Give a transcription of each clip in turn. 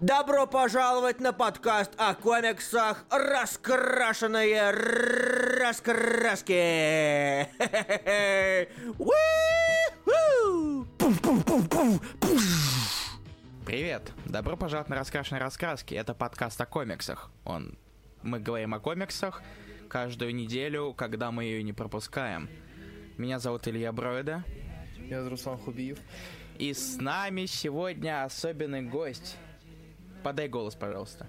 Добро пожаловать на подкаст о комиксах «Раскрашенные раскраски». Привет! Добро пожаловать на «Раскрашенные раскраски». Это подкаст о комиксах. Мы говорим о комиксах каждую неделю, когда мы ее не пропускаем. Меня зовут Илья Броида. Я Руслан Хубиев. И с нами сегодня особенный гость. Подай голос, пожалуйста.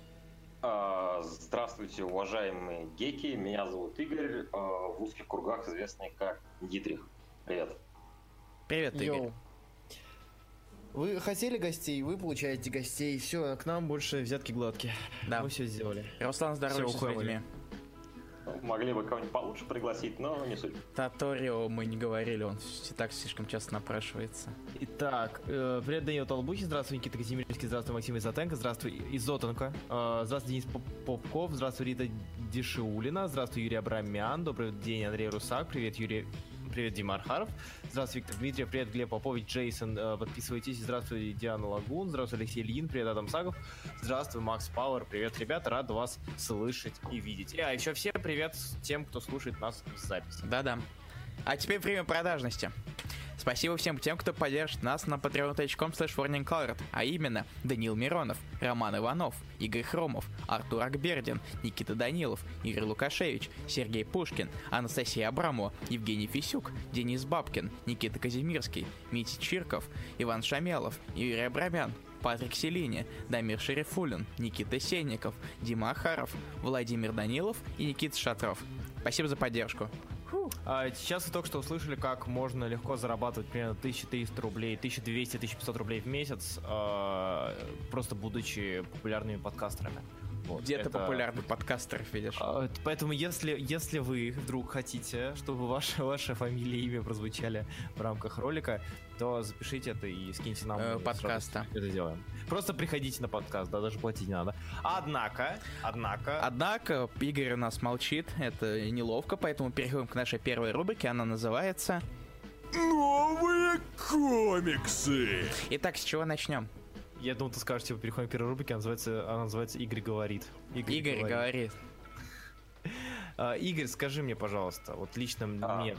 Здравствуйте, уважаемые геки. Меня зовут Игорь, в узких кругах известный как Дитрих. Привет. Привет, Игорь. Йоу. Вы хотели гостей, вы получаете гостей. Все, к нам больше взятки гладкие. Да. Мы все сделали. Руслан, здоровайся с людьми. Могли бы кого-нибудь получше пригласить, но не суть. Таторио мы не говорили, он и так слишком часто напрашивается. Итак, привет, Данил Толбухи, здравствуй, Никита Казимирский, здравствуй, Максим Изотенко, здравствуй, Изотенко, здравствуй, Денис Попков, здравствуй, Рита Дешиулина, здравствуй, Юрий Абрамян, добрый день, Андрей Русак, привет, Юрий, привет, Дима Архаров, здравствуй, Виктор Дмитриев, привет, Глеб Попович, Джейсон, подписывайтесь, здравствуй, Диана Лагун, здравствуй, Алексей Ильин, привет, Адам Сагов, здравствуй, Макс Пауэр, привет, ребята, рад вас слышать и видеть. А еще все привет тем, кто слушает нас в записи. Да-да. А теперь время продажности. Спасибо всем тем, кто поддержит нас на patreon.com/warningcolored, а именно Данил Миронов, Роман Иванов, Игорь Хромов, Артур Акбердин, Никита Данилов, Игорь Лукашевич, Сергей Пушкин, Анастасия Абрамова, Евгений Фисюк, Денис Бабкин, Никита Казимирский, Митя Чирков, Иван Шамелов, Юрий Абрамян, Патрик Селини, Дамир Шерифулин, Никита Сенников, Дима Ахаров, Владимир Данилов и Никита Шатров. Спасибо за поддержку. Сейчас вы только что услышали, как можно легко зарабатывать примерно 1300 рублей, 1200, 1500 рублей в месяц, просто будучи популярными подкастерами. Вот, Где-то популярный подкастер, видишь. Поэтому, если вы вдруг хотите, чтобы ваша фамилия и имя прозвучали в рамках ролика, то запишите это и скиньте нам подкаста. Это сделаем. Просто приходите на подкаст, да, даже платить не надо. Однако, Игорь у нас молчит, это неловко, поэтому переходим к нашей первой рубрике, она называется Новые комиксы. Итак, с чего начнем? Я думал, ты скажешь, типа, переходим к первой рубрике, она называется «Игорь говорит». Игорь говорит. Игорь, скажи мне, пожалуйста, вот лично мне,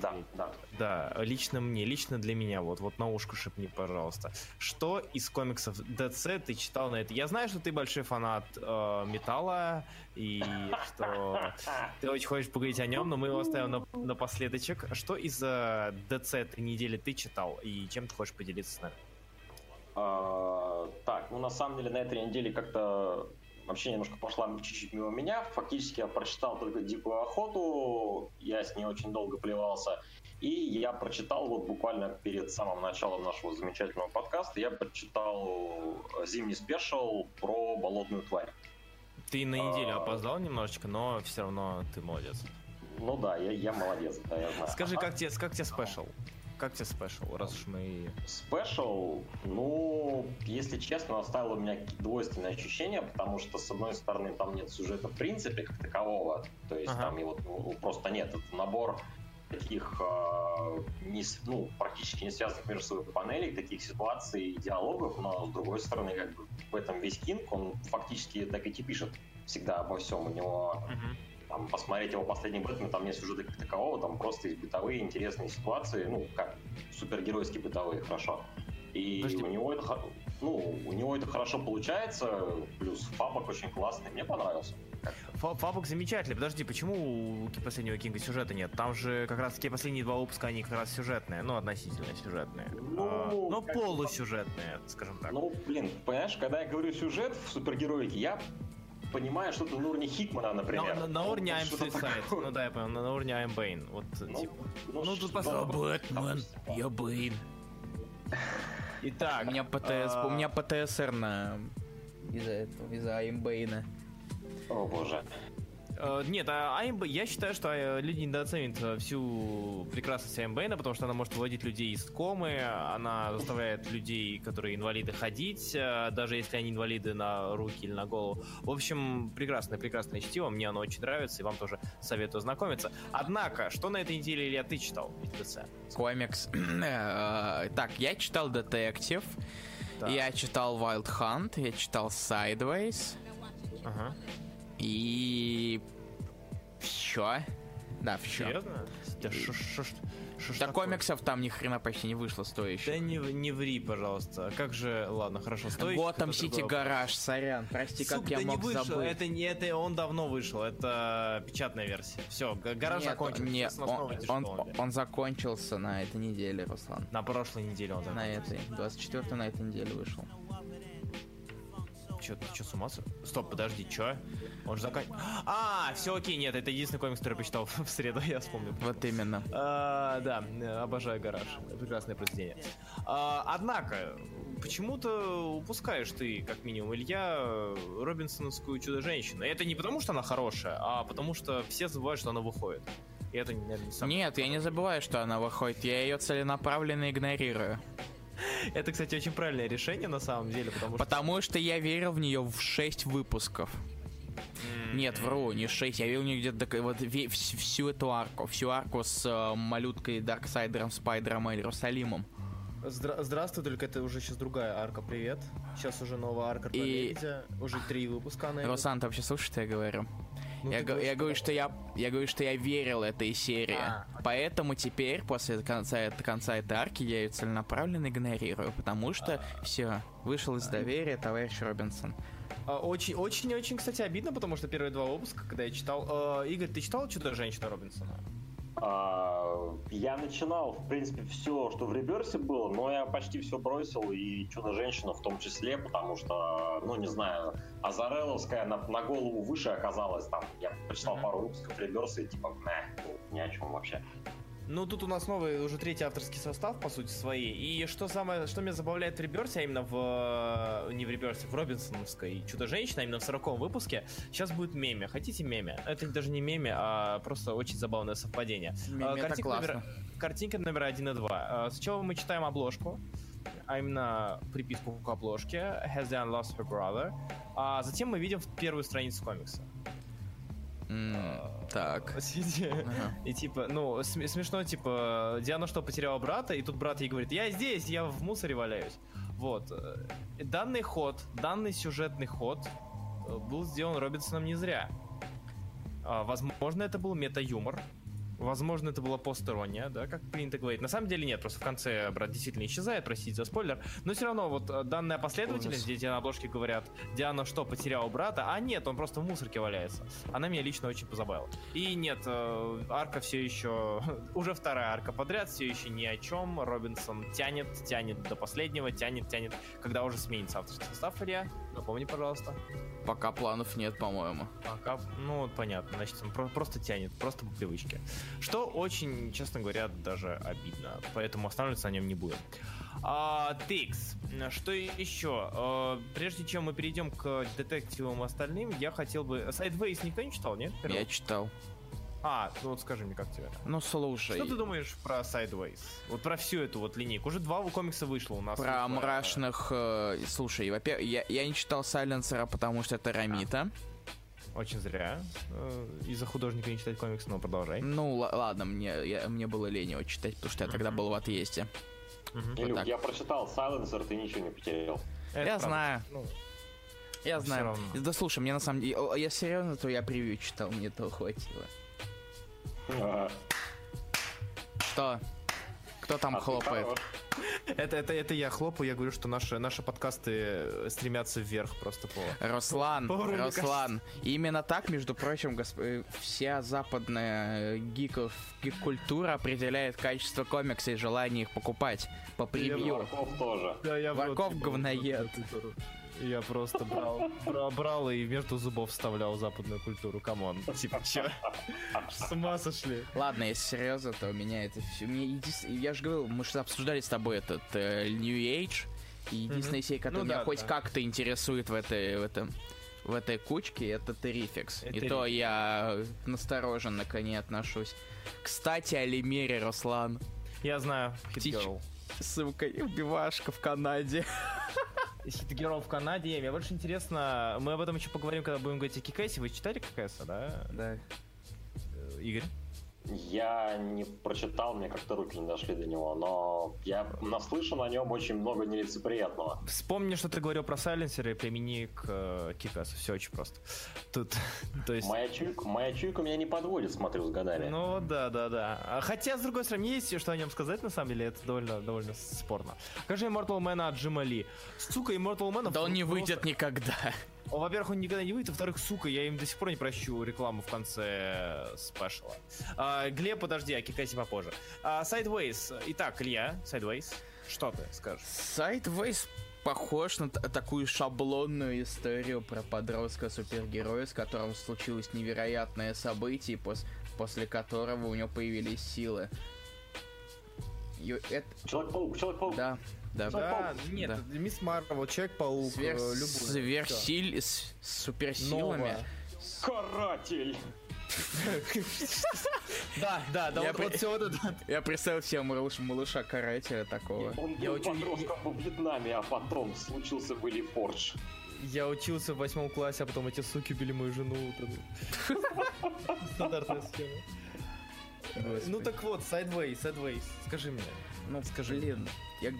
лично для меня, вот на ушко шепни, пожалуйста, что из комиксов DC ты читал на это? Я знаю, что ты большой фанат металла, и что ты очень хочешь поговорить о нем, но мы его оставим напоследочек. Что из DC этой недели ты читал, и чем ты хочешь поделиться с нами? Так, на самом деле на этой неделе как-то вообще немножко пошла чуть-чуть мимо меня. Фактически я прочитал только «Дикую охоту», я с ней очень долго плевался. И я прочитал вот буквально перед самым началом нашего замечательного подкаста, я прочитал зимний спешл про болотную тварь. Ты на неделю опоздал немножечко, но все равно ты молодец. Ну да, я молодец, да, я знаю. Скажи, как тебе спешл? Как тебе спешл, раз уж мы... Спешл, если честно, оставил у меня двойственные ощущения, потому что, с одной стороны, там нет сюжета в принципе как такового, то есть там его просто нет. Это набор таких практически не связанных между собой панелей, таких ситуаций и диалогов, но, с другой стороны, как бы в этом весь Кинг, он фактически так и пишет всегда обо всем. У него... Там, посмотреть его последний Бэтмен, там нет сюжета как такового, там просто есть бытовые интересные ситуации, как супергеройские бытовые, хорошо. И у него это хорошо получается, плюс фабок очень классный, мне понравился. Фабок замечательный. Подожди, почему у последнего Кинга сюжета нет? Там же как раз таки последние два выпуска, они как раз сюжетные, относительно сюжетные. Полусюжетные, скажем так. Понимаешь, когда я говорю сюжет в супергероике, я понимаю, что-то на уровне Хикмана, например. На уровне I'm Suicide. Я понял, на уровне I'm Bane. Бэтмен, я Бэйн. Итак, у меня ПТСР из-за I'm Bane. О боже. Нет, я считаю, что люди недооценивают всю прекрасность Аймбейна, потому что она может выводить людей из комы, она заставляет людей, которые инвалиды, ходить, даже если они инвалиды на руки или на голову. В общем, прекрасное чтиво, мне оно очень нравится, и вам тоже советую ознакомиться. Однако, что на этой неделе, Илья, ты читал из DC? Комикс. Так, я читал «Детектив». Да. Я читал Wild Hunt, я читал Sideways Ага. и... Все. Да, все. Серьезно? Да шо ж Да такое? комиксов там ни хрена почти не вышло стоящих. Да не ври, пожалуйста. Как же, ладно, хорошо, стоит. Готэм Сити Гараж, сорян, прости, как я мог вышел, забыть. это он давно вышел, это печатная версия. Все, гараж Нет, закончился. нет, Сейчас снова диджитал. он закончился на этой неделе, Руслан. На прошлой неделе он На закончился. этой, 24 на этой неделе вышел. Ты чё, с ума сошел? Стоп, подожди, чё? Он же все окей, нет, это единственный комикс, который я почитал в среду, я вспомнил. Вот именно. Да, обожаю гараж. Прекрасное произведение. Однако, почему-то упускаешь ты, как минимум, Илья, робинсоновскую Чудо-женщину. И это не потому, что она хорошая, а потому что все забывают, что она выходит. И это, наверное, не самое. Нет, я не забываю, что она выходит, я ее целенаправленно игнорирую. Это, кстати, очень правильное решение на самом деле, Потому что я верил в нее в 6 выпусков. Нет, вру, не 6, я верил в нее где-то вот всю эту арку. Всю арку с малюткой Дарксайдером, Спайдером и Иерусалимом. Здравствуй, только это уже сейчас другая арка, привет. Сейчас уже новая арка про И- Лебедя, уже 3 выпуска она идет. Руслан, ты вообще слушаешь, что я говорю? Ну, Я ты говорю, говоришь, я говорю, что я верил этой серии. Поэтому теперь, после конца этой арки, я ее целенаправленно игнорирую. Потому что все, вышел из доверия товарищ Робинсон. Очень, кстати, обидно, потому что первые 2 выпуска, когда я читал... Игорь, ты читал «Чудо-женщина» Робинсона? Я начинал, в принципе, все, что в Реберсе было, но я почти все бросил, и Чудо-женщину в том числе, потому что, ну, не знаю, Азарелловская на голову выше оказалась там. Я прочитал пару выпусков Реберса и типа, ни о чем вообще. Ну, тут у нас новый, уже 3-й авторский состав, по сути, свои. И что меня забавляет в Реберсе, а именно не в Реберсе, в Робинсоновской Чудо-женщина, а именно в 40-м выпуске, сейчас будет меме. Хотите меме? Это даже не меме, а просто очень забавное совпадение. Это классно. Картинка номер 1 и 2. Сначала мы читаем обложку, а именно приписку к обложке «Has Diane lost her brother?», а затем мы видим первую страницу комикса. Так. И типа, ну, смешно, типа, Диана что, потеряла брата, и тут брат ей говорит, я здесь, я в мусоре валяюсь. Вот. Данный сюжетный ход был сделан Робинсоном не зря. Возможно, это был мета-юмор. Возможно, это была посторонняя, да, как принято говорить. На самом деле нет, просто в конце брат действительно исчезает, простите за спойлер. Но все равно вот данная последовательность, где тебе на обложке говорят, Диана что, потеряла брата? А нет, он просто в мусорке валяется. Она меня лично очень позабавила. И нет, арка все еще, уже 2-я арка подряд, все еще ни о чем. Робинсон тянет до последнего, тянет, когда уже сменится авторский состав, Илья. Напомни, пожалуйста. Пока планов нет, по-моему. Пока, ну, понятно, значит, он просто тянет, просто по привычке. Что очень, честно говоря, даже обидно. Поэтому останавливаться на нем не будем. Тикс. Что еще? Прежде чем мы перейдем к детективам остальным, я хотел бы... Sideways никто не читал, нет? Я читал. Ну вот скажи мне, как тебе? Ну, слушай. Что ты думаешь про Sideways? Вот про всю эту вот линейку. Уже 2 комикса вышло у нас. Про мрачных... Слушай, во-первых, я не читал Сайленсера, потому что это Рамита. Очень зря. Из-за художника не читать комикс, но продолжай. Ну, ладно, мне было лень его читать, потому что я тогда был в отъезде. Илюх, я прочитал Silencer, ты ничего не потерял. Я знаю. Я знаю. равно. Да слушай, мне на самом деле... Я серьезно, то я превью читал, мне этого хватило. Что? Кто там хлопает? Это я хлопаю, я говорю, что наши подкасты стремятся вверх просто по... Руслан, Руслан, именно так, между прочим, вся западная гик-культура определяет качество комикса и желание их покупать по превью. Варков тоже. Да, я Варков говноед. Я просто брал и между зубов вставлял западную культуру, камон. Типа, чё? С ума сошли. Ладно, если серьезно, то у меня это все... Я же говорил, мы же обсуждали с тобой этот New Age, и единственная серия, которая меня хоть как-то интересует в этой кучке, это Terrifix. И то я настороженно к ней отношусь. Кстати, о Лемире, Руслан. Я знаю, Hit-Girl. Ссылка, убивашка в Канаде. Hit-Girl в Канаде. Мне больше интересно, мы об этом еще поговорим, когда будем говорить о Кикэсе. Вы читали Кикэса, да? Да. Игорь? Я не прочитал, мне как-то руки не дошли до него, но я наслышан о нем очень много нелицеприятного. Вспомни, что ты говорил про сайленсеры, и примени к Кикасу. Все очень просто. Тут, то есть... Моя чуйка меня не подводит, смотрю, с годами. Ну, да. Хотя, с другой стороны, есть что о нем сказать, на самом деле, это довольно спорно. Скажи Immortal Man от Джима Ли. Сука, Immortal Man... Да он не выйдет никогда. Во-первых, он никогда не выйдет, во-вторых, сука, я им до сих пор не прощу рекламу в конце спешла. Глеб, подожди, а Кикаси попозже. Sideways. Итак, Илья, Sideways, что ты скажешь? Sideways похож на такую шаблонную историю про подростка-супергероя, с которым случилось невероятное событие, после которого у него появились силы. Человек-паук. Да. Нет, да. Мисс Марвел, Человек-паук, с суперсилами. Каратель! Да, вот все вот это. Я представил себе малыша-карателя такого. Он был подростком во Вьетнаме, а потом случился Вилли Фордж. Я учился в 8 классе, а потом эти суки убили мою жену. Стандартная схема. Ну так вот, Sideways, скажи мне. Ну, скажи, я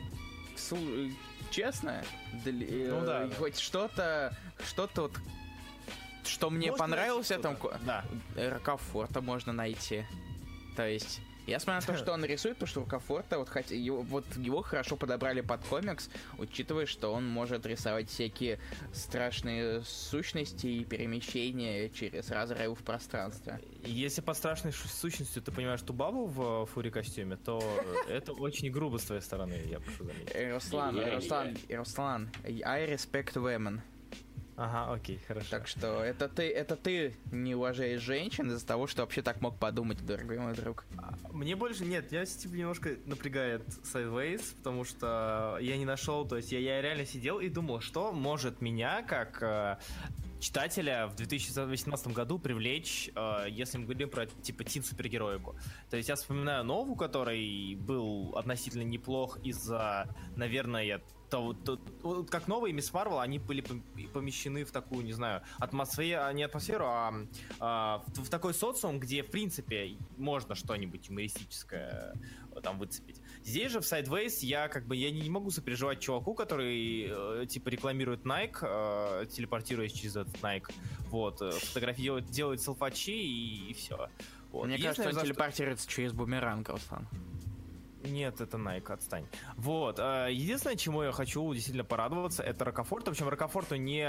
честно, хоть что-то вот, что мне понравилось в этом, Рокафорта можно найти. То есть, я смотрю на то, что он рисует, потому что Рокафорта, вот его хорошо подобрали под комикс, учитывая, что он может рисовать всякие страшные сущности и перемещения через разрывы в пространстве. Если по страшной сущности ты понимаешь ту бабу в фури-костюме, то это очень грубо с твоей стороны, я прошу заметить. Руслан, I respect women. Ага, окей, хорошо. Так что это ты не уважаешь женщин из-за того, что вообще так мог подумать, дорогой мой друг. Мне больше нет, я типа немножко напрягает Sideways, потому что я не нашел, то есть я реально сидел и думал, что может меня как читателя в 2018 году привлечь, если мы говорим про типа тин-супергероику. То есть я вспоминаю Нову, который был относительно неплох из-за, наверное, как новые Мисс Марвел, они были помещены в такую, не знаю, не атмосферу, а в такой социум, где, в принципе, можно что-нибудь юмористическое там выцепить. Здесь же в Sideways я не могу сопереживать чуваку, который типа рекламирует Nike, телепортируясь через этот Nike, вот, делает селфачи и все. Вот. Мне кажется, он телепортируется через бумеранг, Руслан. Нет, это Nike, отстань. Вот. Единственное, чему я хочу действительно порадоваться, это Рокафорту. Причем Рокафорту не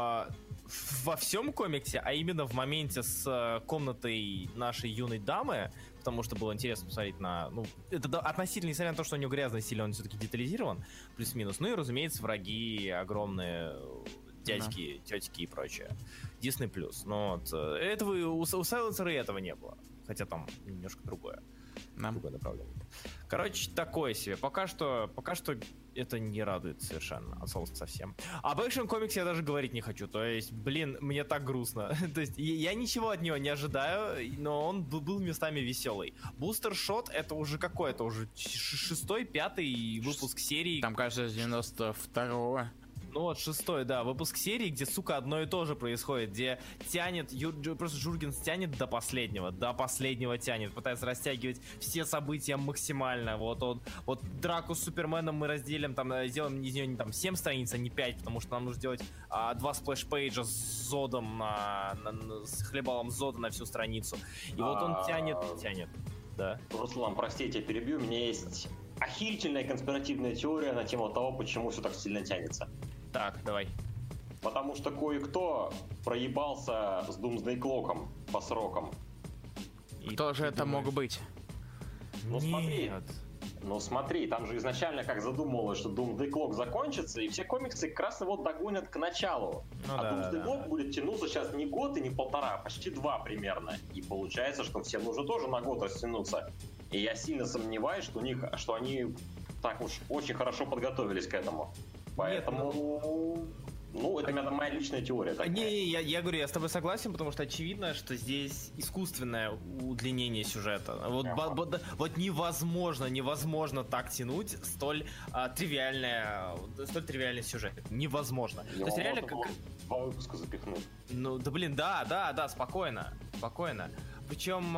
во всем комиксе, а именно в моменте с комнатой нашей юной дамы, потому что было интересно посмотреть на... Ну, это относительно, несмотря на то, что у него грязный стиль, он все-таки детализирован, плюс-минус. Ну и, разумеется, враги огромные, дядьки, тетки и прочее. Disney+. Но вот, у Сайленсера и этого не было. Хотя там немножко другое. Другое направление. Короче, такое себе. Пока что это не радует совершенно. От слова совсем. Об экшен комиксе я даже говорить не хочу. То есть, мне так грустно. То есть, я ничего от него не ожидаю, но он был местами веселый. Бустер Шот это уже какой? Это уже 6-й, 5-й выпуск серии. Там, кажется, с 92-го. Ну вот, 6-й, да, выпуск серии, где, сука, одно и то же происходит, где тянет, просто Жургенс тянет до последнего тянет, пытается растягивать все события максимально, вот драку с Суперменом мы разделим, там, сделаем из нее не там 7 страниц, а не 5, потому что нам нужно сделать 2 сплэш-пейджа с Зодом, с хлебалом Зода на всю страницу, и вот он тянет, да. Руслан, прости, я тебя перебью, у меня есть охерительная конспиративная теория на тему того, почему все так сильно тянется. Так, давай. Потому что кое-кто проебался с Doomsday Clock'ом по срокам. Кто же это мог быть? Ну смотри, там же изначально как задумывалось, что Doomsday Clock закончится, и все комиксы как раз его догонят к началу. Doomsday Clock будет тянуться сейчас не год и не полтора, а почти 2 примерно. И получается, что всем нужно тоже на год растянуться. И я сильно сомневаюсь, что они так уж очень хорошо подготовились к этому. Поэтому... это моя личная теория. Я говорю, я с тобой согласен, потому что очевидно, что здесь искусственное удлинение сюжета. Вот невозможно так тянуть столь тривиальный сюжет. Невозможно. То есть реально 2 выпуска запихнуть. Ну, да, спокойно. Причем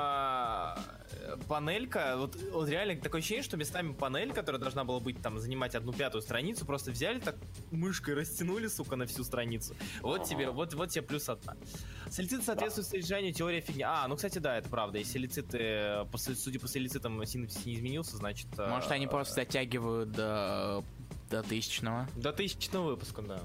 панелька, вот реально такое ощущение, что местами панель, которая должна была быть там занимать 1/5 страницу, просто взяли так мышкой растянули, сука, на всю страницу. Вот тебе, вот тебе плюс одна. Солицит соответствует содержанию, теория фигня. Ну, кстати, да, это правда. Если солицит, судя по солицитам, синапсис не изменился, значит... Может, они просто дотягивают до 1000-го? До 1000-го выпуска, да.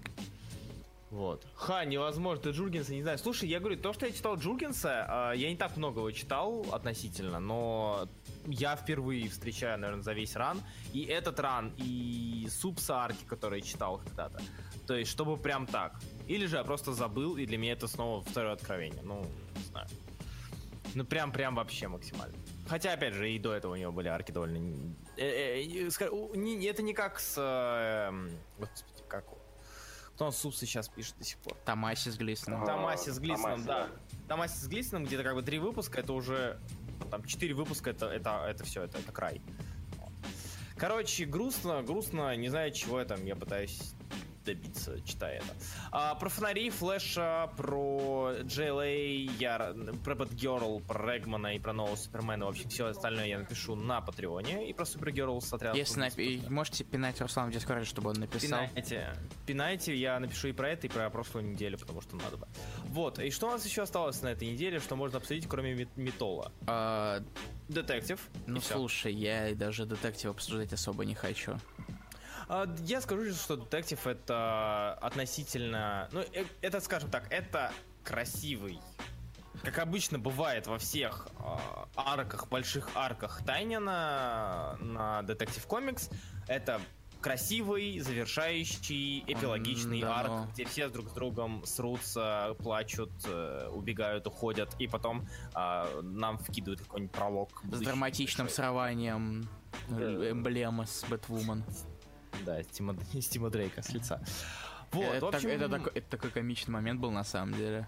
Вот. Невозможно, ты Джургенса не знаю. Слушай, я говорю, то, что я читал Джургенса, я не так много его читал относительно, но я впервые встречаю, наверное, за весь ран. И этот ран, и субсарки, которые я читал когда-то. То есть, чтобы прям так. Или же я просто забыл, и для меня это снова второе откровение. Ну, не знаю. Ну, прям вообще максимально. Хотя, опять же, и до этого у него были арки довольно... Это не как с... Господи, как... Кто он Субсы сейчас пишет до сих пор? Томаси с Глисоном. Томаси с Глисоном, да. Томаси с Глисоном, где-то как бы 3 выпуска, это уже... Там 4 выпуска, это все, это край. Короче, грустно, не знаю, чего я пытаюсь добиться, читая это. Про фонари, Флэша, про JLA, про Бэтгерл, про Регмана и про нового Супермена. В общем, все остальное я напишу на Патреоне. И про Супергерл с отрядом. Если можете пинать Руслана в Дискорде, чтобы он написал. Пинайте, я напишу и про это, и про прошлую неделю, потому что надо бы. Вот, и что у нас еще осталось на этой неделе, что можно обсудить, кроме Метола? Детектив. Ну, слушай, я даже детектив обсуждать особо не хочу. Я скажу, что детектив это относительно... Ну, это, скажем так, это красивый. Как обычно бывает во всех арках, больших арках Тайнина на Detective Comics, это красивый, завершающий, эпилогичный арк, где все друг с другом срутся, плачут, убегают, уходят, и потом нам вкидывают какой-нибудь пролог. С драматичным срыванием эмблемы с Бэтвумен. Да, с Тима Дрейка с лица. Вот, это такой комичный момент был на самом деле.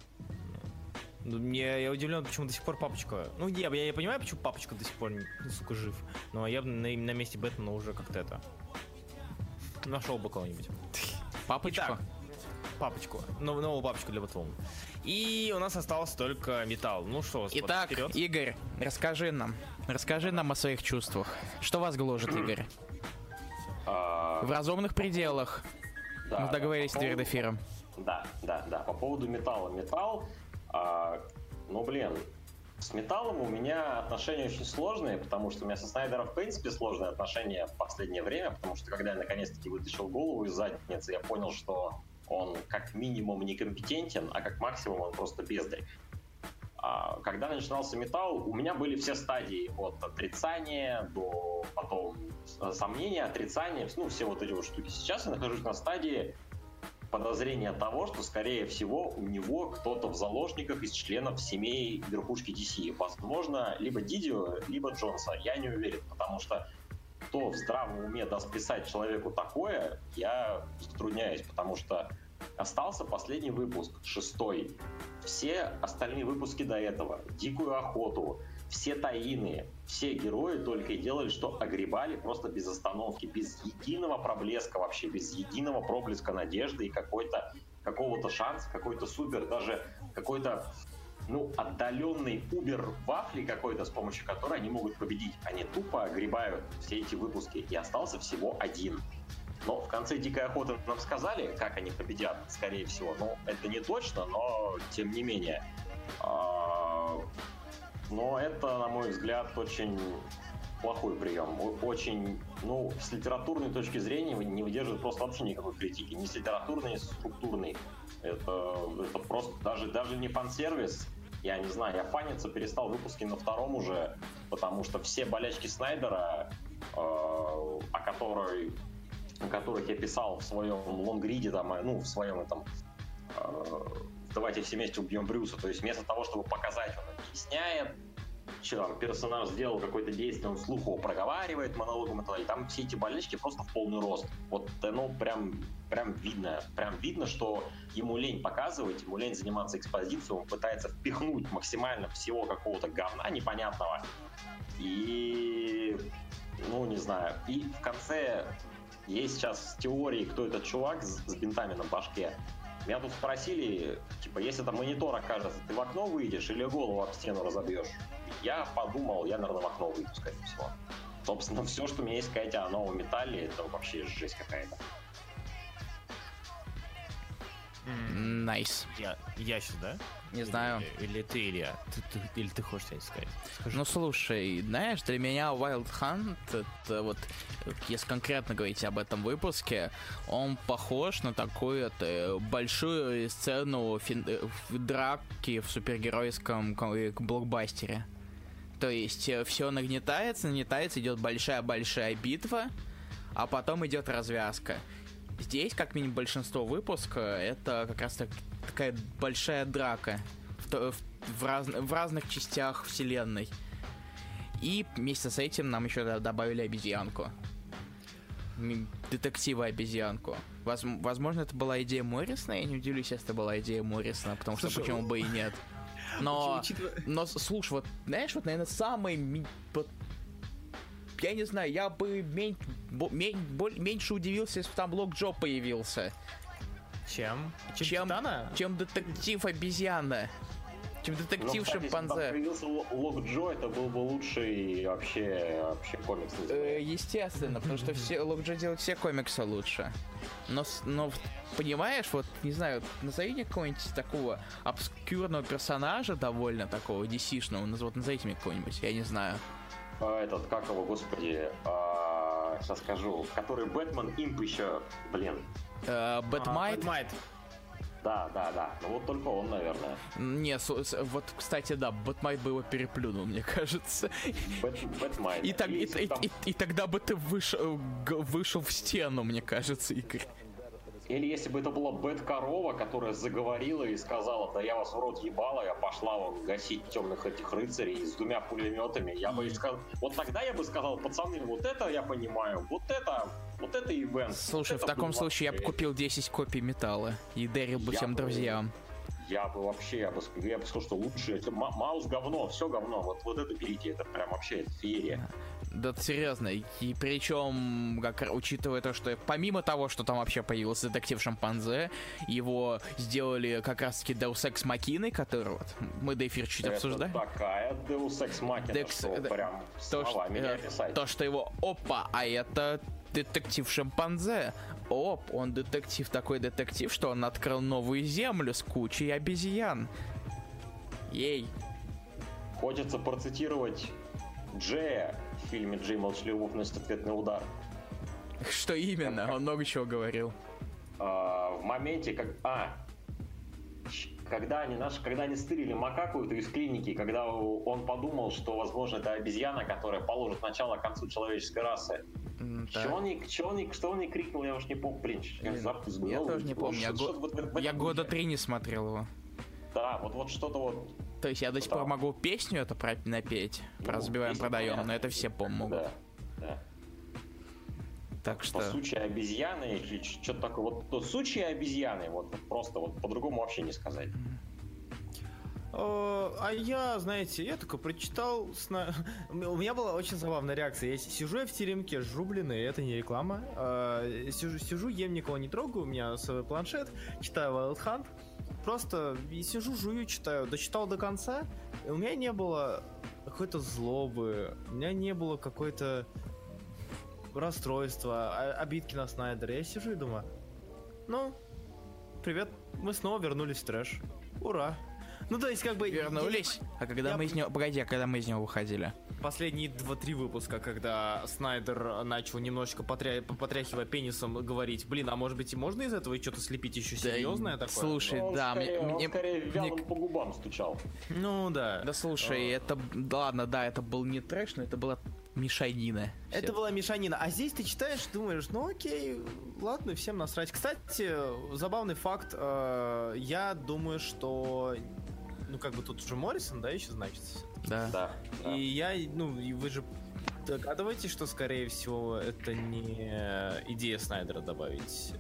Я удивлен, почему до сих пор папочка... Ну, я понимаю, почему папочка до сих пор, сука, жив. Но я бы на месте Бэтмена уже как-то это... Нашел бы кого-нибудь. Папочку? Итак, папочку. Новую папочку для Бэтмена. И у нас остался только металл. Ну что, итак, вперед. Игорь, расскажи нам о своих чувствах. Что вас гложет, Игорь? В разумных пределах. Да, мы договорились перед эфиром. Да. По поводу металла. Металл, ну блин, с металлом у меня отношения очень сложные, потому что у меня со Снайдером в принципе сложные отношения в последнее время, потому что когда я наконец-таки вытащил голову из задницы, я понял, что он как минимум некомпетентен, а как максимум он просто бездарь. Когда начинался металл, у меня были все стадии от отрицания до потом сомнения, отрицания, ну, все вот эти вот штуки. Сейчас я нахожусь на стадии подозрения того, что, скорее всего, у него кто-то в заложниках из членов семей верхушки DC. Возможно, либо Дидио, либо Джонса. Я не уверен, потому что кто в здравом уме даст писать человеку такое, я затрудняюсь, потому что остался последний выпуск, 6-й. Все остальные выпуски до этого, «Дикую охоту», все таины, все герои только и делали, что огребали просто без остановки, без единого проблеска вообще, без единого проблеска надежды и какого-то шанса, какой-то супер, даже какой-то, ну, отдаленный убер-вафли какой-то, с помощью которой они могут победить. Они тупо огребают все эти выпуски, и остался всего один. Но в конце «Дикой охоты» нам сказали, как они победят, скорее всего. Ну, это не точно, но тем не менее. Но это, на мой взгляд, очень плохой прием. Очень, ну, с литературной точки зрения не выдерживает просто вообще никакой критики. Ни с литературной, ни с структурной. Это просто даже не фан-сервис. Я не знаю, я фаниться перестал выпуски на 2-м уже, потому что все болячки Снайдера, о которых я писал в своем лонгриде, там, ну, в своем этом «Давайте все вместе убьем Брюса». То есть вместо того, чтобы показать, он объясняет, что там персонаж сделал какое-то действие, он вслух его проговаривает монологом и так далее. Там все эти болельщики просто в полный рост. Вот, ну, прям видно, что ему лень показывать, ему лень заниматься экспозицией, он пытается впихнуть максимально всего какого-то говна непонятного. И, ну, не знаю. И в конце есть сейчас теории, кто этот чувак с бинтами на башке. Меня тут спросили, типа, если там монитор окажется, ты в окно выйдешь или голову об стену разобьешь? Я подумал, я, наверное, в окно выйду, скорее всего. Собственно, все, что у меня есть сказать о новом металле, это вообще жесть какая-то. Найс. Я сейчас, да? Не знаю. Или ты, Илья? Или ты хочешь что-нибудь сказать? Скажи. Ну слушай, знаешь, для меня Wild Hunt, это вот, если конкретно говорить об этом выпуске, он похож на такую большую сцену драки в супергеройском блокбастере. То есть все нагнетается, идет большая-большая битва, а потом идет развязка. Здесь, как минимум, большинство выпуска это как раз такая большая драка в разных частях вселенной. И вместе с этим нам еще добавили обезьянку. Детектива-обезьянку. Возможно, это была идея Моррисона. Я не удивлюсь, если это была идея Моррисона, потому что почему бы и нет. Но слушай, вот, знаешь, вот, наверное, самый... Я не знаю, я бы меньше удивился, если бы там Локджо появился. Чем Титана? Чем детектив-обезьяна. Чем детектив-шимпанзе. Если бы появился Локджо, это был бы лучший вообще комикс. Естественно, потому что Локджо делает все комиксы лучше. Но понимаешь, вот, не знаю, назови мне какого-нибудь такого обскюрного персонажа, довольно такого DC-шного, вот назовите мне какого-нибудь, я не знаю. Этот, как его, господи, сейчас скажу, который Бэтмен Имп еще, блин. Бэтмайт? Да, ну вот только он, наверное. Не, вот, кстати, да, Бэтмайт бы его переплюнул, мне кажется. Бэтмайт. И тогда бы ты вышел в стену, мне кажется, Игорь. Или если бы это была Бэт-корова, которая заговорила и сказала, да я вас в рот ебала, я пошла вон гасить темных этих рыцарей с 2 пулеметами, я бы сказал, вот тогда я бы сказал, пацаны, вот это я понимаю, вот это ивент. Слушай, в таком случае я бы купил 10 копий металла и дарил бы всем друзьям. Я бы сказал, что лучше, это Маус говно, все говно, вот это берите, это прям вообще это феерия. Да, серьезно, и причем, учитывая то, что помимо того, что там вообще появился детектив-шимпанзе, его сделали как раз-таки Deus Ex Machina, который вот мы до эфира чуть обсуждали. Это такая Deus Ex Machina, что прям словами не описать. То, что его, а это детектив-шимпанзе. Он такой детектив, что он открыл новую землю с кучей обезьян. Ей. Хочется процитировать Джея в фильме «Джей молчаливый наносит ответный удар». Что именно? Он много чего говорил. В моменте, когда они стырили макаку эту из клиники, когда он подумал, что, возможно, это обезьяна, которая положит начало концу человеческой расы. Да. Что он не крикнул, я уж не помню, блин. Я тоже не помню. Я года 3 не смотрел его. Да, вот что-то вот. То есть я до сих пор могу песню это напеть, про разбиваем, продаем, но это все могут. Да. Так что... Сучья обезьяны или что-то такое. Вот сучья обезьяны, вот просто вот по-другому вообще не сказать. А я, знаете, я только прочитал... У меня была очень забавная реакция. Я сижу в теремке, жру блины, это не реклама. Сижу, ем, никого не трогаю, у меня свой планшет, читаю Wild Hunt. Просто сижу, жую, читаю. Дочитал до конца, и у меня не было какой-то злобы, у меня не было какой-то расстройства, обидки на Снайдера. Я сижу и думаю, привет, мы снова вернулись в трэш. Ура! Ну, то есть, как бы... Вернулись? А когда мы из него... Погоди, а когда мы из него выходили? Последние 2-3 выпуска, когда Снайдер начал немножечко потряхивая пенисом говорить, блин, а может быть и можно из этого что-то слепить еще серьезное такое? Слушай, да, он скорее вялым по губам стучал. Ну, да. Да, слушай, это... Ладно, да, это был не трэш, но это была мешанина. Это была мешанина. А здесь ты читаешь, думаешь, окей, ладно, всем насрать. Кстати, забавный факт, я думаю, что... тут уже Моррисон, да, еще значится? Да. И вы же догадываетесь, что, скорее всего, это не идея Снайдера добавить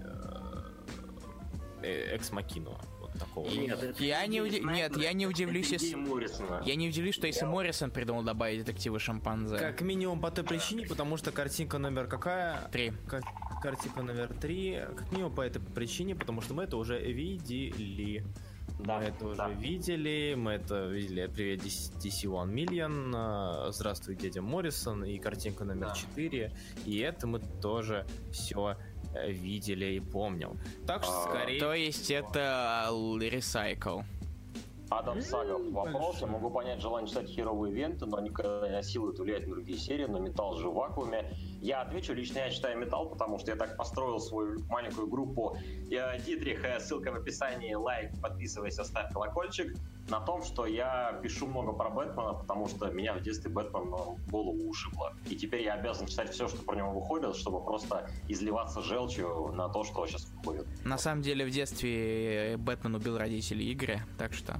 Экс-Макину. Вот такого. Я не удивлюсь, что если Моррисон придумал добавить детектива шимпанзе. Как минимум по той причине, потому что картинка номер какая? 3. картинка номер 3. Как минимум по этой причине, потому что мы это уже видели. Да, Мы это да. уже видели. Привет, DC One Million. Здравствуй, дядя Моррисон. И картинка номер Да. 4. И это мы тоже все видели и помним. Так что скорее... То есть это Recycle. Адам Сагов вопрос. Я могу понять желание читать херовые ивенты, но они никогда не осилуют влиять на другие серии, но Металл же в вакууме. Я отвечу, лично я читаю Металл, потому что я так построил свою маленькую группу. Дитрих, ссылка в описании, лайк, подписывайся, ставь колокольчик. На том, что я пишу много про Бэтмена, потому что меня в детстве Бэтмен в голову ушибло. И теперь я обязан читать все, что про него выходит, чтобы просто изливаться желчью на то, что сейчас выходит. На самом деле в детстве Бэтмен убил родителей Игоря, так что...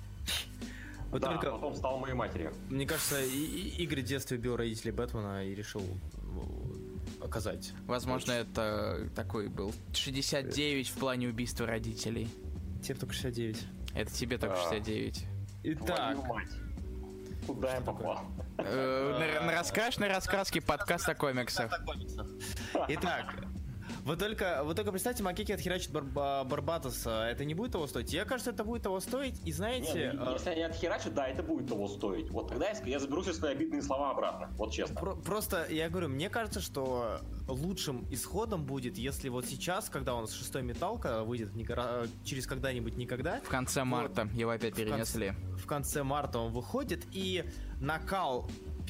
Вот Да, только, потом стал моей матерью. мне кажется, Игорь в детстве убил родителей Бэтмена и решил оказать. Возможно, это такой был 69 в плане убийства родителей. Тебе только 69. Это тебе только 69. Итак, Твою мать. Куда я попал? На раскраске подкаста о комиксах. Итак, вы только представьте, Макеки отхерачит Барбатоса. Это не будет того стоить? Я, кажется, это будет того стоить. И знаете... Не, ну, если они отхерачат, да, это будет того стоить. Вот тогда я заберу все свои обидные слова обратно. Вот честно. Просто, я говорю, мне кажется, что лучшим исходом будет, если вот сейчас, когда он с 6-й металка выйдет через когда-нибудь никогда, В конце марта его опять перенесли. в конце марта он выходит, и накал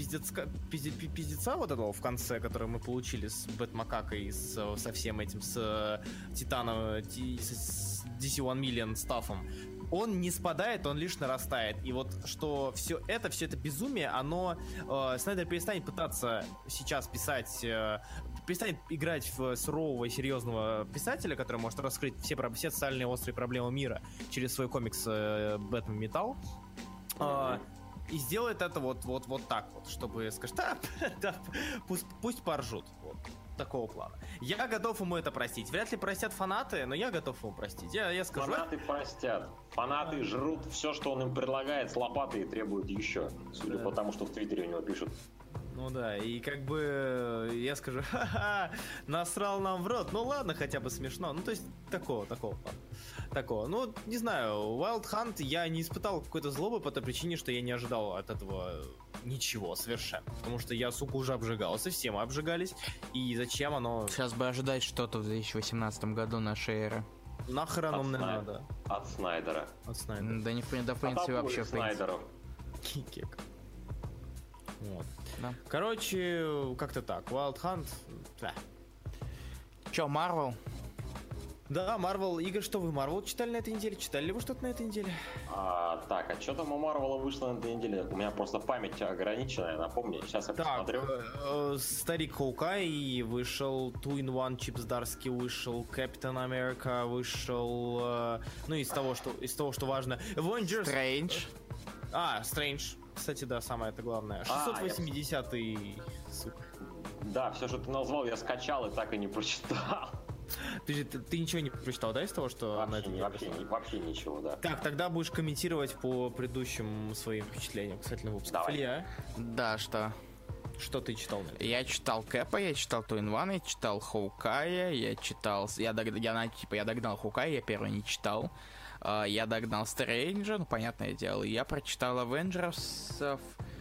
пиздеца вот этого в конце, который мы получили с Бэтмакакой, со всем этим, с Титаном, с DC One Million стафом, он не спадает, он лишь нарастает. И вот что все это безумие, оно... Снайдер перестанет пытаться сейчас писать... перестанет играть в сурового и серьезного писателя, который может раскрыть все социальные острые проблемы мира через свой комикс «Бэтмен Металл». И сделает это вот так вот, чтобы сказать, да, пусть поржут. Вот. Такого плана. Я готов ему это простить. Вряд ли простят фанаты, но я готов ему простить. Я скажу... Фанаты простят. Фанаты жрут все, что он им предлагает с лопатой и требуют еще. Судя по тому, что в Твиттере у него пишут. Ну да, и как бы я скажу, ха-ха, насрал нам в рот. Ну ладно, хотя бы смешно. Ну то есть такого плана. Такого. Ну, не знаю, Wild Hunt я не испытал какой-то злобы по той причине, что я не ожидал от этого ничего совершенно. Потому что я, сука, уже обжигался, все мы обжигались. И зачем оно... Сейчас бы ожидать что-то в 2018 году нашей эры. Нахрен нам не надо. От Снайдера. От Снайдера. Да не в принципе вообще в принципе. Снайдеров. Кик. Вот. Да. Короче, как-то так. Wild Hunt... Да. Чё, Марвел? Да, Марвел. Игорь, что вы Марвел читали на этой неделе? Читали ли вы что-то на этой неделе? Так, а что там у Марвела вышло на этой неделе? У меня просто память ограниченная, напомни. Сейчас я Так, посмотрю. Старик Хоукай вышел, Two-in-One Чип Здарский вышел, Капитан Америка вышел, ну из того, что важно, Avengers... Стрэндж. Стрэндж. Кстати, да, самое это главное. 680-й, сука. Да, все, что ты назвал, я скачал и так и не прочитал. Ты ничего не прочитал, да, из того, что на это Вообще ничего, да. Так, тогда будешь комментировать по предыдущим своим впечатлениям касательно выпуска. Давай. Илья, Да, что? что ты читал на это? Я читал Кэпа, я читал Two-in-One, я читал Хоукая, я догнал Хоукая, я первый не читал. Я догнал Стрэнджа, ну, понятное дело. Я прочитал Avengers.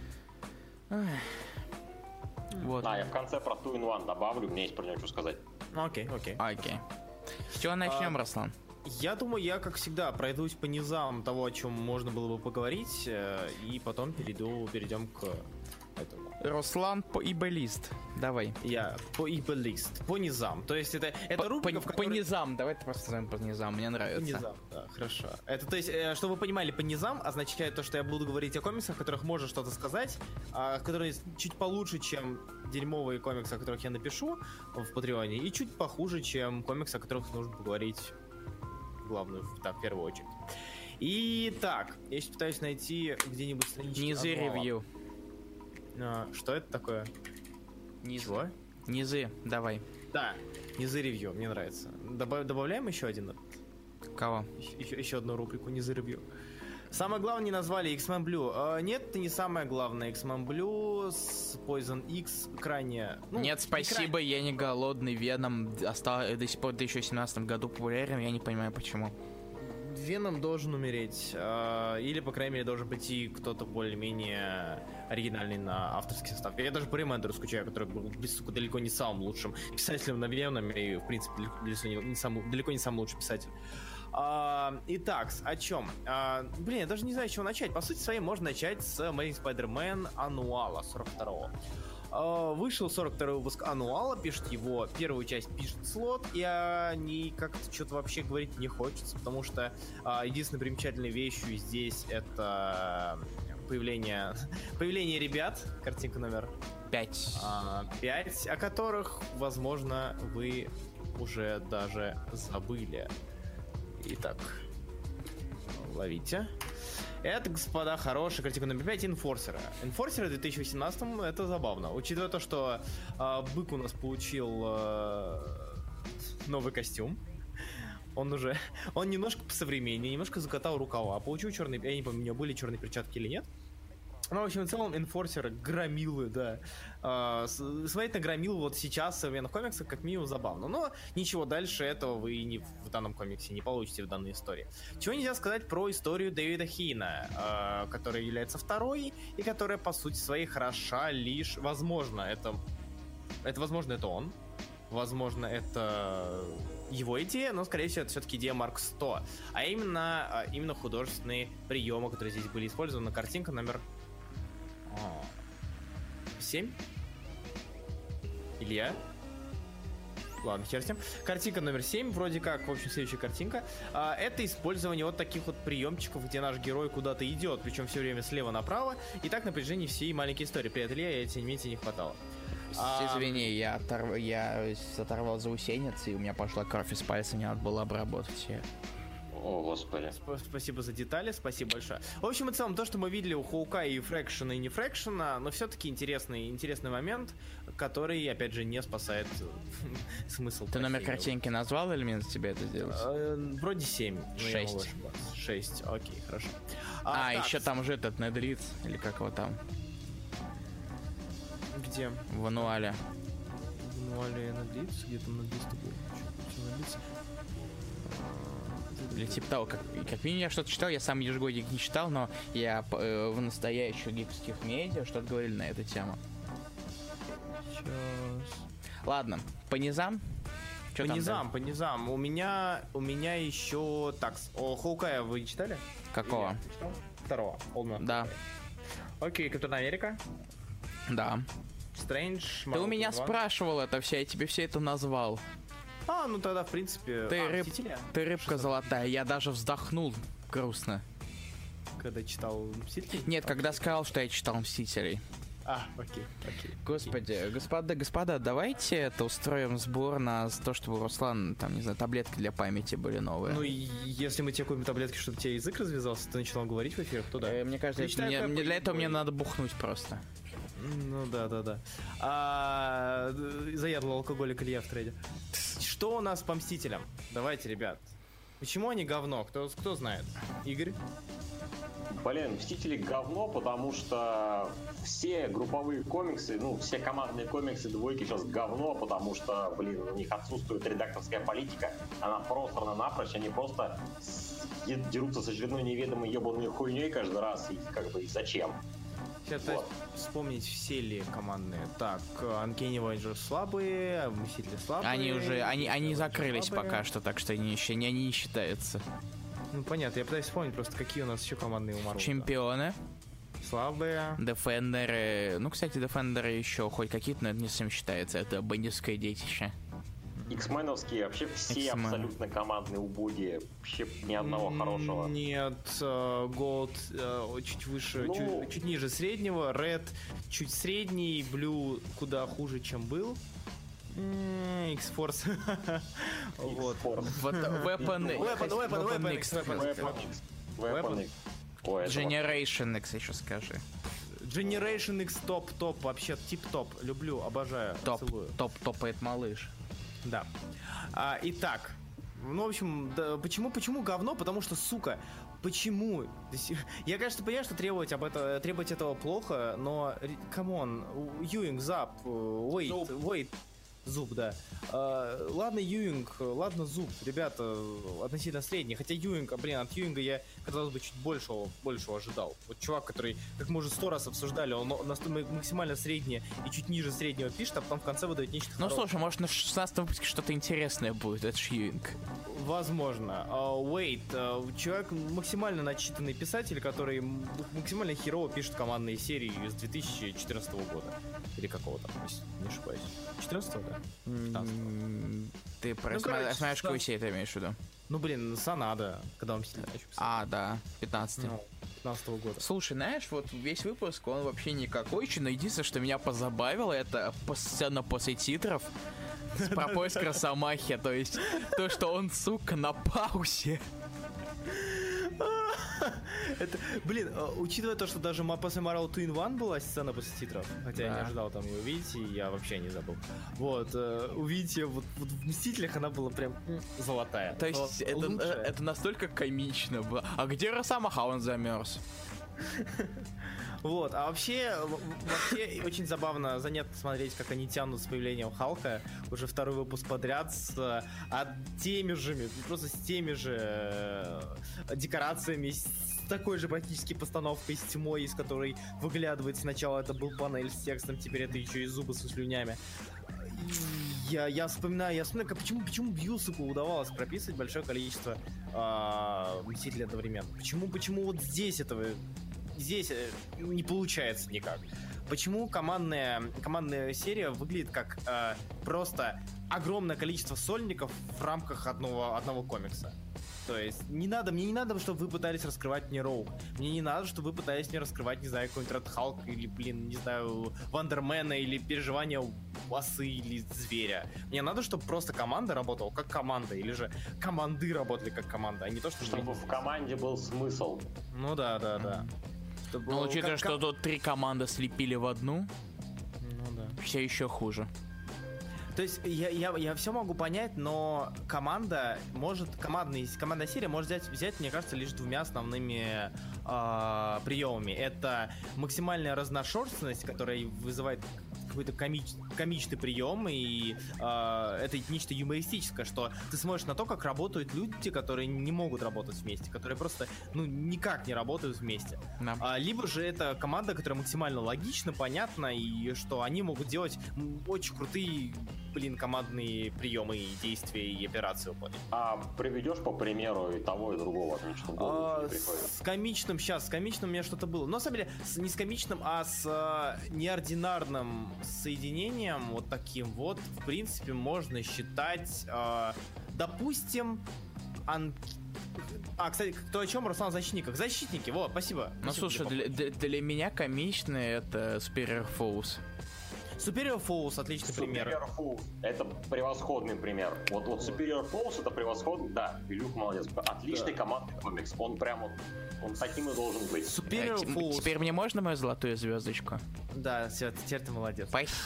Вот. Я в конце про Two-in-One добавлю, мне есть про него что сказать. Окей. Окей. С чего начнем, Руслан? Я думаю, я, как всегда, пройдусь по низам того, о чем можно было бы поговорить, и потом перейдем к этому. Руслан по ибо-лист. Давай. Я по ибо-лист, по низам. То есть это рубрика, в По которой... низам, давай ты просто назовем по низам, мне По нравится. низам, да, хорошо. Это, то есть, чтобы вы понимали, по низам означает то, что я буду говорить о комиксах, о которых можно что-то сказать, которые чуть получше, чем дерьмовые комиксы, о которых я напишу в Патреоне, и чуть похуже, чем комиксы, о которых нужно поговорить главную, так, в первую очередь. Итак, я сейчас пытаюсь найти где-нибудь странички Низы обвала. ревью. Что это такое? Чего? Низы, давай. Да, низы ревью, мне нравится. Добавляем еще один, Кого? еще одну рубрику низы ревью. Самое главное не назвали X-Men Blue. Нет, это не самое главное. X-Men Blue с Poison X крайне... Нет, спасибо, я не голодный. Веном остался до сих пор в 2017 году популярен, я не понимаю почему. Веном должен умереть. Или, по крайней мере, должен прийти кто-то более-менее оригинальный на авторский состав. Я даже по Ремендеру скучаю, который был, сука, далеко не самым лучшим писателем на Веноме, и, в принципе, далеко не самый лучший писатель. Итак, о чем? Я даже не знаю, с чего начать. По сути своей, можно начать с Amazing Spider-Man Аннуала 42-го. Вышел 42-й выпуск Аннуала, пишет его, первую часть пишет Слот, и они как-то что-то вообще говорить не хочется, потому что единственной примечательной вещью здесь это появление ребят, картинка номер 5. 5, о которых, возможно, вы уже даже забыли. Итак, ловите. Это, господа, хорошая картинка номер 5, Enforcer. Enforcer в 2018-м, это забавно. Учитывая то, что Бык у нас получил новый костюм. Он немножко посовременнее, немножко закатал рукава. Получил черный, я не помню, у него были черные перчатки или нет. Ну, в общем, в целом, Enforcer громилы, да. Смотреть на громилу вот сейчас в современных комиксах как минимум забавно. Но ничего дальше этого вы в данном комиксе не получите в данной истории. Чего нельзя сказать про историю Дэвида Хейна, которая является второй, и которая, по сути своей, хороша лишь... Возможно, это он. Возможно, это его идея, но, скорее всего, это все-таки идея Марк 100. А именно художественные приемы, которые здесь были использованы. Картинка номер 7? Илья? Ладно, хер с ним. Картинка номер 7, вроде как, в общем, следующая картинка. Это использование вот таких вот приемчиков, где наш герой куда-то идет, причем все время слева направо, и так на протяжении всей маленькой истории. Привет, Илья, эти не хватало. Извини, я оторвал заусенец, и у меня пошла кровь из пальца, мне надо было обработать ее. О, господи. Спасибо за детали, спасибо большое. В общем и целом, то, что мы видели у Хоукая и Фрэкшена, и не Фрэкшена, но все-таки интересный момент, который, опять же, не спасает смысл. Ты номер картинки назвал или мне за тебя это сделать? Вроде 7. 6. 6, окей, хорошо. Еще там же этот Недриц, или как его там? Где? В Аннуале. В Аннуале Недриц? Где там Недриц такой? Что Или типа того, как минимум я что-то читал, я сам ежегодник не читал, но я в настоящих гиковских медиа что-то говорили на эту тему. Сейчас. Ладно, по низам? По низам. У меня еще... Так, Хоукая вы читали? Какого? Второго. Да. Окей, Капитан Америка. Да. Стрэндж. Ты у меня спрашивал это все, я тебе все это назвал. Ну тогда, в принципе... Ты рыбка золотая, я даже вздохнул грустно. Когда читал Мстителей? Нет, когда сказал, что я читал Мстителей. Окей. Господи, господа, давайте это устроим сбор на то, чтобы у Руслана, там, не знаю, таблетки для памяти были новые. Ну, если мы тебе купим таблетки, чтобы у тебя язык развязался, ты начинал говорить в эфирах, то да. Мне кажется, для этого мне надо бухнуть просто. Ну да. Заядлый алкоголик Илья в трейде. Что у нас по Мстителям? Давайте, ребят. Почему они говно? Кто знает? Игорь? Блин, Мстители говно, потому что все групповые комиксы, все командные комиксы двойки сейчас говно, потому что, у них отсутствует редакторская политика, она просрана напрочь, они просто дерутся с очередной неведомой ебаной хуйней каждый раз, и зачем? Сейчас вспомнить, все ли командные. Так, Uncanny Avengers слабые, Мстители слабые. Они закрылись слабые. Пока что, так что они не считаются. Ну понятно, я пытаюсь вспомнить просто, какие у нас еще командные у Марвел. Чемпионы. Слабые. Дефендеры. Кстати, Дефендеры еще хоть какие-то, но это не совсем считается. Это бандитское детище. X-меновские вообще все абсолютно командные убогие. Вообще ни одного хорошего. Нет, Gold чуть выше, чуть ниже среднего. Red чуть средний. Blue куда хуже, чем был. X-Force. Вот. Weapon X. Generation X еще скажи. Generation X топ, вообще тип-топ. Люблю, обожаю. Топает малыш. Да. Итак, в общем, почему говно? Потому что, сука, Почему? Я, конечно, понимаю, что требовать этого плохо, но, камон, Юинг, Зап, Wait, Зуб, да. Ладно, Юинг, ладно, Зуб, ребята, относительно средний. Хотя Юинг, от Юинга я, казалось бы, чуть большего ожидал. Вот чувак, который, как мы уже 100 раз обсуждали, он максимально среднее и чуть ниже среднего пишет, а потом в конце выдает нечто хорошее. Слушай, может на 16-м выпуске что-то интересное будет, это ж Юинг. Возможно. Человек максимально начитанный писатель, который максимально херово пишет командные серии с 2014 года. Или какого-то, если не ошибаюсь. 14-го, да? 15-го. Ты знаешь, какую серию ты имеешь в виду? Санада, когда он писал. Да, 15-й. 15-го года. Слушай, знаешь, вот весь выпуск, он вообще никакой, но единственное, что меня позабавило, это сцена после титров про поиск Росомахи, то есть то, что он, сука, на паузе. Это, учитывая то, что даже после Marvel 2 in 1 была сцена после титров, хотя я не ожидал там ее увидеть, и я вообще не забыл. Увидеть ее вот в Мстителях, она была прям золотая. То есть это настолько комично было. А где Росомаха? Он замерз. А вообще очень забавно, занятно смотреть, как они тянут с появлением Халка уже второй выпуск подряд с теми же декорациями, с такой же практически постановкой, с тьмой, из которой выглядывает сначала это был панель с текстом, теперь это еще и зубы со слюнями. Я вспоминаю, почему Бьюсаку удавалось прописывать большое количество Мстителей одновременно. Почему вот здесь не получается никак? Почему командная серия выглядит как просто огромное количество сольников в рамках одного комикса? То есть мне не надо, чтобы вы пытались раскрывать мне Роук. Мне не надо, чтобы вы пытались мне раскрывать, не знаю, какой-нибудь Ред Халк или, не знаю, Вандермена или переживания осы или зверя. Мне надо, чтобы просто команда работала как команда, или же команды работали как команда, а не то, чтобы в команде был смысл. Ну да. Но учитывая, что тут 3 команды слепили в одну, все еще хуже. То есть я все могу понять, но командная серия может взять, мне кажется, лишь 2 основными приемами. Это максимальная разношерстность, которая вызывает какой-то комичный прием, и это нечто юмористическое, что ты смотришь на то, как работают люди, которые не могут работать вместе, которые просто, никак не работают вместе. Да. Либо же это команда, которая максимально логична, понятна, и что они могут делать очень крутые, командные приемы и действия и операции. Приведешь по примеру и того, и другого? С комичным у меня что-то было. Но на самом деле, не с комичным, а с неординарным соединением, вот таким вот, в принципе, можно считать, допустим, кстати, кто о чем? Руслан Защитников. Защитники, спасибо. Слушай, для меня комичный это Superior Foes. Superior Foes отличный пример. Superior Foes это превосходный пример. Вот Superior Foes это превосходный, да, Илюх молодец. Отличный командный комикс. Он прям он таким и должен быть. Superior Foes. Теперь мне можно мою золотую звездочку? Да, все, теперь ты молодец.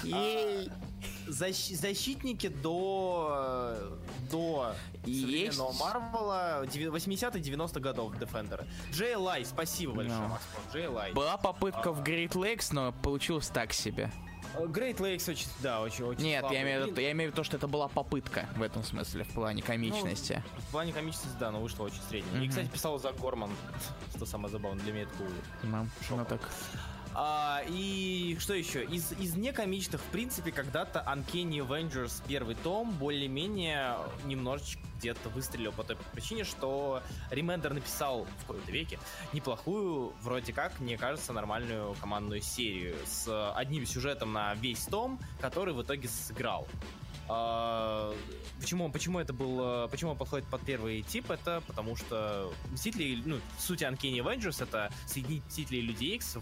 Защитники до современного Марвела 80-90-х годов Defender. JLI, спасибо большое, Макс. JLI. Была попытка в Great Lakes, но получилось так себе. Great Lakes очень Нет, слабый. я имею в виду, что это была попытка в этом смысле, в плане комичности. В плане комичности, да, но вышло очень средне. И, кстати, писал Зак Горман, что самое забавное, для меня это было. Так. И что еще? Из некомичных, в принципе, когда-то Uncanny Avengers первый том более-менее немножечко где-то выстрелил по той причине, что Ремендер написал в какой-то веке неплохую, вроде как, мне кажется, нормальную командную серию с одним сюжетом на весь том, который в итоге сыграл. Почему он подходит под первый тип? Это потому что Мстители, суть Uncanny Avengers это соединить Мстителей и Людей Икс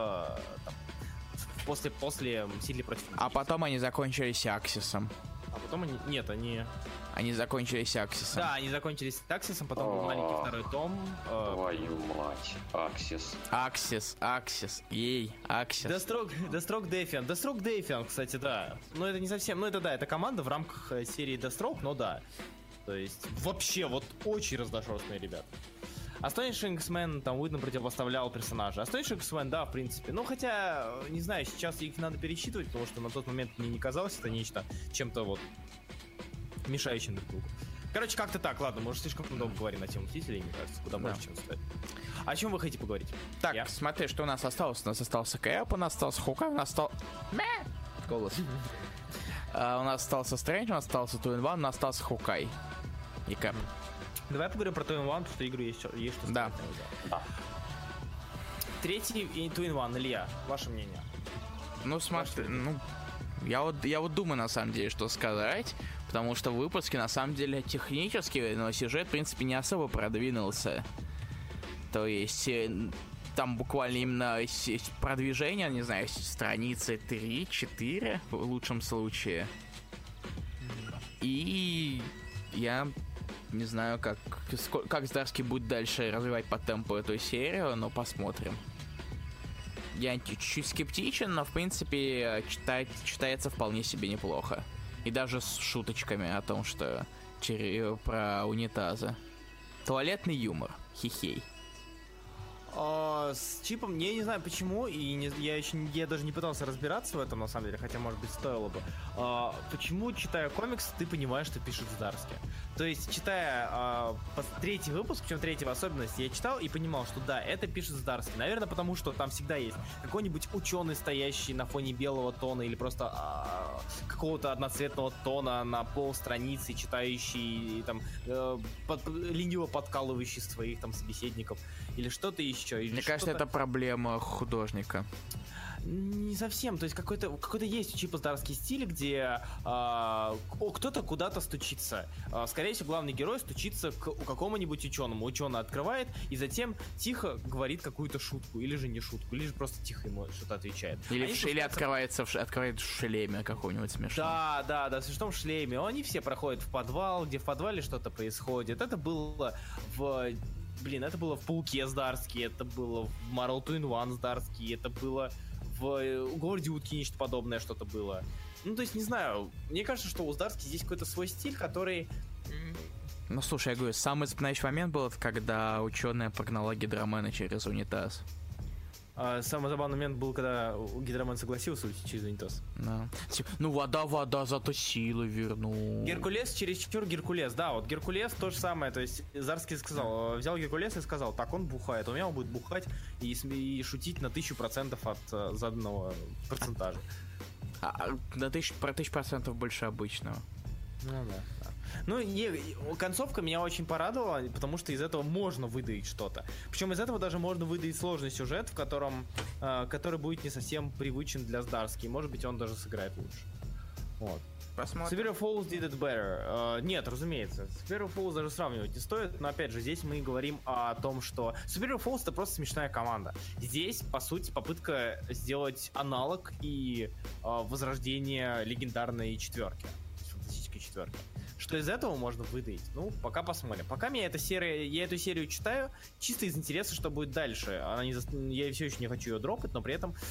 после Мстителей против Людей. А потом они закончились Аксисом. А потом они закончились Аксисом. Да, они закончились Аксисом, потом был маленький второй том. Твою мать, Аксис. Аксис, ей, Аксис. Deathstroke Defiant, кстати, да. Но это не совсем, это команда в рамках серии Deathstroke, но да. То есть вообще очень разношерстные ребята. Astonishing X-Men там Уидон противопоставлял персонажа. Astonishing X-Men, да, в принципе. Ну, хотя, не знаю, сейчас их надо пересчитывать, потому что на тот момент мне не казалось это нечто чем-то вот мешающим друг другу. Короче, как-то так, ладно, мы уже слишком долго говорим на тему Мстителей, мне кажется, куда больше, чем стоит. О чем вы хотите поговорить? Так, смотри, что у нас осталось. У нас остался Кэп, у нас остался Хука, у нас остался... Голос. У нас остался Стрэндж, у нас остался Two in One, у нас остался Хукай и Кэп. Давай поговорим про Two in One, потому что игру есть что сказать. Да. Третий и Two in One, Илья, ваше мнение? Ну, смотри, я вот думаю, на самом деле, что сказать, потому что в выпуске, на самом деле, технически, но сюжет, в принципе, не особо продвинулся. То есть, там буквально именно продвижение, не знаю, страницы 3-4 в лучшем случае. И я не знаю, как Здарский будет дальше развивать по темпу эту серию, но посмотрим. Я чуть-чуть скептичен, но в принципе читается вполне себе неплохо. И даже с шуточками о том, что про унитазы. Туалетный юмор. Хихей. С чипом, я не знаю почему, и я даже не пытался разбираться в этом, на самом деле, хотя, может быть, стоило бы. Почему, читая комикс, ты понимаешь, что пишет Здарский? То есть, читая третий выпуск, причем третьего особенность, я читал и понимал, что да, это пишет Здарский. Наверное, потому что там всегда есть какой-нибудь ученый, стоящий на фоне белого тона или просто какого-то одноцветного тона на полстраницы, читающий, там, лениво подкалывающий своих там собеседников или что-то еще. Мне кажется, это проблема художника. Не совсем, то есть какой-то есть у Чипа Здарский стиль, где кто-то куда-то стучится. Скорее всего, главный герой стучится к какому-нибудь ученому. Ученый открывает и затем тихо говорит какую-то шутку, или же не шутку, или же просто тихо ему что-то отвечает. Или открывает в шлеме какого-нибудь смешного. Да, в смешном шлеме. Они все проходят в подвал, где в подвале что-то происходит. Это было это было в Пауке Здарский, это было в Marvel 2 in 1 Здарский, это было в Городе Утки нечто подобное что-то было. Ну, то есть, не знаю, мне кажется, что у Здарский здесь какой-то свой стиль, который... Ну, слушай, я говорю, самый запоминающий момент был, когда ученая прогнала Гидромена через унитаз. Самый забавный момент был, когда Гидромен согласился уйти через унитаз. Да. Ну, вода, зато силы вернул. Геркулес чересчур Геркулес. Да, вот Геркулес то же самое. То есть Здарский сказал, взял Геркулеса и сказал, так, он бухает. У меня он будет бухать и шутить на 1000% от заданного процентажа. На 1000% больше обычного. Ну да. Ну, концовка меня очень порадовала, потому что из этого можно выдавить что-то. Причем из этого даже можно выдавить сложный сюжет, который будет не совсем привычен для Здарски. Может быть, он даже сыграет лучше. Вот. Посмотрим. Superior Falls did it better. Нет, разумеется. Superior Falls даже сравнивать не стоит, но опять же, здесь мы говорим о том, что Superior Falls это просто смешная команда. Здесь, по сути, попытка сделать аналог и возрождение легендарной четверки. Фантастической четверки. Что из этого можно выдавить? Ну, пока посмотрим. Пока я эту серию читаю, чисто из интереса, что будет дальше. Я все еще не хочу ее дропать, но при этом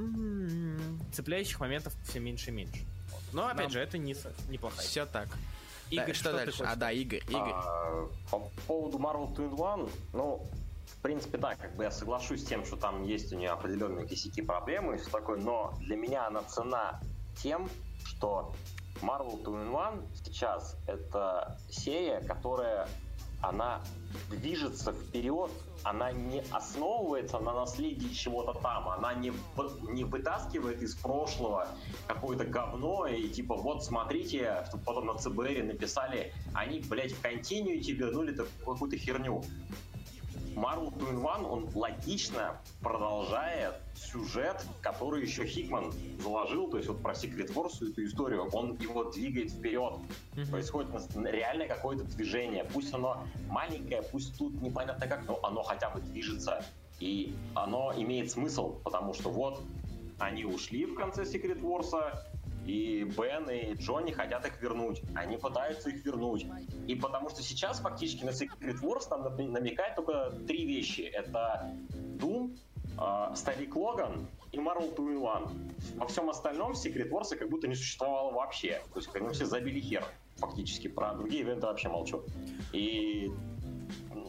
цепляющих моментов все меньше и меньше. Вот. Но, опять же, это неплохая. Все так. Игорь, да, что дальше? Игорь. По поводу Marvel 2 in 1, ну, в принципе, да, как бы я соглашусь с тем, что там есть у нее определенные косяки, проблемы и все такое, но для меня она цена тем, что Marvel 2 in 1 сейчас это серия, которая она движется вперед, она не основывается на наследии чего-то там, она не вытаскивает из прошлого какое-то говно и типа вот смотрите, что потом на ЦБРе написали, они, блять, в континьюити вернули какую-то херню. Marvel 2 in 1, он логично продолжает сюжет, который еще Хикман заложил, то есть вот про Secret Wars эту историю, он его двигает вперед. Происходит реально какое-то движение. Пусть оно маленькое, пусть тут непонятно как, но оно хотя бы движется. И оно имеет смысл, потому что вот они ушли в конце Secret Wars, и Бен и Джонни хотят их вернуть. Они пытаются их вернуть. И потому что сейчас фактически на Secret Wars там намекает только 3 вещи. Это Doom, Старик Логан и Marvel 2 in 1. Во всем остальном Secret Wars как будто не существовало вообще. То есть они все забили хер фактически. Про другие ивенты вообще молчу. И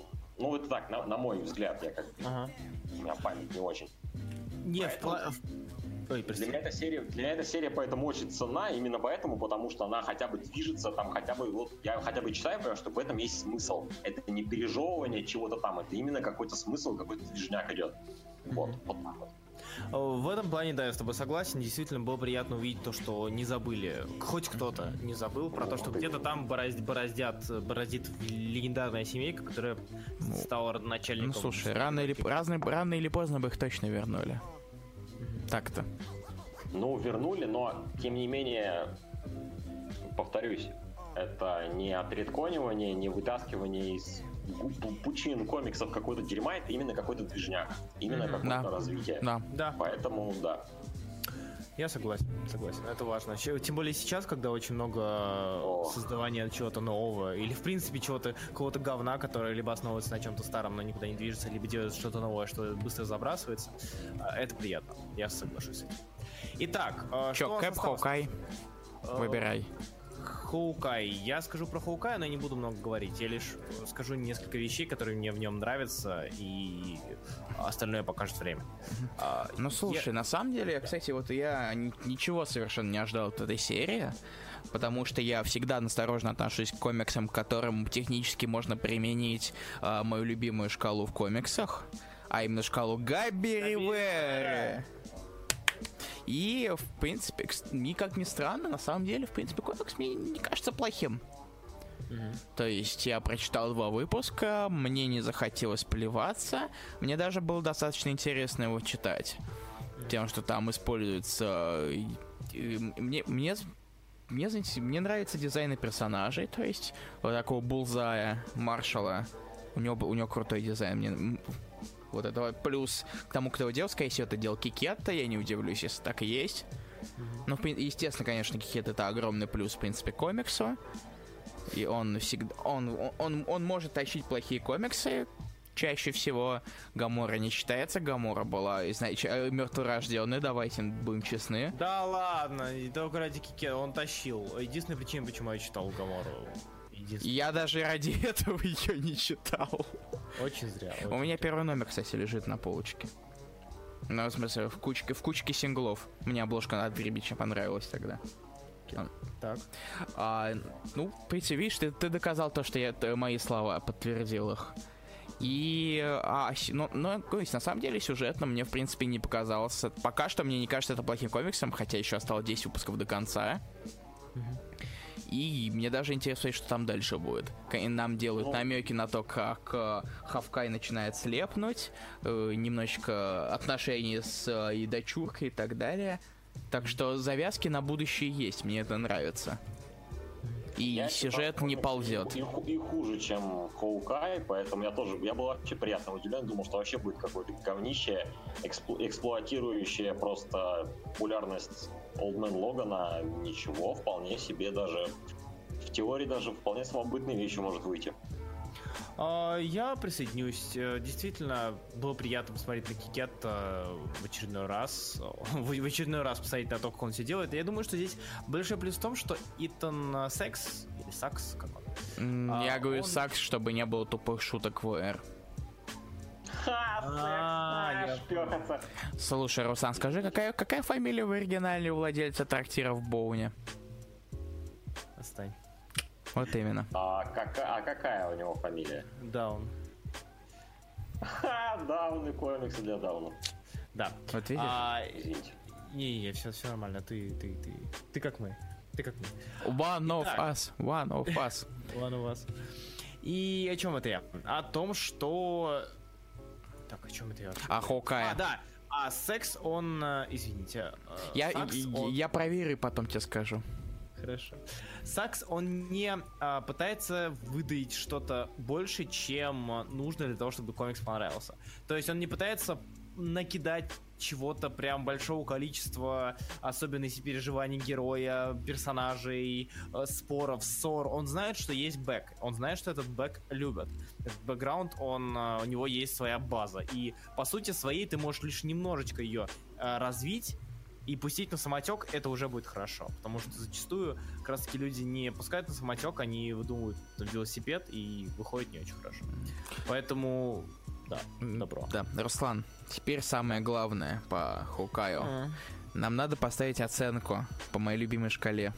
Ну, это так, на мой взгляд, я как бы... У меня память не очень. Нет, Ой, для меня эта серия поэтому очень ценна, именно поэтому, потому что она хотя бы движется, там хотя бы, вот я хотя бы читаю, потому что в этом есть смысл. Это не пережевывание чего-то там, это именно какой-то смысл, какой-то движняк идет. Вот так вот. В этом плане, да, я с тобой согласен. Действительно, было приятно увидеть то, что не забыли, хоть кто-то не забыл про то, что где-то там бороздит легендарная семейка, которая стала начальником. Ну, слушай, рано или поздно бы их точно вернули. Так-то. Ну, вернули, но, тем не менее, повторюсь, это не отредконивание, не вытаскивание из пучин комиксов какой-то дерьма, это именно какой-то движняк, именно какое-то развитие. Да. Поэтому, да. Я согласен, это важно. Тем более сейчас, когда очень много создавания чего-то нового, или в принципе какого-то говна, которое либо основывается на чем-то старом, но никуда не движется, либо делает что-то новое, что быстро забрасывается, это приятно. Я соглашусь с этим. Итак, что Кэп, Хоукай, выбирай. Хоукай. Я скажу про Хоукая, но я не буду много говорить. Я лишь скажу несколько вещей, которые мне в нем нравятся, и остальное покажет время. Ну, слушай, на самом деле, кстати, вот я ничего совершенно не ожидал от этой серии, потому что я всегда настороженно отношусь к комиксам, к которым технически можно применить мою любимую шкалу в комиксах, а именно шкалу Габи Ривера. И, в принципе, как ни странно, на самом деле, в принципе, комикс мне не кажется плохим. То есть я прочитал 2 выпуска, мне не захотелось плеваться, мне даже было достаточно интересно его читать. Тем, что там используется... Мне нравятся дизайны персонажей, то есть вот такого Булзая, Маршала. У него крутой дизайн. Вот это плюс к тому, кто его делал, скорее всего, это делал Кикетта, я не удивлюсь, если так и есть. Ну, естественно, конечно, Кикетта — это огромный плюс, в принципе, комиксу. И он всегда... Он может тащить плохие комиксы. Чаще всего Гамора не считается. Гамора была, знаете, мертворожденной, давайте будем честны. Да ладно, только ради Кикетта он тащил. Единственная причина, почему я читал Гамору. Я даже ради этого ее не читал. Очень зря. У меня первый номер, кстати, лежит на полочке. Ну, в смысле, в кучке синглов. Мне обложка на Дрибича понравилась тогда. Так. Ну, в принципе, видишь, ты доказал то, что мои слова, подтвердил их. Но, на самом деле, сюжетно мне, в принципе, не показалось. Пока что мне не кажется это плохим комиксом, хотя еще осталось 10 выпусков до конца. И мне даже интересно, что там дальше будет. Нам делают намеки на то, как Хавкай начинает слепнуть, немножечко отношений с и дочуркой и так далее. Так что завязки на будущее есть, мне это нравится. И сюжет не ползет. И хуже, чем Хоукай, поэтому я был вообще приятно удивлен, думал, что вообще будет какое-то говнище, эксплуатирующее просто популярность Олдмен Логана. Ничего, вполне себе даже, в теории даже вполне самобытной вещи может выйти. Я присоединюсь. Действительно, было приятно посмотреть на Кикетта в очередной раз. В очередной раз посмотреть на то, как он все делает. Я думаю, что здесь большой плюс в том, что Итан Секс, или Сакс, как он? Я говорю Сакс, чтобы не было тупых шуток в эр. Слушай, Руслан, скажи, какая фамилия в оригинале у владельца трактира в Боуне? Отстань. Вот именно. Какая у него фамилия? Даун. Даун и комиксы для Дауна. Да. Вот видишь? Извините. Не, все нормально. Ты как мы. One of us. One of us. И о чем это я? О том, что... Так, о чем это я? О Хоукае. Да. А Секс, он... Извините. Я проверю и потом тебе скажу. Хорошо. Сакс, он не пытается выдать что-то больше, чем нужно для того, чтобы комикс понравился. То есть он не пытается накидать чего-то прям большого количества особенностей переживаний героя, персонажей, споров, ссор. Он знает, что есть бэк. Он знает, что этот бэк любят. Этот бэкграунд, у него есть своя база. И, по сути своей, ты можешь лишь немножечко ее развить, и пустить на самотек, это уже будет хорошо. Потому что зачастую как раз таки люди не пускают на самотек, они выдумывают велосипед и выходит не очень хорошо. Поэтому, да, добро. Да, Руслан, теперь самое главное по Хоукаю. Нам надо поставить оценку по моей любимой шкале.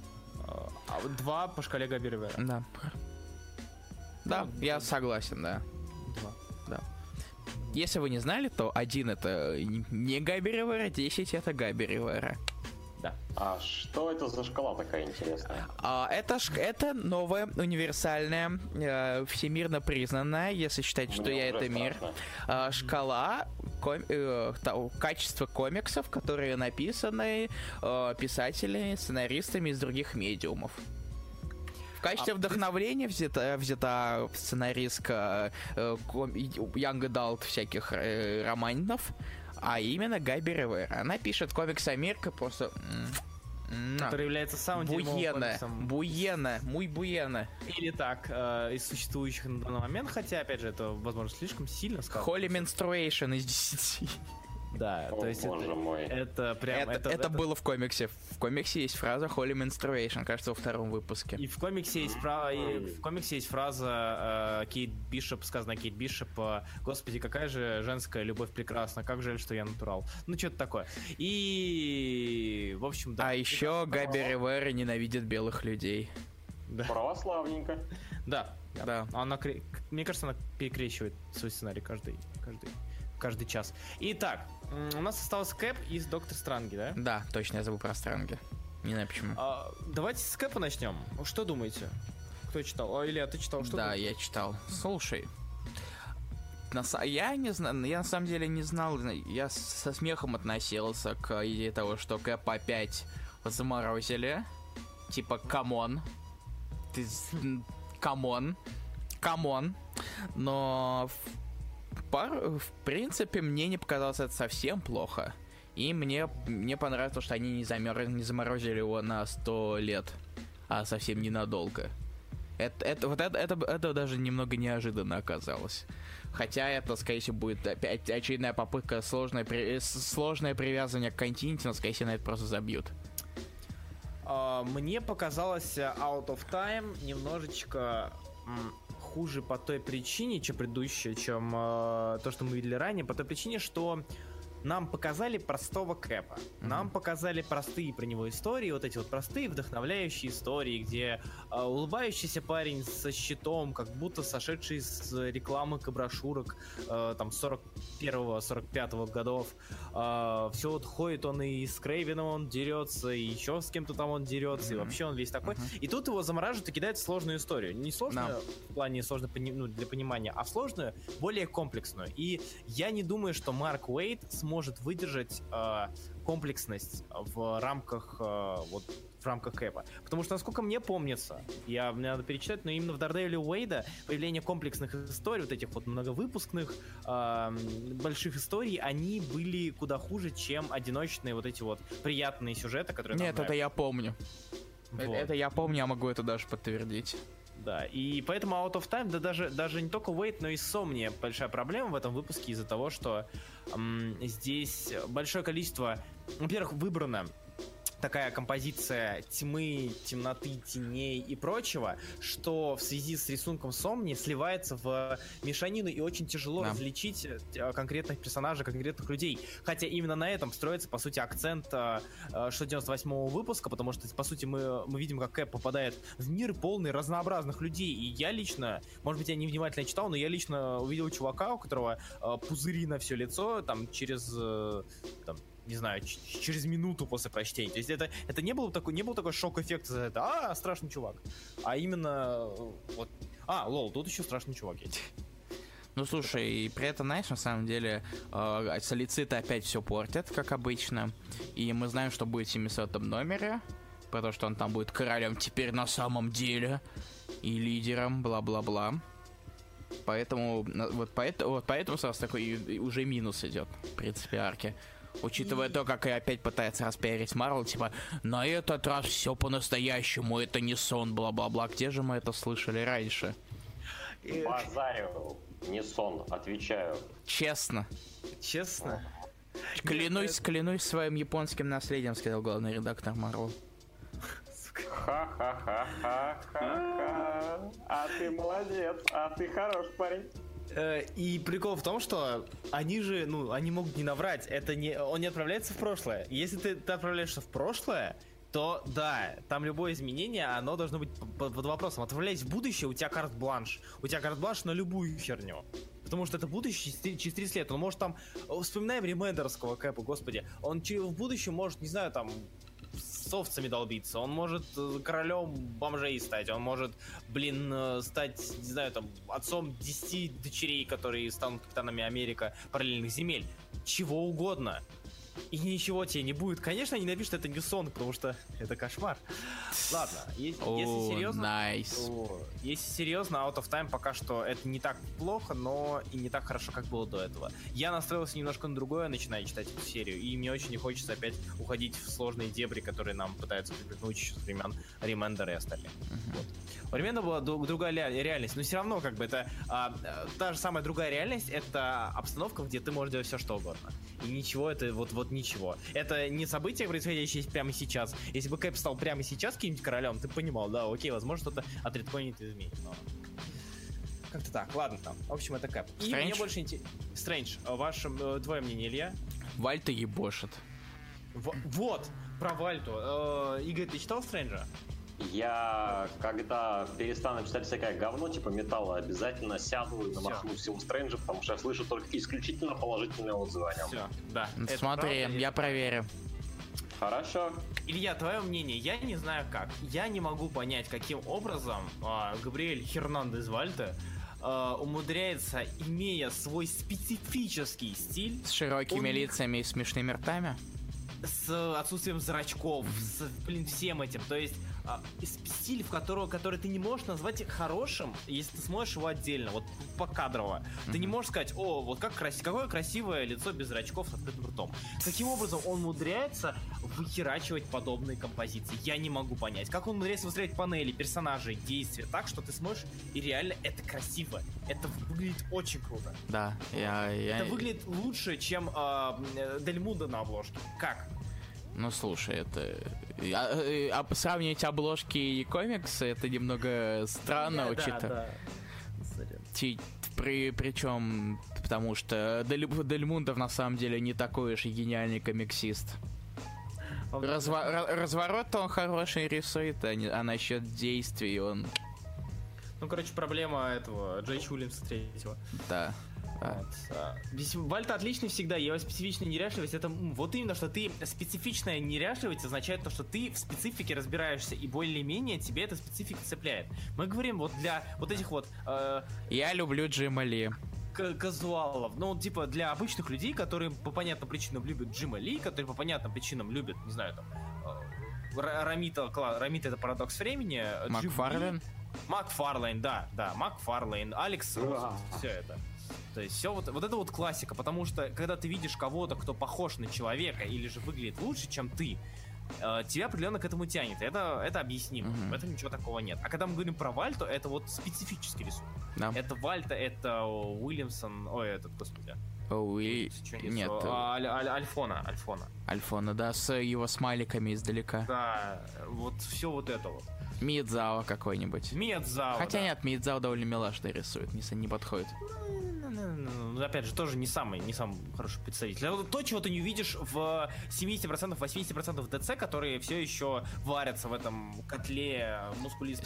2 по шкале Габи Ривера. Да. Да, я согласен, да. 2. Да. Если вы не знали, то 1 это не Габи Ривера, 10 это Габи Ривера. Да. А что это за шкала такая интересная? Это новая, универсальная, всемирно признанная, если считать, что я это мир, шкала качества комиксов, которые написаны писателями, сценаристами из других медиумов. В качестве вдохновления взята сценаристка Young Adult всяких романов, а именно Габи Ривера. Она пишет комикс Америка просто... Который является самым дерьмовым комиксом. Буена. Или так, из существующих на данный момент, хотя, опять же, это, возможно, слишком сильно сказано. Holy Menstruation из 10. Да, О, то есть боже мой. это прям... Это было в комиксе. В комиксе есть фраза Holy Menstruation, кажется, во 2-м выпуске. И в комиксе есть фраза Кейт Бишоп, сказанная Кейт Бишоп: «Господи, какая же женская любовь прекрасна, как жаль, что я натурал». Ну, что-то такое. И, в общем, да. А еще Габи Ривера ненавидит белых людей. Да. Православненько. Да. Да. Мне кажется, она перекрещивает свой сценарий каждый час. Итак, у нас остался Кэп из Доктор Странги, да? Да, точно, я забыл про Странги. Не знаю почему. Давайте с Кэпа начнем. Что думаете? Кто читал? Илья, ты читал? Что да, думаешь? я читал. Слушай, я не знаю, я на самом деле не знал, я со смехом относился к идее того, что Кэп опять заморозили. Типа, камон. Камон. Но в принципе, мне не показалось это совсем плохо. И мне понравилось, что они не заморозили его на 100 лет, а совсем ненадолго. Это даже немного неожиданно оказалось. Хотя это, скорее всего, будет опять очередная попытка сложное привязывание к континенту, но, скорее всего, на это просто забьют. Мне показалось Out of Time немножечко хуже по той причине, чем предыдущее, чем то, что мы видели ранее, по той причине, что нам показали простого Кэпа. Нам показали простые про него истории, вот эти вот простые вдохновляющие истории, где улыбающийся парень со щитом, как будто сошедший с рекламок и брошюрок там 41-45 годов. Все вот ходит он и с Крейвеном он дерется, и еще с кем-то там он дерется, и вообще он весь такой. И тут его замораживают и кидают в сложную историю. Не сложную в плане сложно для понимания, а сложную, более комплексную. И я не думаю, что Марк Уэйд сможет выдержать комплексность в рамках Кэпа. Потому что, насколько мне помнится, мне надо перечитать, но именно в Daredevil Уэйда появление комплексных историй, вот этих вот многовыпускных больших историй, они были куда хуже, чем одиночные вот эти вот приятные сюжеты, которые... Нет, это я помню. Вот. Это я помню, я могу это даже подтвердить. Да, и поэтому Out of Time, да даже не только Уэйд, но и Сомния большая проблема в этом выпуске из-за того, что здесь большое количество, во-первых, выбрано такая композиция тьмы, темноты, теней и прочего, что в связи с рисунком Сомни сливается в мешанину, и очень тяжело различить конкретных персонажей, конкретных людей. Хотя именно на этом строится, по сути, акцент 698-го выпуска, потому что, по сути, мы видим, как Кэп попадает в мир полный разнообразных людей. И я лично, может быть, я невнимательно читал, но я лично увидел чувака, у которого пузыри на все лицо, там, через... не знаю, через минуту после прочтения. То есть это не был такой шок-эффект за это, страшный чувак. А именно вот... лол, тут еще страшный чувак есть. Ну, слушай, и при этом, знаешь, на самом деле, солициты опять все портят, как обычно. И мы знаем, что будет в 700-м номере, потому что он там будет королем теперь на самом деле, и лидером, бла-бла-бла. Поэтому, поэтому сразу такой уже минус идет, в принципе, арки. Учитывая то, как и опять пытается распиарить Марвел, типа, на этот раз все по-настоящему, это не сон, бла-бла-бла. Где же мы это слышали раньше? Базарю, не сон, отвечаю. Честно. Честно? Клянусь своим японским наследием, сказал главный редактор Marvel. Ха-ха-ха-ха-ха-ха. А ты молодец, а ты хороший парень. И прикол в том, что они же, они могут не наврать. Он не отправляется в прошлое. Если ты отправляешься в прошлое, то да, там любое изменение, оно должно быть под вопросом. Отправляясь в будущее, у тебя карт-бланш. У тебя карт-бланш на любую херню. Потому что это будущее через 30 лет. Он может там, вспоминаем ремендерского Кэпа, господи, он в будущем может, не знаю, там, с овцами долбиться, он может королем бомжей стать, он может, стать, не знаю, там, отцом 10 дочерей, которые станут капитанами Америка параллельных земель. Чего угодно. И ничего тебе не будет. Конечно, они напишут, это не сон, потому что это кошмар. Ладно, если серьезно... Nice. Если серьезно, Out of Time пока что это не так плохо, но и не так хорошо, как было до этого. Я настроился немножко на другое, начиная читать эту серию, и мне очень не хочется опять уходить в сложные дебри, которые нам пытаются припихнуть еще с времен Ремендера и остальных. Вот. У Ремендера была другая реальность, но все равно как бы это та же самая другая реальность, это обстановка, где ты можешь делать все, что угодно. И ничего, это вот ничего. Это не событие, происходящее прямо сейчас. Если бы Кэп стал прямо сейчас каким-нибудь королем, ты понимал, да, окей, возможно, что-то отредконит и изменит, но... Как-то так, ладно там. В общем, это Кэп. И мне больше интересно... Стрэндж, твое мнение, Илья? Вальта ебошит. Вот, про Вальту. Игорь, ты читал Стрэнджа? Я, когда перестану читать всякое говно, типа металла, обязательно сяду и намахну всего Стрэнджа, потому что я слышу только исключительно положительные отзывы о нем. Все, да. Смотри, я проверю. Хорошо. Илья, твое мнение, я не знаю как. Я не могу понять, каким образом Габриэль Хернандес Вальте умудряется, имея свой специфический стиль... С широкими лицами и смешными ртами? С отсутствием зрачков, с, всем этим. То есть стиль, который ты не можешь назвать хорошим, если ты смотришь его отдельно, вот покадрово. Ты не можешь сказать, вот какое красивое лицо без зрачков с открытым ртом. Каким образом он умудряется выхерачивать подобные композиции? Я не могу понять. Как он умудряется выстраивать панели, персонажей, действия так, что ты смотришь, и реально это красиво. Это выглядит очень круто. Да, Это выглядит лучше, чем Дель Мундо на обложке. Как? Ну слушай, это... сравнивать обложки и комиксы, это немного странно, учитывая... Причем, потому что Дель Мундо на самом деле не такой уж и гениальный комиксист. Разворот он хороший рисует, а насчет действий он... Ну, короче, проблема этого Джейч Уильямса третьего. Да. Здесь Вальта отличный всегда, его специфичная неряшливость, это вот именно, что ты специфичная неряшливость означает то, что ты в специфике разбираешься, и более-менее тебе эта специфика цепляет. Мы говорим вот для вот этих вот... Я люблю Джима Ли. Казуалов, ну, типа, для обычных людей, которые по понятным причинам любят Джима Ли, которые по понятным причинам любят, не знаю, там, Рамита это парадокс времени. Макфарлейн, да, Макфарлейн, Алекс, все это. То есть все вот это вот классика, потому что когда ты видишь кого-то, кто похож на человека или же выглядит лучше, чем ты, тебя определенно к этому тянет. Это объяснимо. В этом ничего такого нет. А когда мы говорим про Вальту, это вот специфический рисунок. Да. Это Вальта, это Уильямсон, господи. Нет. Альфона. Альфона, да, с его смайликами издалека. Да, вот все вот это вот. Миядзао какой-нибудь. Хотя да. Нет, Миядзао довольно милашно рисует, не подходит. Опять же, тоже не самый хороший представитель. То, чего ты не увидишь в 70%, 80% ДЦ, которые все еще варятся в этом котле мускулистых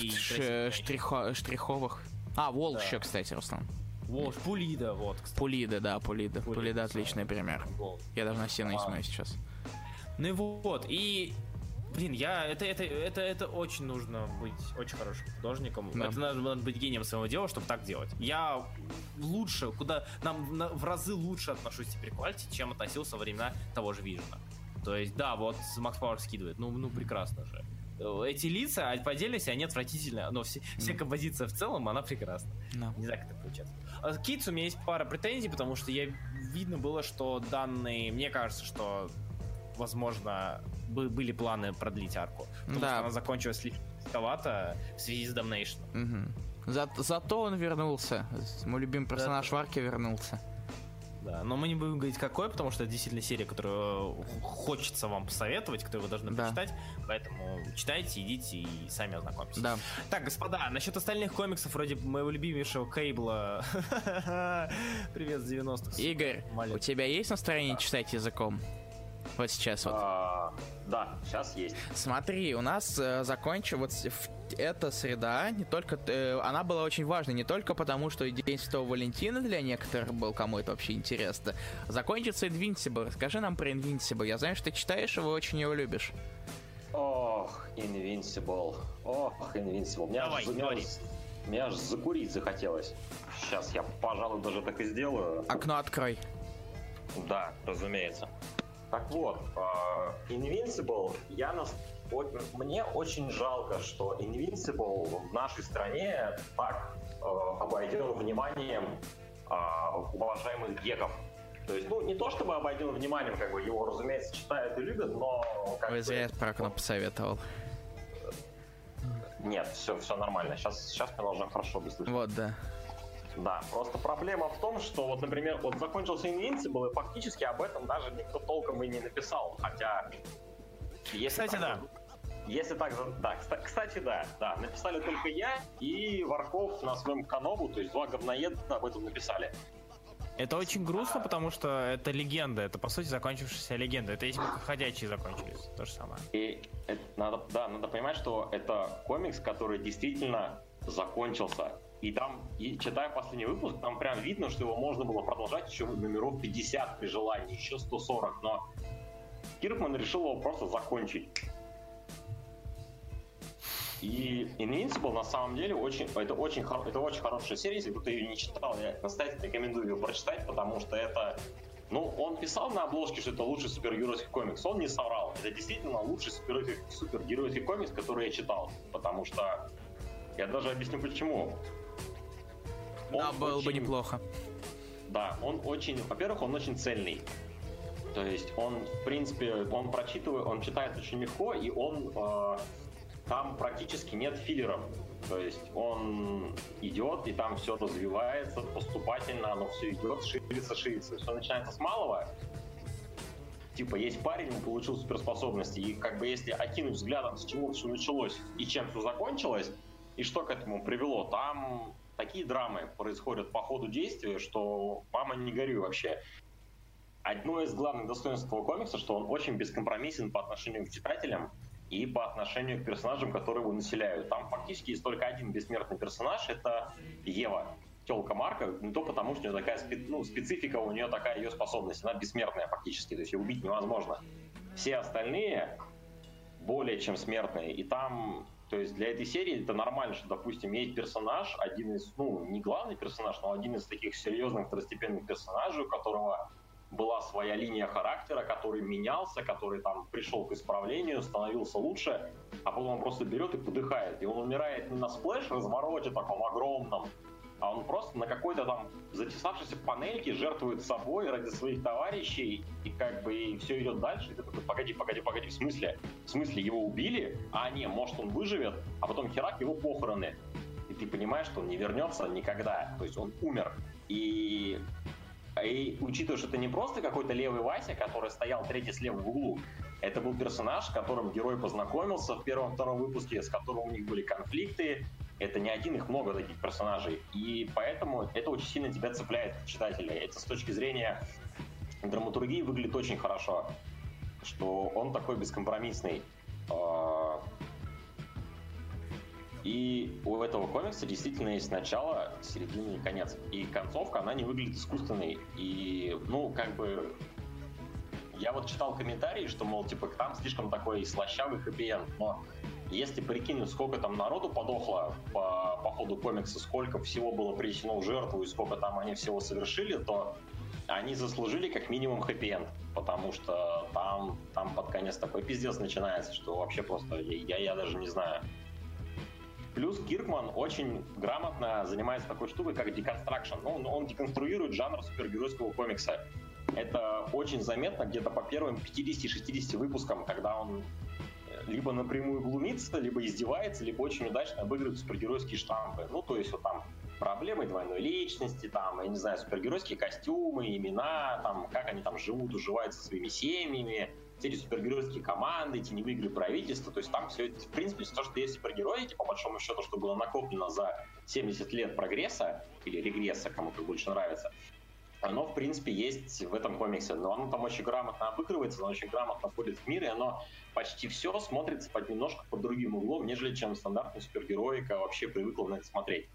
штриховых. Волк еще, кстати, Руслан. Пулида, вот, кстати. Пулида отличный пример. Я даже на стену не смотрю сейчас. Ну и вот, и... Блин, это очень нужно быть очень хорошим художником. Да. Это надо быть гением своего дела, чтобы так делать. Я лучше, в разы лучше отношусь теперь к Вальте, чем относился во времена того же Вижена. То есть, да, вот Макс Пауэр скидывает, ну прекрасно же. Эти лица по отдельности, они отвратительные, но все композиция в целом, она прекрасна. Не знаю, как это получается. К Китсу у меня есть пара претензий, потому что видно было, что мне кажется, что возможно, были планы продлить арку. Потому что она закончилась слишком в связи с Damnation. Зато он вернулся. Мой любимый персонаж в арке вернулся. Да, но мы не будем говорить какой, потому что это действительно серия, которую хочется вам посоветовать, которую вы должны почитать. Поэтому читайте, идите и сами ознакомьтесь. Да. Так, господа, насчет остальных комиксов, вроде моего любимейшего Кейбла. Привет с 90-х. Игорь, у тебя есть настроение читать языком? Вот сейчас вот. Да, сейчас есть. Смотри, у нас закончилась эта среда, не только она была очень важной, не только потому, что День Святого Валентина для некоторых был, кому это вообще интересно. Закончится Invincible. Расскажи нам про Invincible. Я знаю, что ты читаешь его, очень его любишь. Ох, Invincible. Меня аж закурить захотелось. Сейчас я, пожалуй, даже так и сделаю. Окно открой. Да, разумеется. Так вот, Invincible, мне очень жалко, что Invincible в нашей стране так обойден вниманием уважаемых геков. То есть, не то чтобы обойден вниманием, как бы его, разумеется, читают и любят, но... Ой, зря я про окно посоветовал. Нет, все нормально. Сейчас мне должно хорошо быть слышно. Вот, да. Да, просто проблема в том, что вот, например, вот закончился Invincible, и фактически об этом даже никто толком и не написал, хотя... Кстати, да. Если так, да, кстати, да, написали только я и Варков на своем Канобу, то есть два говноеда об этом написали. Это очень грустно, потому что это легенда, это по сути закончившаяся легенда. Это если бы ходячие закончились, то же самое. И надо понимать, что это комикс, который действительно закончился. И читая последний выпуск, там прям видно, что его можно было продолжать еще номеров 50 при желании, еще 140, но Киркман решил его просто закончить. И Invincible на самом деле это очень хорошая серия. Если кто-то ее не читал, я настоятельно рекомендую ее прочитать, потому что это... он писал на обложке, что это лучший супергеройский комикс. Он не соврал. Это действительно лучший супергеройский комикс, который я читал. Потому что... Я даже объясню почему. Да, было бы неплохо. Да, во-первых, он очень цельный. То есть он, в принципе, он читает очень легко, и там практически нет филлеров. То есть он идет, и там все развивается поступательно, оно все идет, ширится. Все начинается с малого. Типа, есть парень, он получил суперспособности, и как бы если окинуть взглядом, с чего все началось и чем все закончилось, и что к этому привело, там такие драмы происходят по ходу действия, что мама не горюй вообще. Одно из главных достоинств этого комикса, что он очень бескомпромиссен по отношению к читателям и по отношению к персонажам, которые его населяют. Там фактически есть только один бессмертный персонаж, это Ева, тёлка Марка, не то потому, что у нее такая специфика, у нее такая ее способность, она бессмертная фактически, то есть ее убить невозможно. Все остальные более чем смертные, и там... То есть для этой серии это нормально, что, допустим, есть персонаж, один из, не главный персонаж, но один из таких серьезных второстепенных персонажей, у которого была своя линия характера, который менялся, который там пришел к исправлению, становился лучше, а потом он просто берет и подыхает. И он умирает не на сплэш-развороте таком огромном, а он просто на какой-то там затесавшейся панельке жертвует собой ради своих товарищей, и как бы и все идет дальше. И ты такой, погоди, в смысле? В смысле, его убили? А не, может он выживет, а потом херак его похороны. И ты понимаешь, что он не вернется никогда. То есть он умер. И учитывая, что это не просто какой-то левый Вася, который стоял третий слева в углу, это был персонаж, с которым герой познакомился в первом-втором выпуске, с которым у них были конфликты. Это не один, их много таких персонажей. И поэтому это очень сильно тебя цепляет читателя. Это с точки зрения драматургии выглядит очень хорошо, что он такой бескомпромиссный. И у этого комикса действительно есть начало, середина и конец. И концовка, она не выглядит искусственной. И, я вот читал комментарии, что, мол, типа, там слишком такой слащавый хэппи-энд. Но если прикинуть, сколько там народу подохло по ходу комикса, сколько всего было принесено в жертву и сколько там они всего совершили, то они заслужили как минимум хэппи-энд. Потому что там под конец такой пиздец начинается, что вообще просто я даже не знаю. Плюс Киркман очень грамотно занимается такой штукой, как деконстракшн. Он деконструирует жанр супергеройского комикса. Это очень заметно где-то по первым 50-60 выпускам, когда он либо напрямую глумится, либо издевается, либо очень удачно обыгрывает супергеройские штампы. То есть вот там проблемой двойной личности, там, я не знаю, супергеройские костюмы, имена, там, как они там живут, уживаются со своими семьями, все эти супергеройские команды, теневые игры правительства, то есть там все это, в принципе, то, что есть супергероики, по большому счету, что было накоплено за 70 лет прогресса, или регресса, кому как больше нравится, оно, в принципе, есть в этом комиксе, но оно там очень грамотно обыгрывается, оно очень грамотно входит в мир, и оно почти все смотрится немножко под другим углом, нежели чем стандартная супергероика вообще привыкла на это смотреть.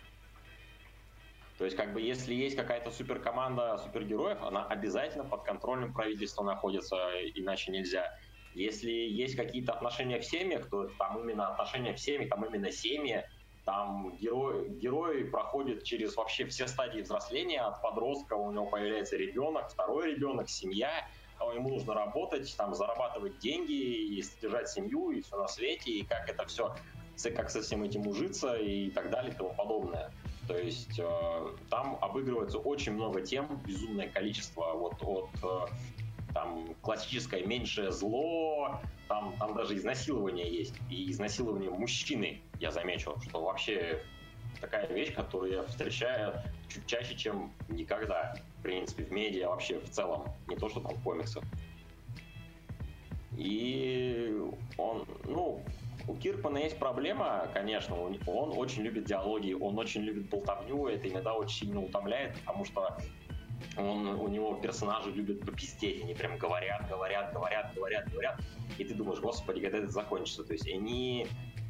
То есть, как бы, если есть какая-то суперкоманда супергероев, она обязательно под контролем правительства находится, иначе нельзя. Если есть какие-то отношения в семьях, то там именно отношения в семьях, там именно семьи, там герой проходит через вообще все стадии взросления, от подростка у него появляется ребенок, второй ребенок, семья, ему нужно работать, там, зарабатывать деньги и содержать семью, и все на свете, и как это все, как со всем этим ужиться и так далее и тому подобное. То есть там обыгрывается очень много тем, безумное количество, вот от там классическое меньшее зло, там даже изнасилование есть, и изнасилование мужчины, я замечу, что вообще такая вещь, которую я встречаю чуть чаще, чем никогда, в принципе, в медиа вообще в целом, не то, что там в комиксах. И он, у Киркмана есть проблема, конечно, он очень любит диалоги, он очень любит болтовню, это иногда очень сильно утомляет, потому что у него персонажи любят попиздеть, они прям говорят, и ты думаешь, господи, когда это закончится, то есть они,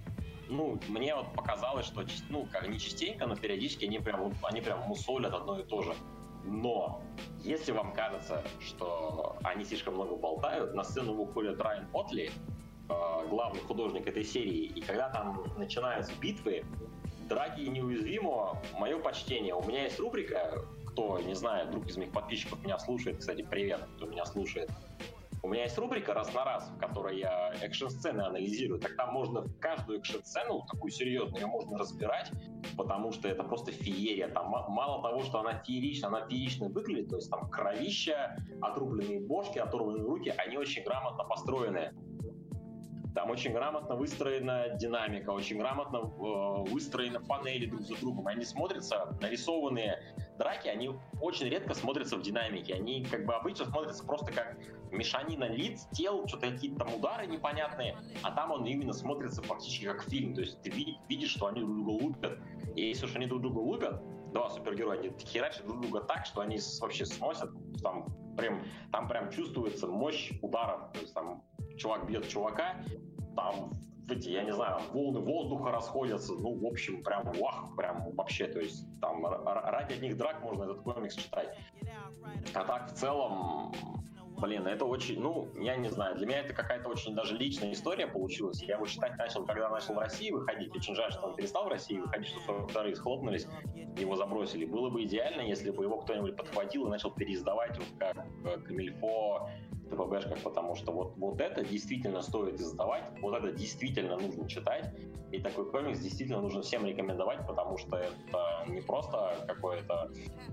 мне вот показалось, что, как не частенько, но периодически они прям мусолят одно и то же. Но если вам кажется, что они слишком много болтают, на сцену выходит Райан Отли, главный художник этой серии, и когда там начинаются битвы, драки и неуязвимого, мое почтение. У меня есть рубрика, кто, не знаю, друг из моих подписчиков меня слушает, кстати, привет, кто меня слушает. У меня есть рубрика «Раз на раз», в которой я экшн-сцены анализирую. Так там можно каждую экшн-сцену, такую серьезную, ее можно разбирать, потому что это просто феерия. Там мало того, что она феерично выглядит, то есть там кровища, отрубленные бошки, оторванные руки, они очень грамотно построены. Там очень грамотно выстроена динамика, очень грамотно выстроены панели друг за другом. Они смотрятся, нарисованные драки, они очень редко смотрятся в динамике. Они как бы обычно смотрятся просто как мешанина лиц, тел, что-то какие-то там удары непонятные. А там он именно смотрится фактически как фильм. То есть ты видишь, что они друг друга лупят. И если уж они друг друга лупят, два супергероя, они херачат друг друга так, что они вообще сносят. Там прям чувствуется мощь ударов. То есть там чувак бьет чувака, там я не знаю, волны воздуха расходятся, в общем, прям вообще, то есть там ради одних драк можно этот комикс читать. А так, в целом, это очень, я не знаю, для меня это какая-то очень даже личная история получилась. Я его читать начал, когда начал в России выходить. Очень жаль, что он перестал в России выходить, что 42-е схлопнулись, его забросили. Было бы идеально, если бы его кто-нибудь подхватил и начал переиздавать, как Камильфо, ТПБшках, потому что вот это действительно стоит издавать, вот это действительно нужно читать, и такой комикс действительно нужно всем рекомендовать, потому что это не просто какое-то,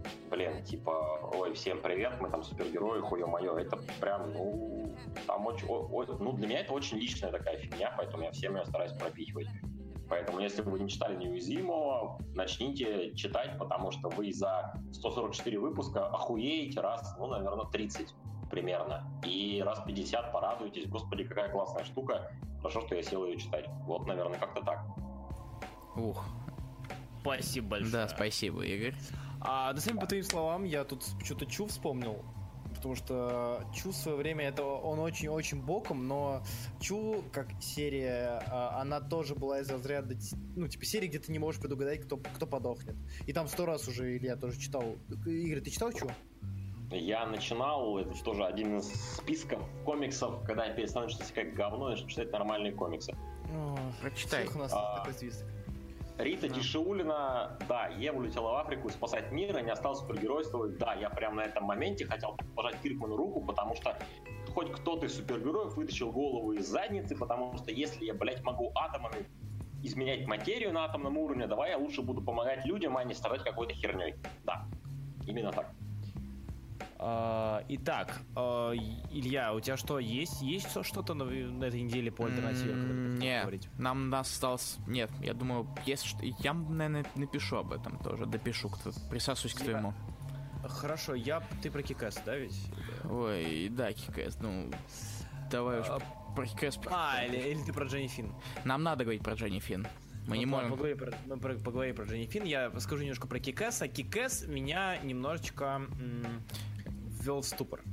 ой, всем привет, мы там супергерои, хуё-моё, это прям, там очень, для меня это очень личная такая фигня, поэтому я всем ее стараюсь пропихивать. Поэтому, если вы не читали «Неуязвимого», начните читать, потому что вы за 144 выпуска охуеете раз, наверное, 30 примерно. И раз 50 порадуетесь. Господи, какая классная штука. Хорошо, что я сел ее читать. Вот, наверное, как-то так. Ух. Спасибо большое. Да, спасибо, Игорь. Да, сами по твоим словам, я тут что-то Чу вспомнил. Потому что Чу в свое время, он очень-очень боком, но Чу, как серия, она тоже была из разряда, серии, где ты не можешь предугадать, кто подохнет. И там 100 раз уже Илья тоже читал. Игорь, ты читал Чу? Я начинал, это тоже один из списков комиксов, когда я перестану читать как говно, и читать нормальные комиксы. Прочитай. У нас такой список. Рита Дишиулина, да, Ева улетела в Африку спасать мир, и не осталось супергеройствовать. Да, я прям на этом моменте хотел пожать Киркману руку, потому что хоть кто-то из супергероев вытащил голову из задницы, потому что если я, могу атомами изменять материю на атомном уровне, давай я лучше буду помогать людям, а не страдать какой-то херней. Да, именно так. Итак, Илья, у тебя что, есть что-то на этой неделе по альтернативе? Нет, нам осталось... Нет, я думаю, есть... Я, наверное, напишу об этом тоже, допишу, присасываюсь к твоему. Хорошо, ты про Кикэс, да, ведь? Ой, да, Кикэс, ну... Давай уж про Кикэс... Или ты про Дженни Финн? Нам надо говорить про Дженни Финн. Мы не можем... Поговорим про Дженни Финн. Я скажу немножко про Кикэс. Кикэс меня немножечко ввел в ступор.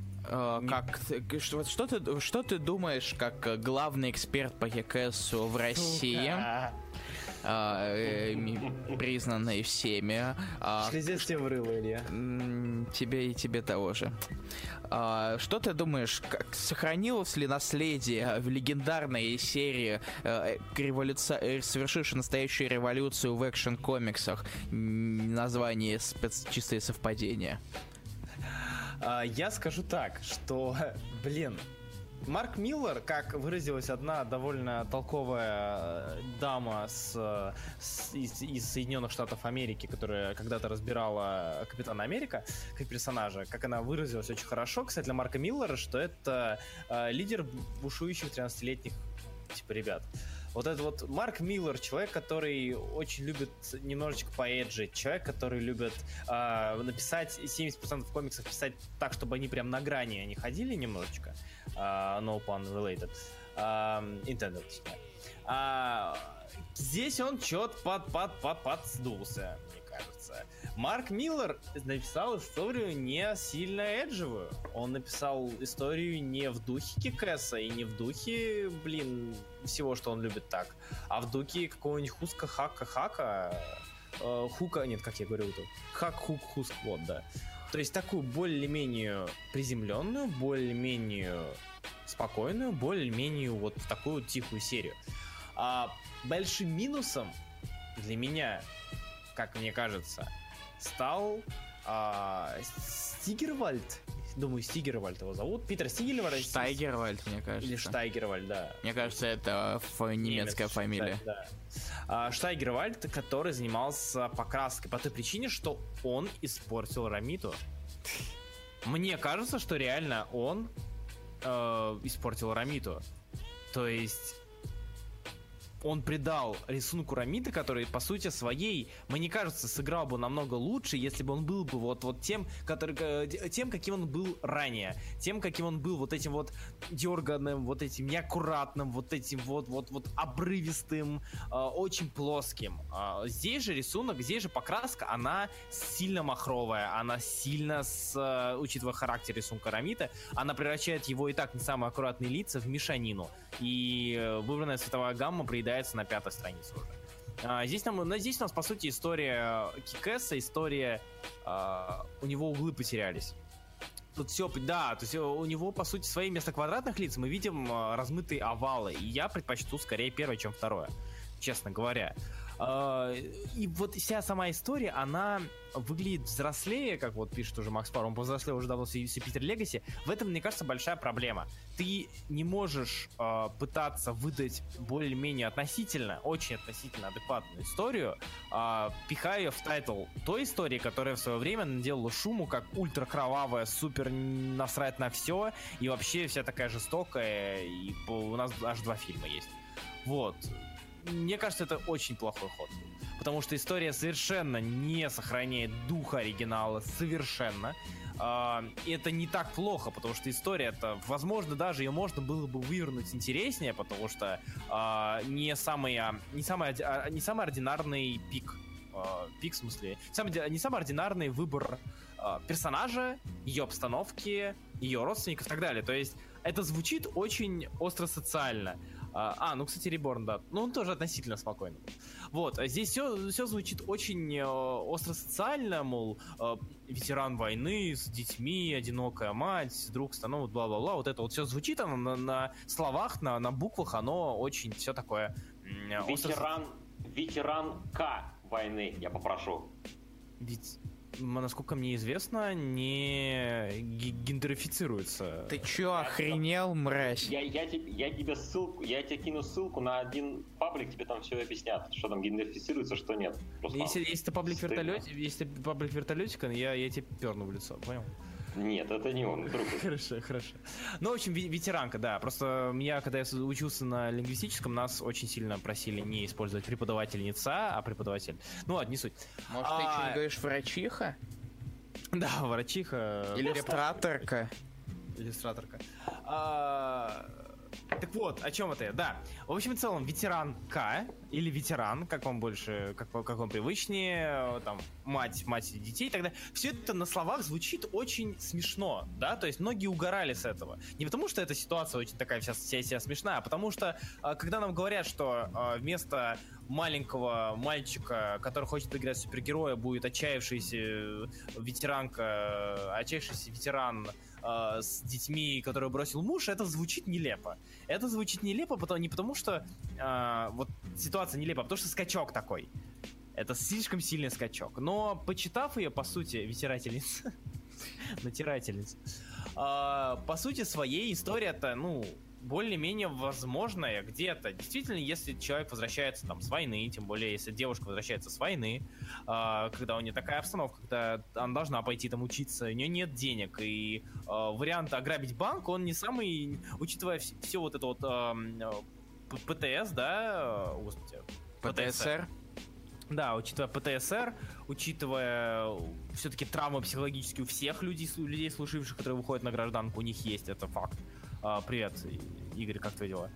Что ты думаешь, как главный эксперт по Кикэсу в России? Признанный всеми. Слезец тебе в рыло, Илья. Тебе и тебе того же. Что ты думаешь, сохранилось ли наследие в легендарной серии, совершившей настоящую революцию в экшн-комиксах, название чистые совпадения? Я скажу так, что, Марк Миллер, как выразилась одна довольно толковая дама из Соединенных Штатов Америки, которая когда-то разбирала Капитана Америка как персонажа, как она выразилась очень хорошо, кстати, для Марка Миллера, что это лидер бушующих 13-летних ребят. Вот это вот Марк Миллер, человек, который очень любит немножечко поэджить, человек, который любит написать 70% комиксов писать так, чтобы они прям на грани они ходили немножечко. No pun related. Intended. Здесь он чё-то подсдулся, мне кажется. Марк Миллер написал историю не сильно эджевую. Он написал историю не в духе Кикэса и не в духе, всего, что он любит так, а в духе какого-нибудь Хуска-Хака. Хука, нет, как я говорю тут. Хак-Хук-Хуск, вот, да. То есть такую более-менее приземленную, более-менее спокойную, более-менее вот такую тихую серию. Большим минусом для меня, как мне кажется, стал Стигервальд. Думаю, Стигервальд его зовут. Питер Стигервальд. Штайгервальд, мне кажется. Или Штайгервальд, да. Мне кажется, это немецкая фамилия. Да. Штайгервальд, который занимался покраской по той причине, что он испортил Рамиту. Мне кажется, что реально он испортил Рамиту. То есть он придал рисунку Рамиты, который, по сути своей, мне кажется, сыграл бы намного лучше, если бы он был бы вот тем, каким он был ранее. Тем, каким он был вот этим вот дерганым, вот этим неаккуратным, вот этим вот обрывистым, очень плоским. Здесь же рисунок, здесь же покраска, она сильно махровая, она сильно, учитывая характер рисунка Рамиты, она превращает его и так не самые аккуратные лица в мешанину. И выбранная цветовая гамма приедается на 5-й странице уже. Здесь у нас, по сути, история Кикэса, история... у него углы потерялись. Тут все, да, то есть у него, по сути, свои вместо квадратных лиц мы видим размытые овалы. И я предпочту скорее первое, чем второе, честно говоря. И вот вся сама история, она выглядит взрослее, как вот пишет уже Макс Пар, он повзрослел уже давно с Питер Легаси. В этом, мне кажется, большая проблема. Ты не можешь пытаться выдать более-менее очень относительно адекватную историю, пихая ее в тайтл той истории, которая в свое время наделала шуму, как ультра-кровавая, супер насрать на все, и вообще вся такая жестокая, и у нас аж 2 фильма есть. Вот. Мне кажется, это очень плохой ход. Потому что история совершенно не сохраняет духа оригинала. Совершенно. И это не так плохо, потому что история-то, возможно, даже ее можно было бы вывернуть интереснее, потому что не самый ординарный пик, в смысле, не самый ординарный выбор персонажа, ее обстановки, ее родственников и так далее. То есть это звучит очень остро-социально. Кстати, Реборн, да. Он тоже относительно спокойно. Вот, здесь все звучит очень остро-социально, мол, ветеран войны с детьми, одинокая мать, друг становится, бла-бла-бла. Вот это вот все звучит на словах, на буквах, оно очень все такое... Ветеран К войны, я попрошу. Ведь... Насколько мне известно, не гендерифицируется. Ты чё, охренел, мразь? Я тебе кину ссылку на один паблик, тебе там все объяснят, что там гендерифицируется, что нет. Если ты паблик вертолетика, я тебе перну в лицо, понял? Нет, это не он, друг. Хорошо, хорошо. Ну, в общем, ветеранка, да. Просто меня, когда я учился на лингвистическом, нас очень сильно просили не использовать преподавательница, а преподаватель. Ну ладно, не суть. Может, ты что не говоришь врачиха? Да, врачиха. Иллюстраторка. Иллюстраторка. Так вот, о чем это я? Да. В общем и целом, ветеранка или ветеран, как вам больше, как вам привычнее, там, мать детей и так далее. Все это на словах звучит очень смешно, да, то есть многие угорали с этого. Не потому что эта ситуация очень такая вся смешная, а потому что, когда нам говорят, что вместо маленького мальчика, который хочет играть в супергероя, будет отчаявшийся ветеран с детьми, которые бросил муж, это звучит нелепо. Это звучит нелепо не потому, что вот ситуация нелепа, а потому что скачок такой. Это слишком сильный скачок. Но почитав ее, по сути, ветерательница, натирательница, по сути своей история-то, ну, более-менее возможная где-то. Действительно, если человек возвращается там с войны, тем более, если девушка возвращается с войны, когда у нее такая обстановка, когда она должна пойти там учиться, у нее нет денег, и вариант ограбить банк, он не самый, учитывая все вот это вот ПТС, да, господи, ПТСР. Да, учитывая ПТСР, учитывая все-таки травмы психологические у всех людей, служивших, которые выходят на гражданку, у них есть, это факт. Привет, Игорь, как твои дела?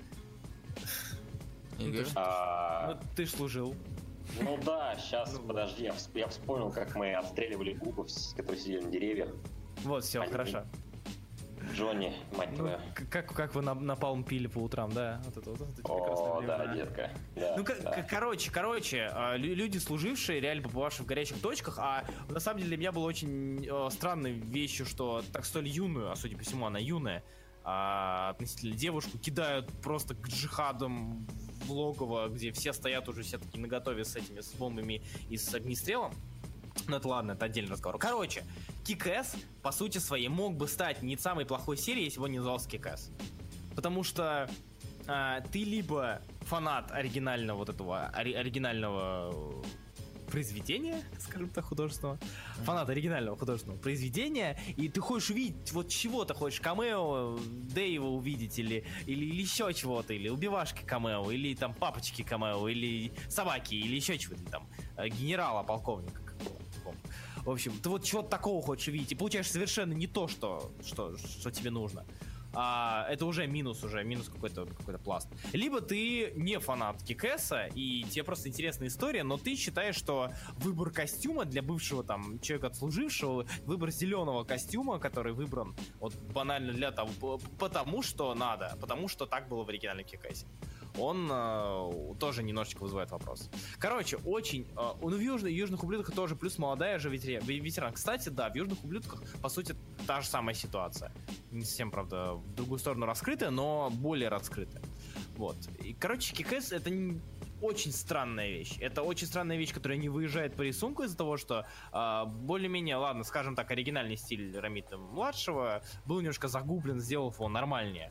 Игорь? Ну, ты ж служил. Ну да, сейчас, подожди, я вспомнил, как мы отстреливали губов, которые сидели на деревьях. Вот, все, хорошо. Джонни, мать твою. Как вы напалм пили по утрам, да? Вот это О, да, детка. Да, ну, да. короче, люди, служившие, реально побывавшие в горячих точках, а на самом деле для меня было очень странной вещью, что так столь юную, а судя по всему, она юная, относительно девушку, кидают просто к джихадам в логово, где все стоят уже все такие наготове с этими с бомбами и с огнестрелом. Ну это ладно, это отдельный разговор. Короче, Kick-Ass, по сути своей, мог бы стать не самой плохой серией, если бы он не назывался Kick-Ass. Потому что ты либо фанат оригинального вот этого, оригинального произведения, скажем так, художественного, фанат оригинального художественного произведения, и ты хочешь увидеть вот чего-то, хочешь камео Дэйва увидеть, или еще чего-то, или убивашки камео, или там папочки камео, или собаки, или еще чего-то там, генерала, полковника. В общем, ты вот чего-то такого хочешь увидеть, и получаешь совершенно не то, что тебе нужно. Это уже минус какой-то пласт. Либо ты не фанат Kick-Ass'а, и тебе просто интересная история, но ты считаешь, что выбор костюма для бывшего там человека отслужившего, выбор зеленого костюма, который выбран вот банально для того, потому что надо, потому что так было в оригинальном Kick-Ass'е, он тоже немножечко вызывает вопрос. Короче, очень... в южных ублюдках тоже плюс молодая же ветеран. Кстати, да, в южных ублюдках, по сути, та же самая ситуация. Не совсем, правда, в другую сторону раскрытая, но более раскрытая. Вот. И, короче, Kick-Ass — это очень странная вещь. Это очень странная вещь, которая не выезжает по рисунку из-за того, что более-менее, ладно, скажем так, оригинальный стиль Ромита-младшего был немножко загублен, сделав его нормальнее.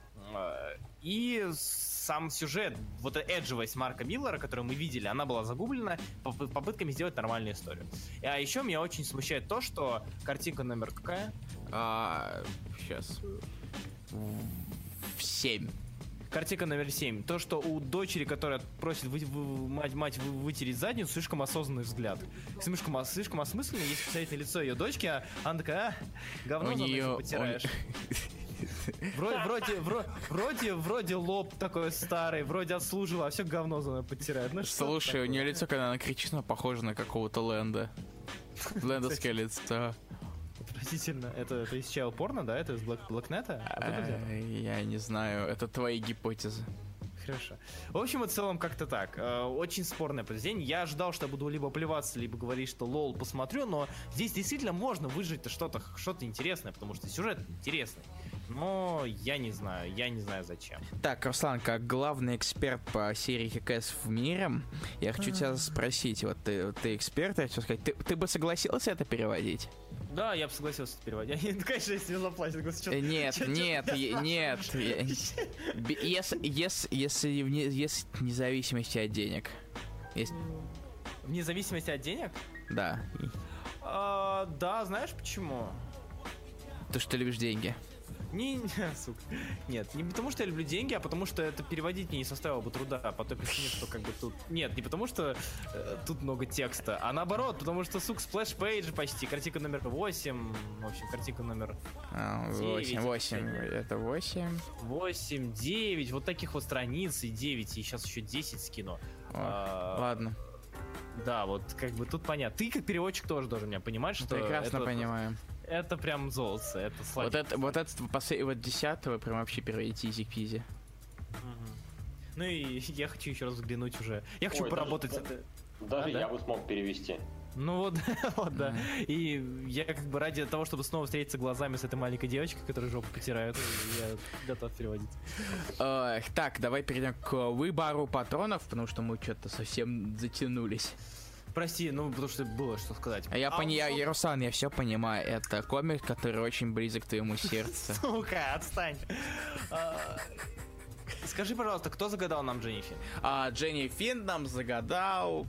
И сам сюжет, вот эта эджевость Марка Миллера, которую мы видели, она была загублена попытками сделать нормальную историю. А еще меня очень смущает то, что картинка номер какая? Сейчас. 7. Картинка номер 7. То, что у дочери, которая просит мать вытереть задницу, слишком осознанный взгляд. Слишком осмысленно, если посмотреть на лицо ее дочки, она такая, говно за ночью потираешь. Вроде лоб такой старый, вроде отслужил, а все говно за мной подтирает. Ну, слушай, у нее лицо, когда она кричит, похоже на какого-то Лэнда. Лэндовское лицо. Отвратительно. Это из Child Porno, да? Это из Блэкнета? Я не знаю, это твои гипотезы. Хорошо. В общем и целом как-то так. Очень спорное произведение. Я ожидал, что я буду либо плеваться, либо говорить, что лол посмотрю, но здесь действительно можно выжить что-то интересное, потому что сюжет интересный. Но я не знаю зачем. Так, Руслан, как главный эксперт по серии Kick-Ass в мире, я хочу тебя спросить, вот ты эксперт, я хочу сказать, ты бы согласился это переводить? Да, я бы согласился это переводить. Конечно, если мне заплатят. Нет. Если вне зависимости от денег. Вне зависимости от денег? Да. Да, знаешь почему? То, что ты любишь деньги. Сука. Нет, не потому что я люблю деньги, а потому что это переводить мне не составило бы труда. По той причине, что как бы тут... Нет, не потому что тут много текста, а наоборот, потому что, сука, сплэш-пейдж почти. Картинка номер 8. В общем, картинка номер 8. Это 8. 8, 9. Вот таких вот страниц и 9. И сейчас еще 10 скину. Ладно. Да, вот как бы тут понятно. Ты как переводчик тоже должен меня понимать, что... Прекрасно понимаю. Это прям золото, это сладко. Вот этот 10-го прям вообще переводите изи-пизи. Ну и я хочу еще раз взглянуть уже. Я хочу поработать. Даже я бы смог перевести. Ну вот, вот да. И я как бы ради того, чтобы снова встретиться глазами с этой маленькой девочкой, которая жопу потирает, я готов переводить. Так, давай перейдем к выбору патронов, потому что мы что-то совсем затянулись. Прости, ну потому что было что сказать. Руслан, я все понимаю. Это комик, который очень близок к твоему сердцу. Сука, отстань. Скажи, пожалуйста, кто загадал нам Дженни Финн? Дженни Финн нам загадал...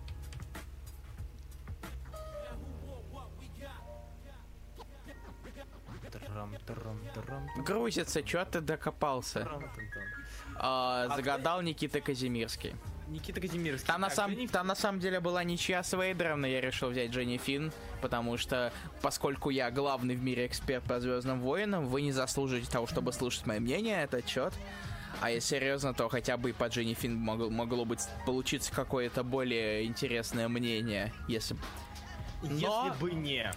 Грузится, чё ты докопался? Загадал Никита Казимирский. Никита Казимирский. Там на самом деле была ничья с Вейдером, но я решил взять Дженни Финн, потому что, поскольку я главный в мире эксперт по Звездным войнам, вы не заслуживаете того, чтобы слушать мое мнение, это чёт. А если серьезно, то хотя бы и по Дженни Финн могло быть получиться какое-то более интересное мнение, если... Если бы не.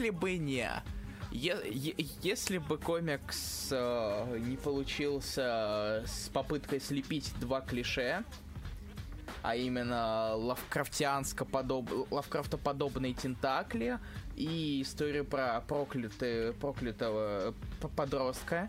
Если бы комикс не получился с попыткой слепить два клише, а именно лавкрафтоподобные тентакли и историю про проклятого подростка,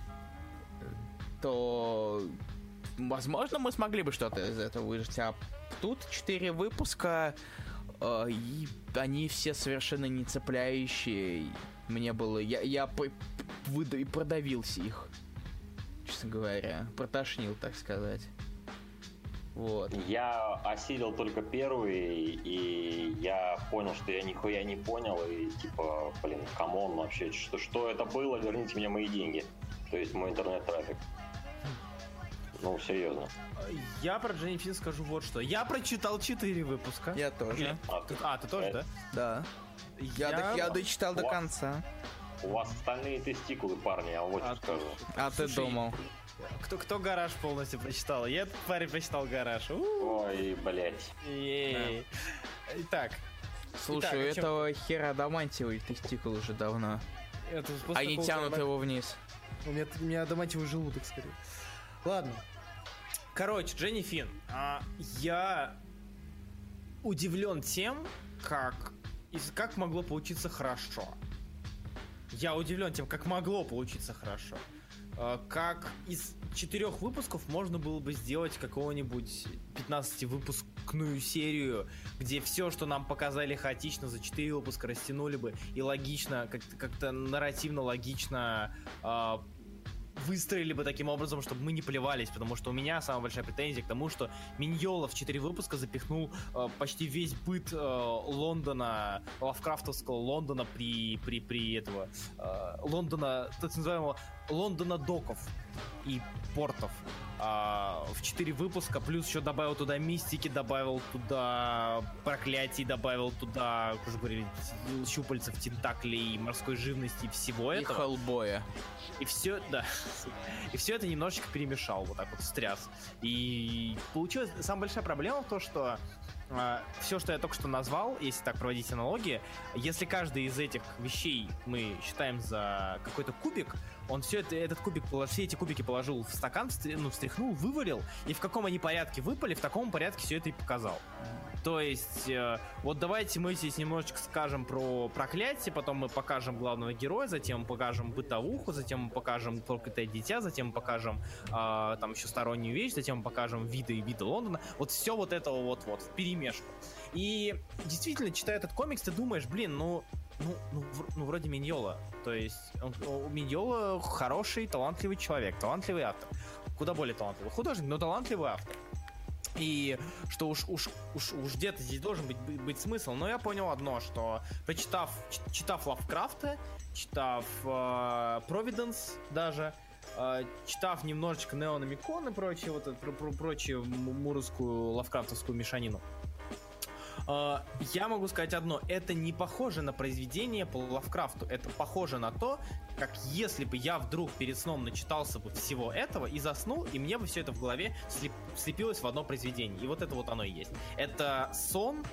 то, возможно, мы смогли бы что-то из этого выжить. А тут 4 выпуска, и они все совершенно не цепляющие. Мне было... Я продавился их, честно говоря. Протошнил, так сказать. Вот. Я осилил только первый, и я понял, что я нихуя не понял, и типа, камон, вообще, что это было, верните мне мои деньги. То есть мой интернет-трафик. Ну, серьезно. Я про Дженни Финн скажу вот что. Я прочитал 4 выпуска. Я тоже. Ты тоже, да? Да. Я дочитал до конца. У вас остальные тестикулы, парни, я вот что скажу. Ты думал? Кто гараж полностью прочитал? Я этот парень прочитал гараж. Ой, блять. Итак. Слушай, у этого хера адамантиевый тестикул уже давно. Они тянут его вниз. У меня адамантиевый желудок, скорее. Ладно. Короче, Дженни Финн. Я удивлен тем, как могло получиться хорошо. Я удивлен тем, как могло получиться хорошо. Как из 4 выпусков можно было бы сделать какого-нибудь 15-выпускную серию, где все, что нам показали хаотично, за 4 выпуска растянули бы и логично, как-то нарративно логично выстроили бы таким образом, чтобы мы не плевались, потому что у меня самая большая претензия к тому, что Миньола в 4 выпуска запихнул почти весь быт Лондона, лавкрафтовского Лондона Лондона, так называемого Лондона доков и портов в 4 выпуска, плюс еще добавил туда мистики, добавил туда проклятий, добавил туда, как уже говорили, щупальцев, тентаклей, морской живности и всего этого. И Хеллбоя. И все, да. И все это немножечко перемешал, вот так вот стряс. И получилась самая большая проблема в том, что все, что я только что назвал, если так проводить аналогии, если каждый из этих вещей мы считаем за какой-то кубик, он все эти кубики положил в стакан, встряхнул, вывалил, и в каком они порядке выпали, в таком порядке все это и показал. То есть, вот давайте мы здесь немножечко скажем про проклятие, потом мы покажем главного героя, затем мы покажем бытовуху, затем мы покажем проклятое дитя, затем мы покажем там еще стороннюю вещь, затем мы покажем виды Лондона. Вот все вот это вот вперемешку. И действительно, читая этот комикс, ты думаешь, вроде Миньола. То есть, Миньола хороший, талантливый человек, талантливый автор. Куда более талантливый художник, но талантливый автор. И что уж где-то здесь должен быть смысл. Но я понял одно, что читав Лавкрафта, читав Providence даже, читав немножечко Неономикон и прочее, прочую муровскую лавкрафтовскую мешанину, я могу сказать одно: это не похоже на произведение по Лавкрафту. Это похоже на то, как если бы я вдруг перед сном начитался бы всего этого и заснул, и мне бы все это в голове слепилось в одно произведение. И вот это вот оно и есть. Это сон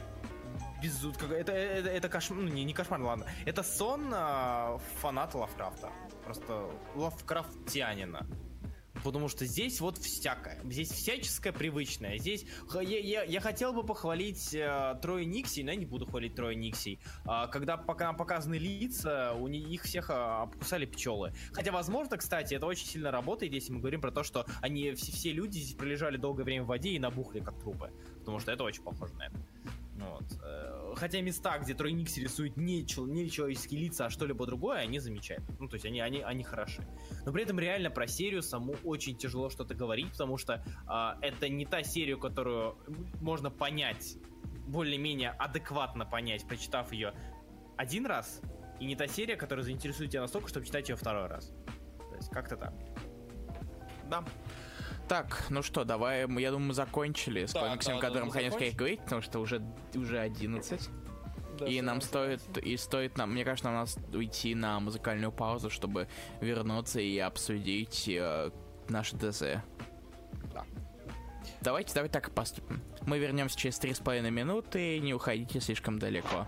это кошмар, ну не кошмар, ладно. Это сон фаната Лавкрафта. Просто лавкрафтянина. Потому что здесь вот всякое. Здесь всяческое привычное. Здесь я хотел бы похвалить Трою Никси, но я не буду хвалить Трою Никси. Когда показаны лица, их всех обкусали пчелы. Хотя, возможно, кстати, это очень сильно работает, если мы говорим про то, что они все люди здесь пролежали долгое время в воде и набухли как трупы. Потому что это очень похоже на это. Вот. Хотя места, где Трой Никси рисует не человеческие лица, а что-либо другое, они замечательны. Ну, то есть они хороши. Но при этом реально про серию саму очень тяжело что-то говорить, потому что это не та серия, которую можно понять, более-менее адекватно понять, прочитав ее один раз, и не та серия, которая заинтересует тебя настолько, чтобы читать ее второй раз. То есть как-то так. Да. Так, ну что, давай, я думаю, мы закончили с комиксами, о котором хотим скорее говорить, потому что уже 11. Да, и нам стоит, нам, мне кажется, нам надо уйти на музыкальную паузу, чтобы вернуться и обсудить наши ДЗ. Да. Давайте так и поступим. Мы вернемся через 3,5 минуты, не уходите слишком далеко.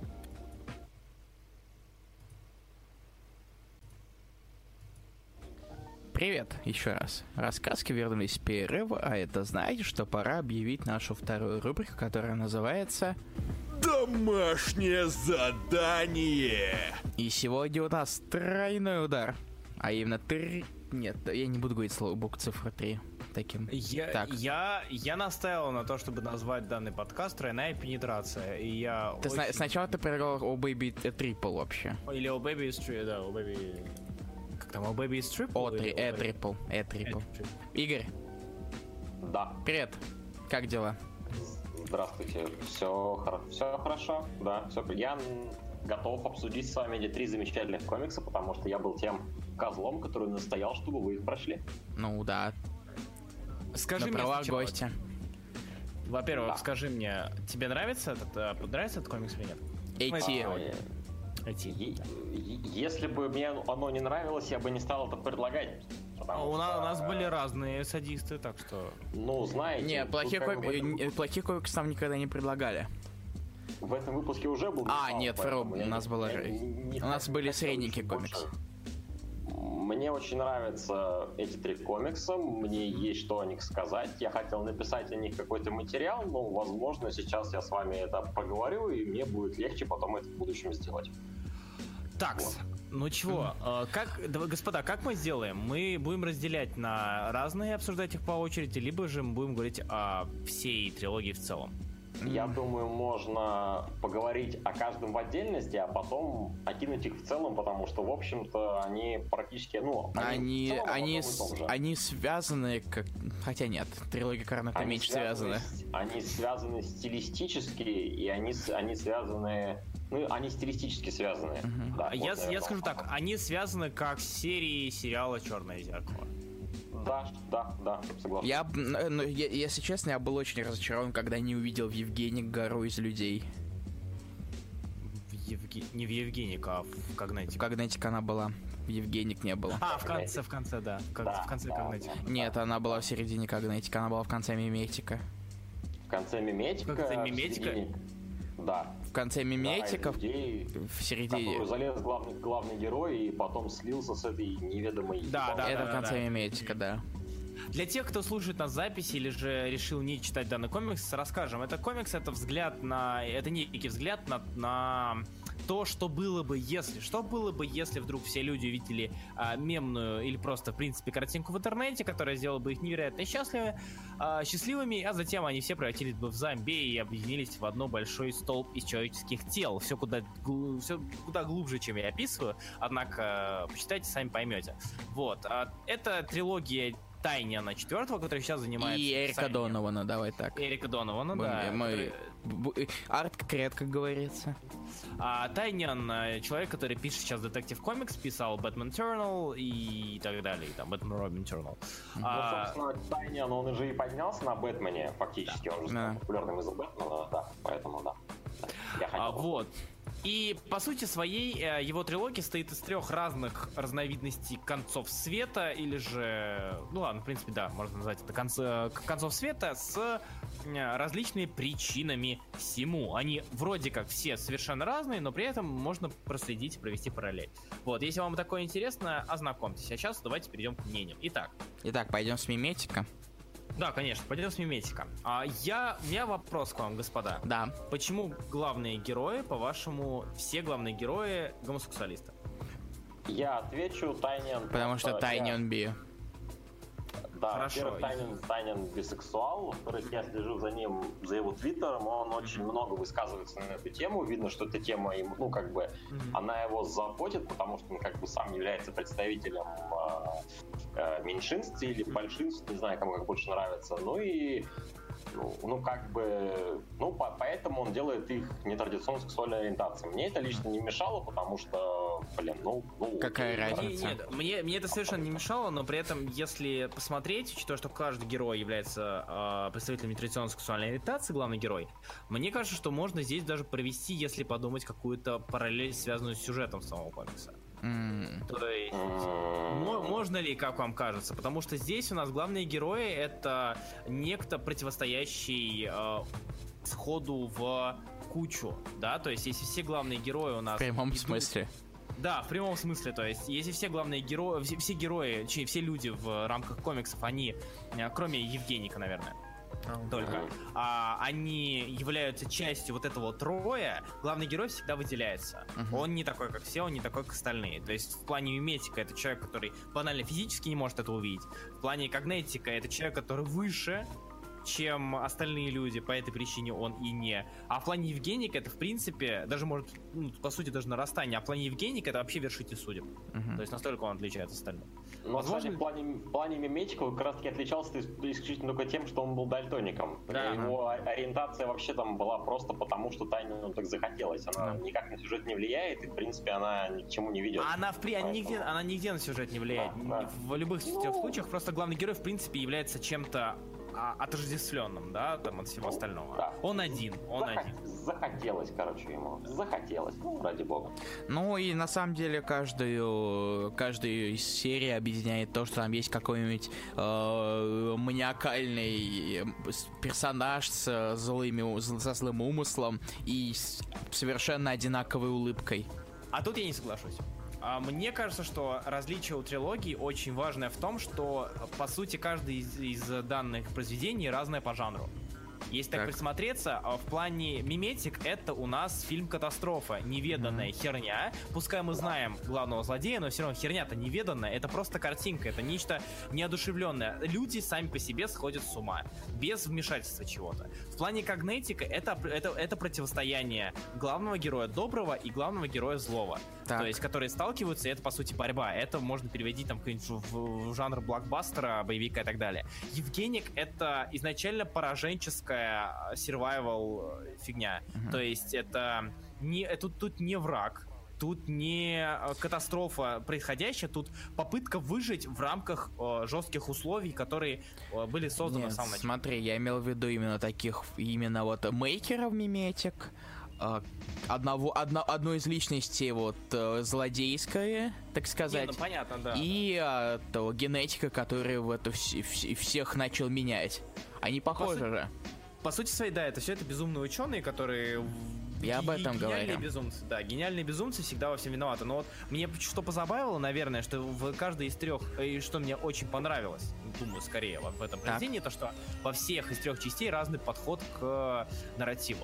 Привет, еще раз. Рассказки вернулись с перерыва, а это знаете, что пора объявить нашу вторую рубрику, которая называется «Домашнее задание». И сегодня у нас тройной удар. А именно 3... Нет, я не буду говорить слово, букву цифру 3. Таким. Я настаивал на то, чтобы назвать данный подкаст «Тройная пенетрация». И я сначала ты предлагал «О Baby Triple» вообще. Или «О Baby is True», да, «О Baby...» Там «О Baby is Triple»? Triple. Игорь. Да. Привет. Как дела? Здравствуйте. Все хорошо. Да, все. Я готов обсудить с вами эти 3 замечательных комикса, потому что я был тем козлом, который настоял, чтобы вы их прошли. Ну да. Скажи мне, права гостя. Во-первых, скажи мне, тебе нравится этот комикс или нет? Если бы мне оно не нравилось, я бы не стал это предлагать. У нас были разные садисты, так что... Ну, знаете... Нет, плохих комиксов нам никогда не предлагали. В этом выпуске уже был... Нет, у нас были средненькие комиксы. Мне очень нравятся эти 3 комикса, мне есть что о них сказать. Я хотел написать о них какой-то материал, но, возможно, сейчас я с вами это поговорю, и мне будет легче потом это в будущем сделать. Такс. Ну чего, господа, как мы сделаем? Мы будем разделять на разные, обсуждать их по очереди, либо же мы будем говорить о всей трилогии в целом? Я думаю, можно поговорить о каждом в отдельности, а окинуть их в целом, потому что, в общем-то, они практически, они связаны, хотя нет, трилогия Карната меньше связаны. Они связаны стилистически, и они связаны... они стилистически связаны. Да, я скажу так, они связаны как серии сериала «Черное зеркало». Да, согласен. Если честно, я был очень разочарован, когда не увидел в Евгении гору из людей. Не в Евгеник, а в Когнетик. В Когнетик она была, в Евгеник не было. В конце, да. В конце Когнетика. Нет, она была в середине Когнетика, она была в конце Миметика. В конце Миметика? Да. В конце Миметика, в середине... Который залез главный герой и потом слился с этой неведомой... Это в конце Миметика, да. Для тех, кто слушает нас записи или же решил не читать данный комикс, расскажем. Это комикс, это некий взгляд на то, что было бы, если вдруг все люди увидели мемную или просто, в принципе, картинку в интернете, которая сделала бы их невероятно счастливыми, а затем они все превратились бы в зомби и объединились в одно большой столб из человеческих тел. Все куда глубже, чем я описываю, однако почитайте, сами поймете. Вот. Это трилогия Тайниана 4-го, который сейчас занимается... И Эрика писанием. Донована, давай так. Эрика Донована, да. Арт кред, как говорится. А Тайниан, человек, который пишет сейчас Detective Comics, писал Batman Eternal и так далее, и там Batman Robin Eternal. Собственно, Тайниан, он уже и поднялся на Бэтмене, фактически, он же стал популярным из-за Бэтмена, да, поэтому да. Я хотел Вот. И по сути своей его трилогия состоит из 3 разных разновидностей концов света, или же, ну ладно, в принципе, да, можно назвать это концов света с различными причинами всему. Они вроде как все совершенно разные, но при этом можно проследить и провести параллель. Вот, если вам такое интересно, ознакомьтесь. А сейчас давайте перейдем к мнениям. Итак, пойдем с миметика. Да, конечно, пойдем с миметика. У меня вопрос к вам, господа. Да. Почему главные герои, по-вашему, все главные герои гомосексуалисты? Я отвечу, Тайниан. Потому что Тайниан би. Да, Хорошо. во-первых, Тайниан бисексуал, во-вторых, я слежу за ним, за его твиттером, он очень много высказывается на эту тему, видно, что эта тема ему, ну, как бы, она его заботит, потому что он, как бы, сам является представителем меньшинств или большинств, не знаю, кому как больше нравится, ну и поэтому он делает их нетрадиционной сексуальной ориентацией. Мне это лично не мешало, потому что, какая разница? Нет, мне это совершенно не мешало, но при этом, если посмотреть, учитывая, что каждый герой является представителем нетрадиционной сексуальной ориентации, главный герой, мне кажется, что можно здесь даже провести, если подумать, какую-то параллель, связанную с сюжетом самого комикса. То есть, можно ли, как вам кажется? Потому что здесь у нас главные герои — это некто, противостоящий сходу в кучу, да? То есть, если все главные герои у нас... В прямом смысле. Да, в прямом смысле, то есть, если все главные герои, все герои, все люди в рамках комиксов, они, кроме Евгеника, наверное, только, они являются частью вот этого троя, главный герой всегда выделяется. Он не такой, как все, он не такой, как остальные. То есть в плане миметика это человек, который банально физически не может это увидеть. В плане когнетика это человек, который выше, чем остальные люди, по этой причине он и не. А в плане Евгеника это, в принципе, даже может, по сути, даже нарастание. А в плане Евгеника это вообще вершитель судеб. То есть настолько он отличается от остальных. Но, возможно, кстати, в плане миметика он как раз таки отличался исключительно только тем, что он был дальтоником. Да. Его ориентация вообще там была просто потому, что Тайниану так захотелось. Она никак на сюжет не влияет, и, в принципе, она ни к чему не ведет. Она нигде на сюжет не влияет. В любых случаях просто главный герой, в принципе, является чем-то отождественным, да, там, от всего остального. Да. Он один. Захотелось, короче, ему. Захотелось, ради бога. Ну и на самом деле каждую из серий объединяет то, что там есть какой-нибудь маниакальный персонаж со злым умыслом и с совершенно одинаковой улыбкой. А тут я не соглашусь. Мне кажется, что различие у трилогии очень важное в том, что, по сути, каждый из данных произведений разное по жанру. Если так присмотреться, в плане миметик это у нас фильм-катастрофа, неведанная херня. Пускай мы знаем главного злодея, но все равно херня-то неведанная, это просто картинка, это нечто неодушевленное. Люди сами по себе сходят с ума, без вмешательства чего-то. В плане когнетика это противостояние главного героя доброго и главного героя злого. То есть, которые сталкиваются, и это, по сути, борьба. Это можно переводить там в жанр блокбастера, боевика и так далее. Евгеник — это изначально пораженческая survival фигня. То есть, это тут не враг, тут не катастрофа происходящая, тут попытка выжить в рамках жестких условий, которые были созданы на самом начале. Смотри, я имел в виду именно вот мейкеров миметик, одну из личностей злодейская, так сказать. Не, понятно, да. И того генетика, который всех начал менять. Они похожи же. По сути своей, да, это все это безумные ученые, которые... Я об этом говорю. Безумцы, да, гениальные безумцы всегда во всем виноваты. Но вот мне что позабавило, наверное, что в каждой из трех, и что мне очень понравилось, думаю, скорее в этом произведении, то что во всех из трех частей разный подход к нарративу.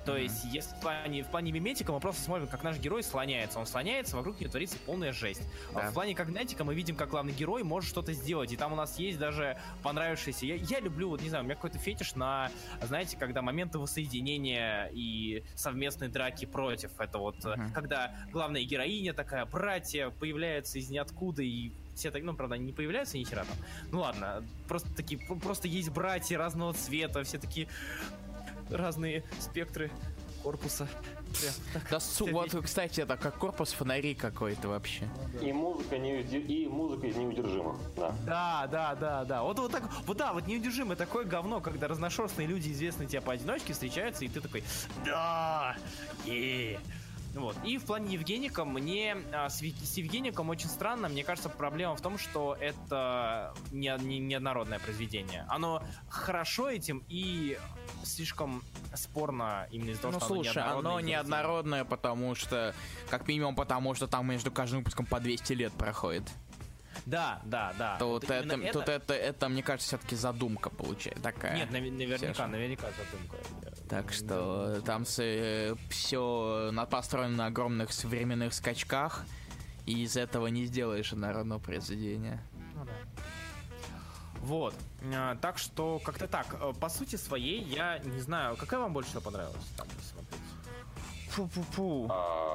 То есть, если в плане миметика мы просто смотрим, как наш герой слоняется. Он слоняется, вокруг него творится полная жесть. Да. В плане когнетика мы видим, как главный герой может что-то сделать. И там у нас есть даже понравившийся... Я люблю, вот не знаю, у меня какой-то фетиш на, знаете, когда моменты воссоединения и совместной драки против. Это вот, когда главная героиня такая, братья, появляется из ниоткуда, и все так, ну, правда, они не появляются ни хера там. Ну ладно, просто есть братья разного цвета, все такие разные спектры корпуса. Прям так. Да, вот, кстати, это как корпус фонари какой-то вообще. И музыка из неудержимых, да. Да. Вот так, вот да, вот неудержимое такое говно, когда разношерстные люди, известные тебе поодиночке, встречаются, и ты такой, да, Вот. И в плане Евгеника мне с Евгеником очень странно. Мне кажется, проблема в том, что это неоднородное произведение. Оно хорошо этим и слишком спорно именно из-за того, что слушай, оно неоднородное, потому что, как минимум, потому что там между каждым выпуском по 200 лет проходит. Да. Тут это, мне кажется, все-таки задумка получается такая. Нет, наверняка задумка. Так что там все построено на огромных современных скачках, и из этого не сделаешь однородного произведения. Ну да. Вот. Так что как-то так. По сути своей, я не знаю, какая вам больше всего понравилась там смотреть? Фу-фу-фу.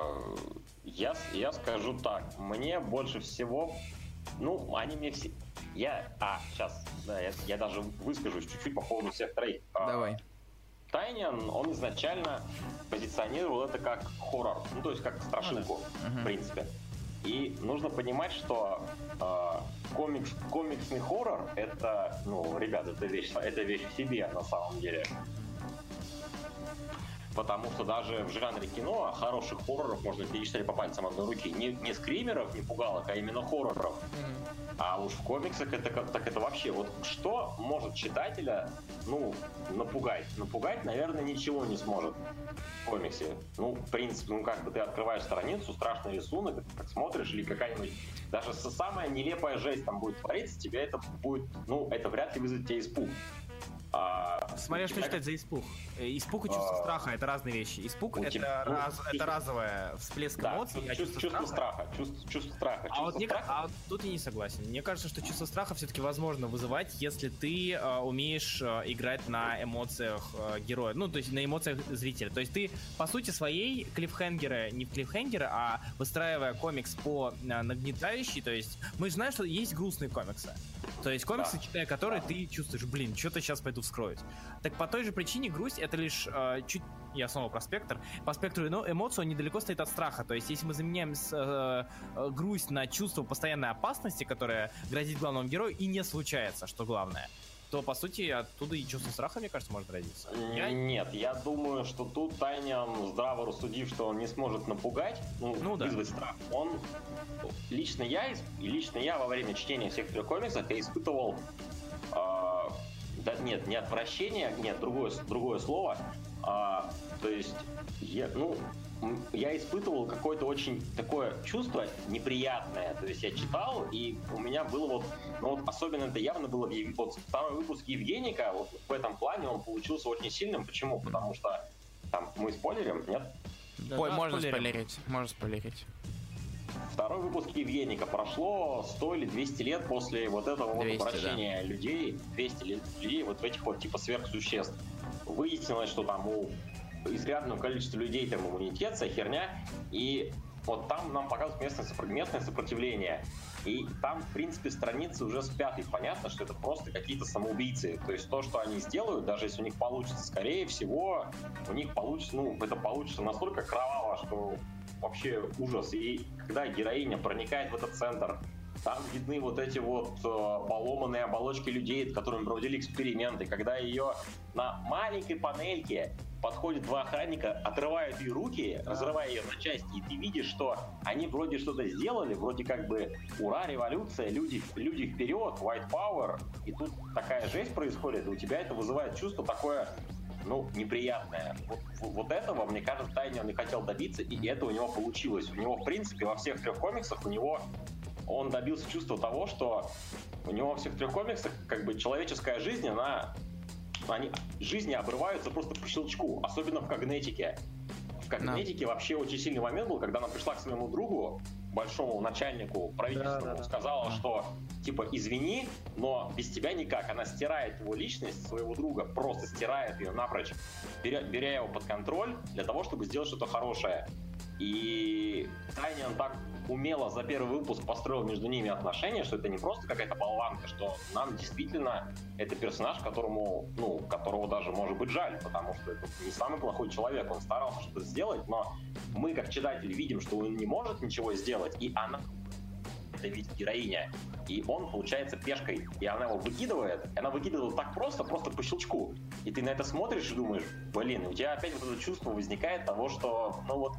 Я скажу так. Мне больше всего... Ну, они мне все... Сейчас, да, я даже выскажусь чуть-чуть по поводу всех троих. Давай. Тайниан, он изначально позиционировал это как хоррор, ну, то есть как страшилку, в принципе. И нужно понимать, что комиксный хоррор, это, ну, ребят, это вещь в себе, на самом деле. Потому что даже в жанре кино хороших хорроров можно перечислять по пальцам одной руки. Не скримеров, не пугалок, а именно хорроров. А уж в комиксах это вообще... Вот что может читателя, ну, напугать? Напугать, наверное, ничего не сможет в комиксе. Ну, в принципе, ну, как бы ты открываешь страницу, страшный рисунок, как смотришь, или какая-нибудь... Даже самая нелепая жесть там будет твориться, тебе это будет... Ну, это вряд ли вызовет тебе испуг. Смотря что считать за испуг. Испуг и чувство страха — это разные вещи. Испуг — это разовое всплеск эмоций, а чувство страха. Чувство страха. А тут я не согласен. Мне кажется, что чувство страха все-таки возможно вызывать, если ты умеешь играть на эмоциях героя. Ну, то есть на эмоциях зрителя. То есть ты, по сути своей, клиффхенгеры, не клиффхенгеры, а выстраивая комикс по нагнетающей, то есть мы же знаем, что есть грустные комиксы. То есть комиксы, читая которые, ты чувствуешь, блин, что-то сейчас пойду вскроить. Так по той же причине грусть — это лишь чуть... Я снова про спектр. По спектру эмоций он недалеко стоит от страха. То есть если мы заменяем грусть на чувство постоянной опасности, которая грозит главному герою, и не случается, что главное, то, по сути, оттуда и чувство страха, мне кажется, может родиться. Нет, я думаю, что тут Тайниан, здраво рассудив, что он не сможет напугать, вызвать страх, он... Лично я во время чтения всех трех комиксов я испытывал... не отвращение, другое слово. То есть, я испытывал какое-то очень такое чувство неприятное. То есть я читал, и у меня было особенно это явно было второй выпуск Евгеника, вот в этом плане он получился очень сильным. Почему? Потому что там мы спойлерим, нет? Можно спойлерить. Второй выпуск Евгеника. Прошло 100 или 200 лет после вот этого 200, обращения людей, 200 лет людей вот в этих вот типа сверхсуществ. Выяснилось, что там у изрядного количества людей там иммунитет, вся херня, и вот там нам показывают местное сопротивление. И там, в принципе, страницы уже с 5-й. Понятно, что это просто какие-то самоубийцы. То есть то, что они сделают, даже если у них получится, скорее всего, у них получится, это получится настолько кроваво, что вообще ужас. И когда героиня проникает в этот центр, там видны вот эти вот поломанные оболочки людей, над которыми проводили эксперименты. Когда ее на маленькой панельке подходят два охранника, отрывают ей руки, разрывая ее на части, и ты видишь, что они вроде что-то сделали, вроде как бы ура, революция, люди вперед, white power, и тут такая жесть происходит, и у тебя это вызывает чувство такое, неприятное. Вот этого, мне кажется, Тайниан не хотел добиться, и это у него получилось. У него, в принципе, во всех трех комиксах он добился чувства того, что у него во всех трех комиксах как бы человеческая жизнь, она жизни обрываются просто по щелчку, особенно в Когнетике. В Когнетике вообще очень сильный момент был, когда она пришла к своему другу, большому начальнику правительственному, сказала, что типа извини, но без тебя никак. Она стирает его личность, своего друга, просто стирает ее напрочь, беря его под контроль для того, чтобы сделать что-то хорошее. И Тайнин так умело за первый выпуск построил между ними отношения, что это не просто какая-то болванка, что нам действительно это персонаж, которого даже может быть жаль, потому что это не самый плохой человек, он старался что-то сделать, но мы как читатели видим, что он не может ничего сделать, и она это видит героиня, и он получается пешкой, и она его выкидывает, и она выкидывает так просто по щелчку, и ты на это смотришь и думаешь, блин, у тебя опять вот это чувство возникает того, что,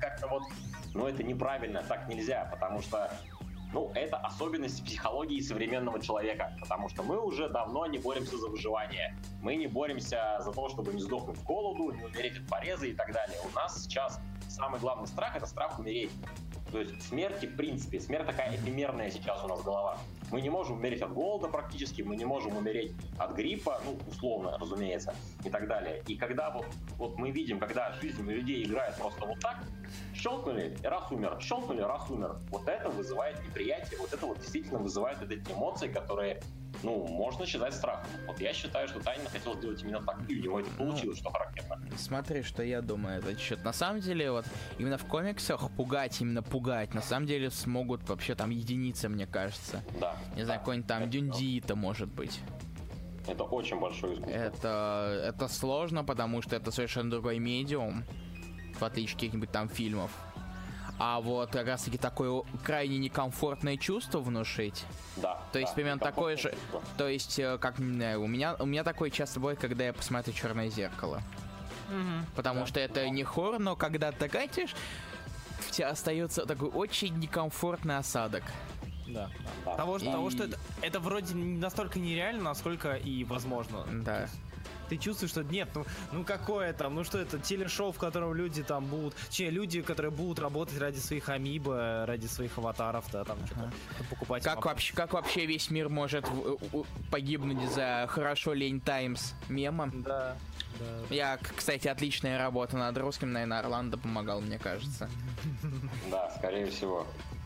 это неправильно, так нельзя, потому что, это особенность психологии современного человека, потому что мы уже давно не боремся за выживание, мы не боремся за то, чтобы не сдохнуть с голоду, не умереть от пореза и так далее. У нас сейчас самый главный страх — это страх умереть. То есть смерти, в принципе, смерть такая эфемерная сейчас у нас голова. Мы не можем умереть от голода практически, мы не можем умереть от гриппа, условно, разумеется, и так далее. И когда вот мы видим, когда жизнь людей играет просто вот так, щелкнули, и раз умер, щелкнули, раз умер. Вот это вызывает неприятие, вот это вот действительно вызывает эти эмоции, которые, можно считать страхом. Вот я считаю, что Тайнин хотел сделать именно так, и у него это получилось, что характерно. Смотри, что я думаю этот счет. На самом деле, вот именно в комиксах пугать, на самом деле смогут вообще там единицы, мне кажется. Да. Не знаю, какой-нибудь там Дюндиита, может быть. Это очень большое искусство. Это сложно, потому что это совершенно другой медиум, в отличие от каких-нибудь там фильмов. А вот как раз таки такое крайне некомфортное чувство внушить. Да. То есть примерно такое же. То есть, как не знаю, у меня такое часто бывает, когда я посмотрю «Черное зеркало». Потому что это не хоррор, но когда ты катишь, у тебя остается такой очень некомфортный осадок. Да. Того, что это вроде настолько нереально, насколько и возможно. Да. Ты чувствуешь, что нет, какое там, что это, телешоу, в котором люди там будут, люди, которые будут работать ради своих амибо, ради своих аватаров, да, там что-то покупать. Как вообще весь мир может погибнуть за хорошо лень Таймс мемом? Да. Я, кстати, отличная работа над русским, наверное, Орландо помогал, мне кажется. Да, скорее всего.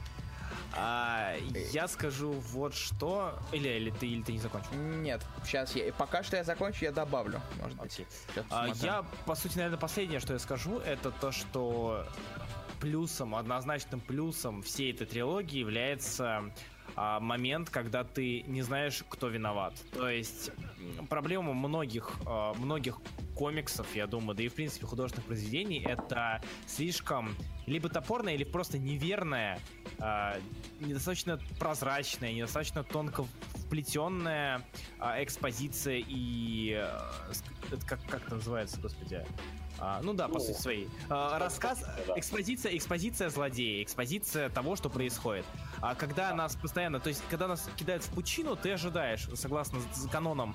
Я скажу вот что. Или ты не закончил? Нет, сейчас пока что я закончу, я добавлю, может быть. Я, по сути, наверное, последнее, что я скажу, это то, что однозначным плюсом всей этой трилогии является момент, когда ты не знаешь, кто виноват. То есть проблема многих комиксов, я думаю, да и в принципе художественных произведений, это слишком либо топорная, или просто неверная, недостаточно прозрачная, недостаточно тонко вплетенная экспозиция и как это называется, господи? По сути своей. Рассказ, экспозиция злодея, экспозиция того, что происходит. Когда нас постоянно, то есть, когда нас кидают в пучину, ты ожидаешь, согласно канонам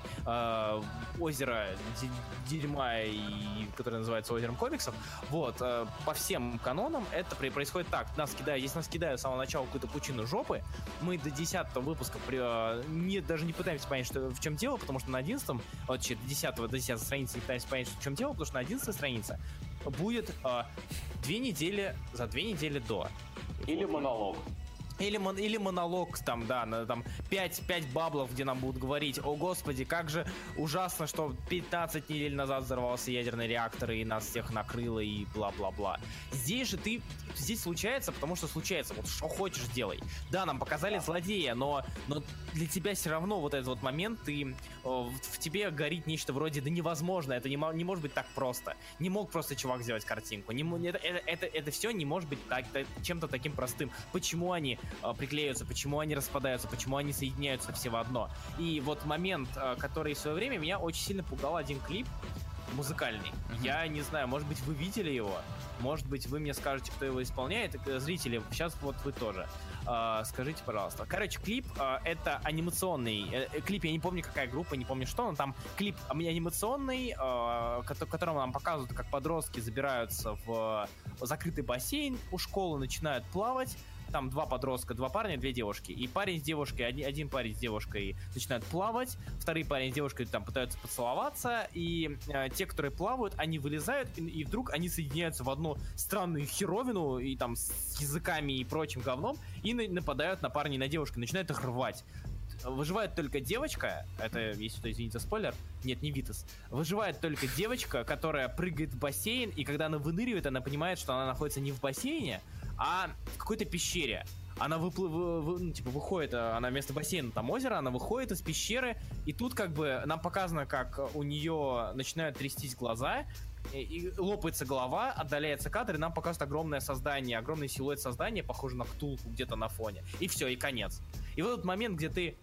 озера дерьма, которое называется озером комиксов, по всем канонам это происходит так. Если нас кидают с самого начала какую-то пучину жопы, мы до 10-го выпуска даже не пытаемся понять, в чем дело, потому что на 11-м, до 10-й страницы не пытаемся понять, в чем дело, потому что на 11-й странице будет 2 недели до. Или монолог. Или монолог, там 5 баблов, где нам будут говорить: о господи, как же ужасно, что 15 недель назад взорвался ядерный реактор и нас всех накрыло и бла-бла-бла. Здесь случается, потому что случается, вот что хочешь делай. Да, нам показали злодея, но для тебя все равно вот этот вот момент, в тебе горит нечто вроде: да невозможно, это не может быть так просто. Не мог просто чувак сделать картинку. Это все не может быть чем-то таким простым. Почему они приклеиваются, почему они распадаются, почему они соединяются все в одно. И вот момент, который в свое время меня очень сильно пугал, один клип музыкальный. Я не знаю, может быть, вы видели его? Может быть, вы мне скажете, кто его исполняет? Зрители, сейчас вот вы тоже. Скажите, пожалуйста. Короче, клип это анимационный клип, я не помню, какая группа, не помню что, но там клип анимационный, которым нам показывают, как подростки забираются в закрытый бассейн у школы, начинают плавать. там два подростка, два парня, две девушки. И парень с девушкой, один парень с девушкой начинают плавать, второй парень с девушкой там пытаются поцеловаться, и те, которые плавают, они вылезают, и вдруг они соединяются в одну странную херовину, и там с языками и прочим говном, и нападают на парня и на девушку, начинают их рвать. Выживает только девочка, это, если что, извините, спойлер, нет, не Витас. Выживает только девочка, которая прыгает в бассейн, и когда она выныривает, она понимает, что она находится не в бассейне, а в какой-то пещере. Она выходит, она вместо бассейна, там озеро, она выходит из пещеры, и тут как бы нам показано, как у нее начинают трястись глаза, и лопается голова, отдаляется кадр, и нам показывают огромное создание, огромный силуэт создания, похоже на Ктулху где-то на фоне. И все, и конец. И в этот момент, где ты...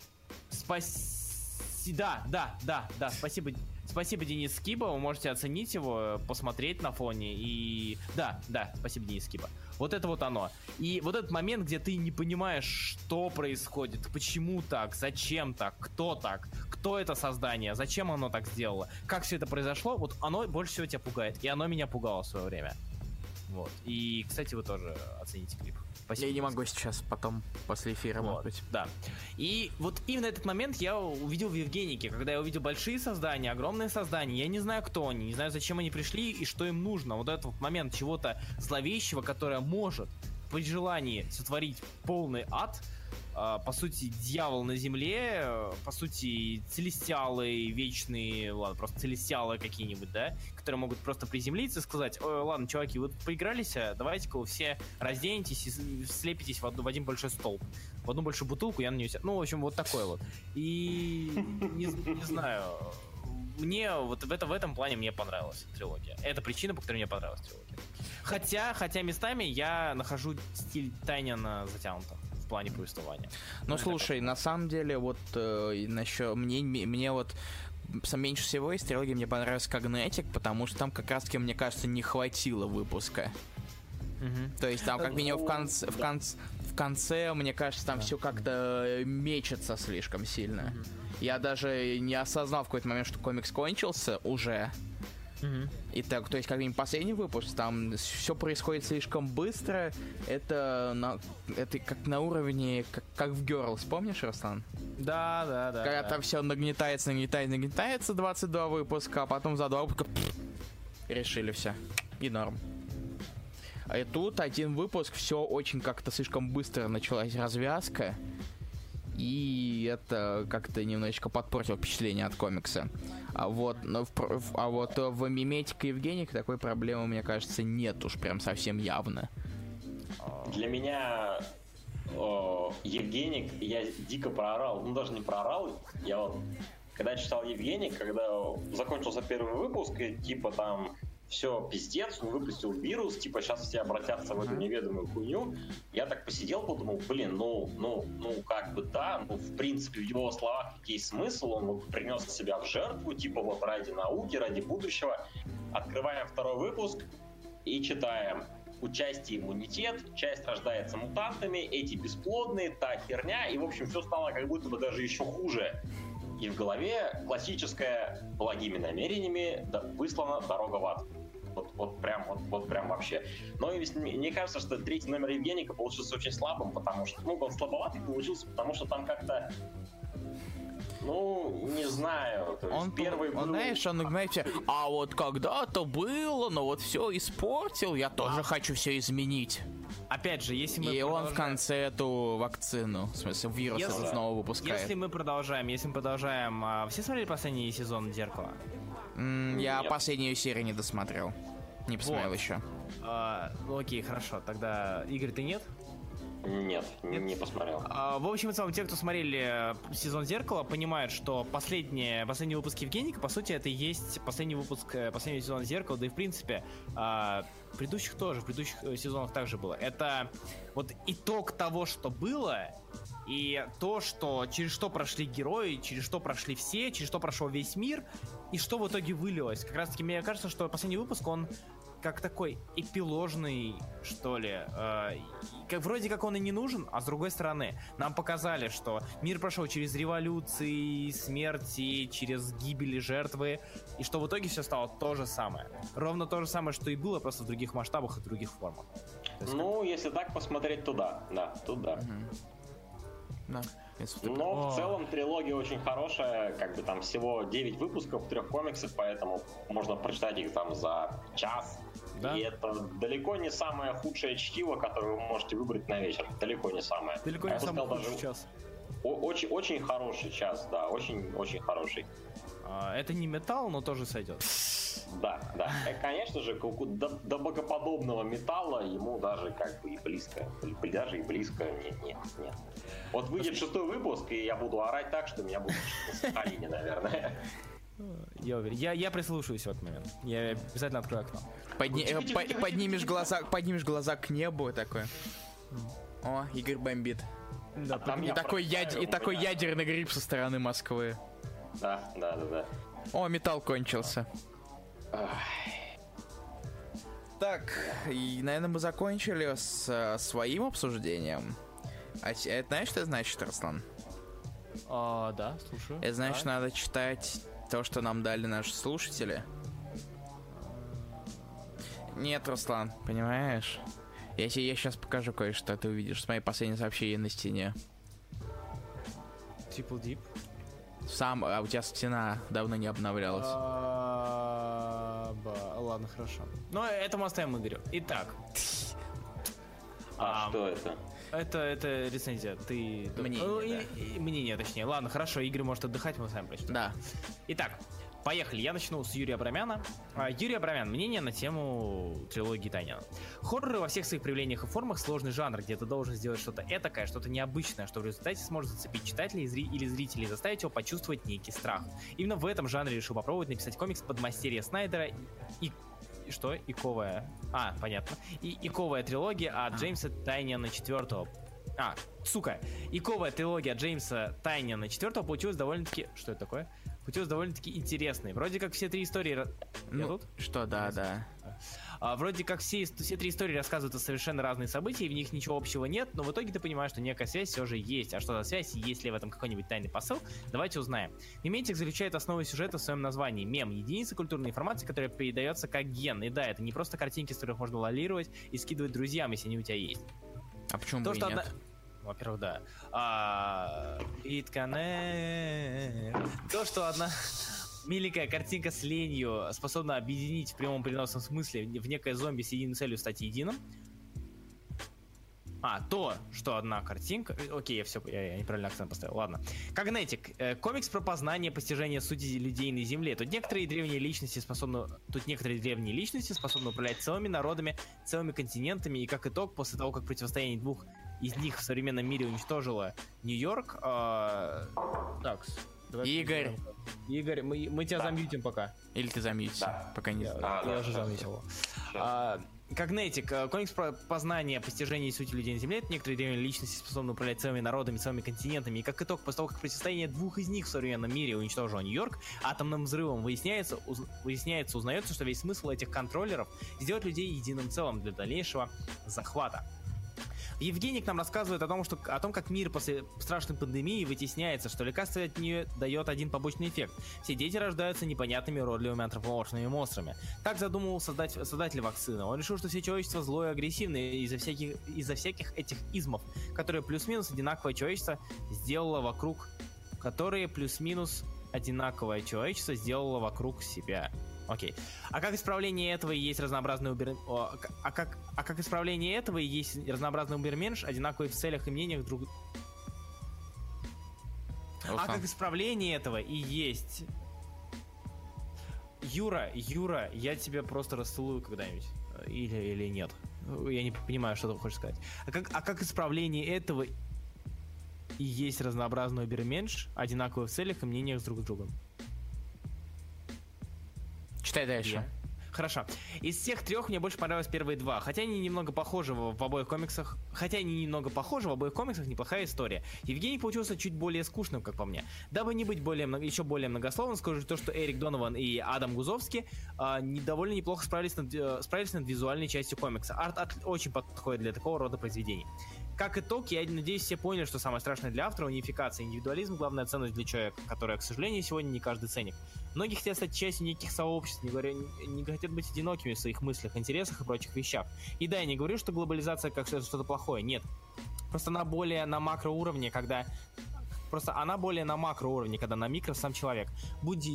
Да, спасибо, Денис Скиба, вы можете оценить его, посмотреть на фоне, и... Да, спасибо, Денис Скиба. Вот это вот оно. И вот этот момент, где ты не понимаешь, что происходит, почему так, зачем так, кто это создание, зачем оно так сделало, как все это произошло, вот оно больше всего тебя пугает, и оно меня пугало в свое время. Вот. И, кстати, вы тоже оцените клип. Спасибо. Я не могу сейчас, потом, после эфира, вот, может быть. Да. И вот именно этот момент я увидел в Евгенике, когда я увидел большие создания, огромные создания. Я не знаю, кто они, не знаю, зачем они пришли и что им нужно. Вот этот вот момент чего-то зловещего, которое может при желании сотворить полный ад. По сути, дьявол на земле, по сути, целестиалы вечные, ладно, просто целестиалы какие-нибудь, да, которые могут просто приземлиться и сказать: ой, ладно, чуваки, вы тут поигрались, давайте-ка вы все разденетесь и слепитесь в один большой столб, в одну большую бутылку, я на нее сяду. Ну, в общем, вот такое вот. И не знаю, мне вот в этом плане мне понравилась трилогия. Это причина, по которой мне понравилась трилогия. Хотя местами я нахожу стиль Тайнина затянутым в плане повествования. Ну, слушай, на самом деле, вот насчет мне вот меньше всего из трилогии мне понравился Когнетик, потому что там как раз-таки, мне кажется, не хватило выпуска. То есть там как минимум в конце, мне кажется, там все как-то мечется слишком сильно. Я даже не осознал в какой-то момент, что комикс кончился уже. И так, то есть, как минимум, последний выпуск, там все происходит слишком быстро. Это как на уровне, как в Girls, помнишь, Руслан? Да. Когда там все нагнетается, 22 выпуска, а потом за 2 выпуска решили все. И норм. И тут один выпуск, все очень как-то слишком быстро началась развязка. И это как-то немножечко подпортило впечатление от комикса. А вот в Миметик и Евгеник такой проблемы, мне кажется, нет уж прям совсем явно. Для меня Евгеник, я дико проорал. Ну, даже не проорал. Я вот, когда читал Евгеник, когда закончился первый выпуск, и типа там все, пиздец, он выпустил вирус, типа сейчас все обратятся в эту неведомую хуйню. Я так посидел, подумал, блин, ну, как бы да, ну, в принципе, в его словах есть смысл, он принес себя в жертву, типа вот ради науки, ради будущего. Открываем второй выпуск и читаем: участие иммунитет, часть рождается мутантами, эти бесплодные, та херня, и, в общем, все стало как будто бы даже еще хуже. И в голове классическая «благими намерениями выслана дорога в ад». Вот прям вообще. Но мне кажется, что третий номер Евгеника получился очень слабым, потому что, он слабоватый получился, потому что там как-то, не знаю. То есть первый был... знаете, а вот когда-то было, но вот все испортил, я тоже хочу все изменить. Опять же, если мы он в конце эту вакцину, в смысле, вирус этот снова выпускает. Если мы продолжаем, все смотрели последний сезон «Зеркала»? Я последнюю серию не досмотрел. Не посмотрел еще. Окей, хорошо. Тогда, Игорь, ты нет? Нет, не посмотрел. В общем и целом, те, кто смотрели сезон «Зеркала», понимают, что последний выпуск Евгеника, по сути, это и есть последний выпуск последнего сезона «Зеркала», да и в принципе в предыдущих сезонах также было. Это вот итог того, что было, и то, что через что прошли герои, через что прошли все, через что прошел весь мир, и что в итоге вылилось. Как раз таки мне кажется, что последний выпуск, он как такой эпиложный, что ли. Вроде как он и не нужен, а с другой стороны, нам показали, что мир прошел через революции, смерти, через гибели, жертвы, и что в итоге все стало то же самое. Ровно то же самое, что и было, просто в других масштабах и других формах. Ну, если так посмотреть, то да, тут да. Да. Но в целом трилогия очень хорошая, как бы там всего 9 выпусков, 3 комиксов, поэтому можно прочитать их там за час. Да? И это далеко не самое худшее чтиво, которое вы можете выбрать на вечер. Далеко не самое. Далеко не самый худший час. Очень хороший час, да, очень хороший. Это не металл, но тоже сойдет. Да. Конечно же, до богоподобного металла ему даже как бы и близко. Даже и близко нет. Вот выйдет 6-й выпуск, и я буду орать так, что меня будут на колени, наверное. Я уверен. Я прислушаюсь в этот момент. Я обязательно открою окно. Поднимешь глаза к небу такой. О, Игорь бомбит. Да, и такой ядерный гриб со стороны Москвы. Да. О, металл кончился. Так, и, наверное, мы закончили с своим обсуждением. А это знаешь, что это значит, Руслан? Да, слушаю. Это значит, надо читать то, что нам дали наши слушатели. Нет, Руслан, понимаешь? Я сейчас покажу кое-что, ты увидишь. Смотри, последнее сообщение на стене. Triple Deep. А у тебя стена давно не обновлялась. Ладно, хорошо. Но это мы оставим Игорю. Итак. Что это? Это рецензия. Ты... Мнение, точнее. Ладно, хорошо, Игорь может отдыхать, мы сами прочтем. Да. Итак, поехали. Я начну с Юрия Абрамяна. Юрий Абрамян. Мнение на тему трилогии Тайнина. Хорроры во всех своих проявлениях и формах сложный жанр, где ты должен сделать что-то этакое, что-то необычное, что в результате сможет зацепить читателя или зрителей и заставить его почувствовать некий страх. Именно в этом жанре решил попробовать написать комикс подмастерья Снайдера и Иковая. Понятно. Иковая трилогия от Джеймса Тайниана IV. Иковая трилогия от Джеймса Тайниана IV получилась довольно-таки... Что это такое? Получилась довольно-таки интересной. Вроде как все три истории... Да. Вроде как все три истории рассказывают о совершенно разные события, и в них ничего общего нет, но в итоге ты понимаешь, что некая связь все же есть. А что за связь, есть ли в этом какой-нибудь тайный посыл, давайте узнаем. Меметик заключает основу сюжета в своем названии. Мем — единица культурной информации, которая передается как ген. И да, это не просто картинки, с которых можно лолировать и скидывать друзьям, если они у тебя есть. А почему бы и нет? Во-первых, да. It connect. То, что одна миленькая картинка с ленью способна объединить в прямом переносном смысле в некое зомби с единой целью стать единым. То, что одна картинка... Окей, я неправильно акцент поставил, ладно. Когнетик. Комикс про познание, постижение сути людей на Земле. Тут некоторые древние личности способны управлять целыми народами, целыми континентами, и как итог, после того, как противостояние двух из них в современном мире уничтожило Нью-Йорк... Игорь, мы тебя замьютим пока. Или ты замьютишься, пока не... Я уже замьютил его. Когнетик. Комикс про познание, постижение сути людей на Земле. Это некоторые древние личности способны управлять целыми народами, целыми континентами. И как итог, после того, как противостояние двух из них в современном мире уничтожило Нью-Йорк, атомным взрывом узнается, что весь смысл этих контроллеров — сделать людей единым целым для дальнейшего захвата. Евгений нам рассказывает о том, как мир после страшной пандемии вытесняется, что лекарство от нее дает один побочный эффект. Все дети рождаются непонятными уродливыми антропоморфными монстрами. Так задумал создатель вакцины. Он решил, что все человечество злое и агрессивное из-за всяких этих измов, которые плюс-минус одинаковое человечество сделало вокруг себя. Окей. А как исправление этого и есть разнообразный уберменш, одинаковый в целях и мнениях друг... как исправление этого и есть... Юра, я тебя просто расцелую когда-нибудь. Или нет. Я не понимаю, что ты хочешь сказать. А как исправление этого и есть разнообразный уберменш, одинаковый в целях и мнениях друг с другом? Читай дальше. Хорошо. Из всех трех мне больше понравилось первые два. Хотя они немного похожи в обоих комиксах, неплохая история. Евгений получился чуть более скучным, как по мне. Дабы не быть еще более многословным, скажу то, что Эрик Донован и Адам Гузовский довольно неплохо справились над визуальной частью комикса. Арт очень подходит для такого рода произведений. как итог, я надеюсь, все поняли, что самое страшное для автора — унификация, индивидуализм — главная ценность для человека, которая, к сожалению, сегодня не каждый ценит. Многие хотят стать частью неких сообществ, не хотят быть одинокими в своих мыслях, интересах и прочих вещах. И да, я не говорю, что глобализация как что-то плохое, нет. Просто она более на макроуровне, когда... Просто она более на макроуровне, когда на микро сам человек. Будьте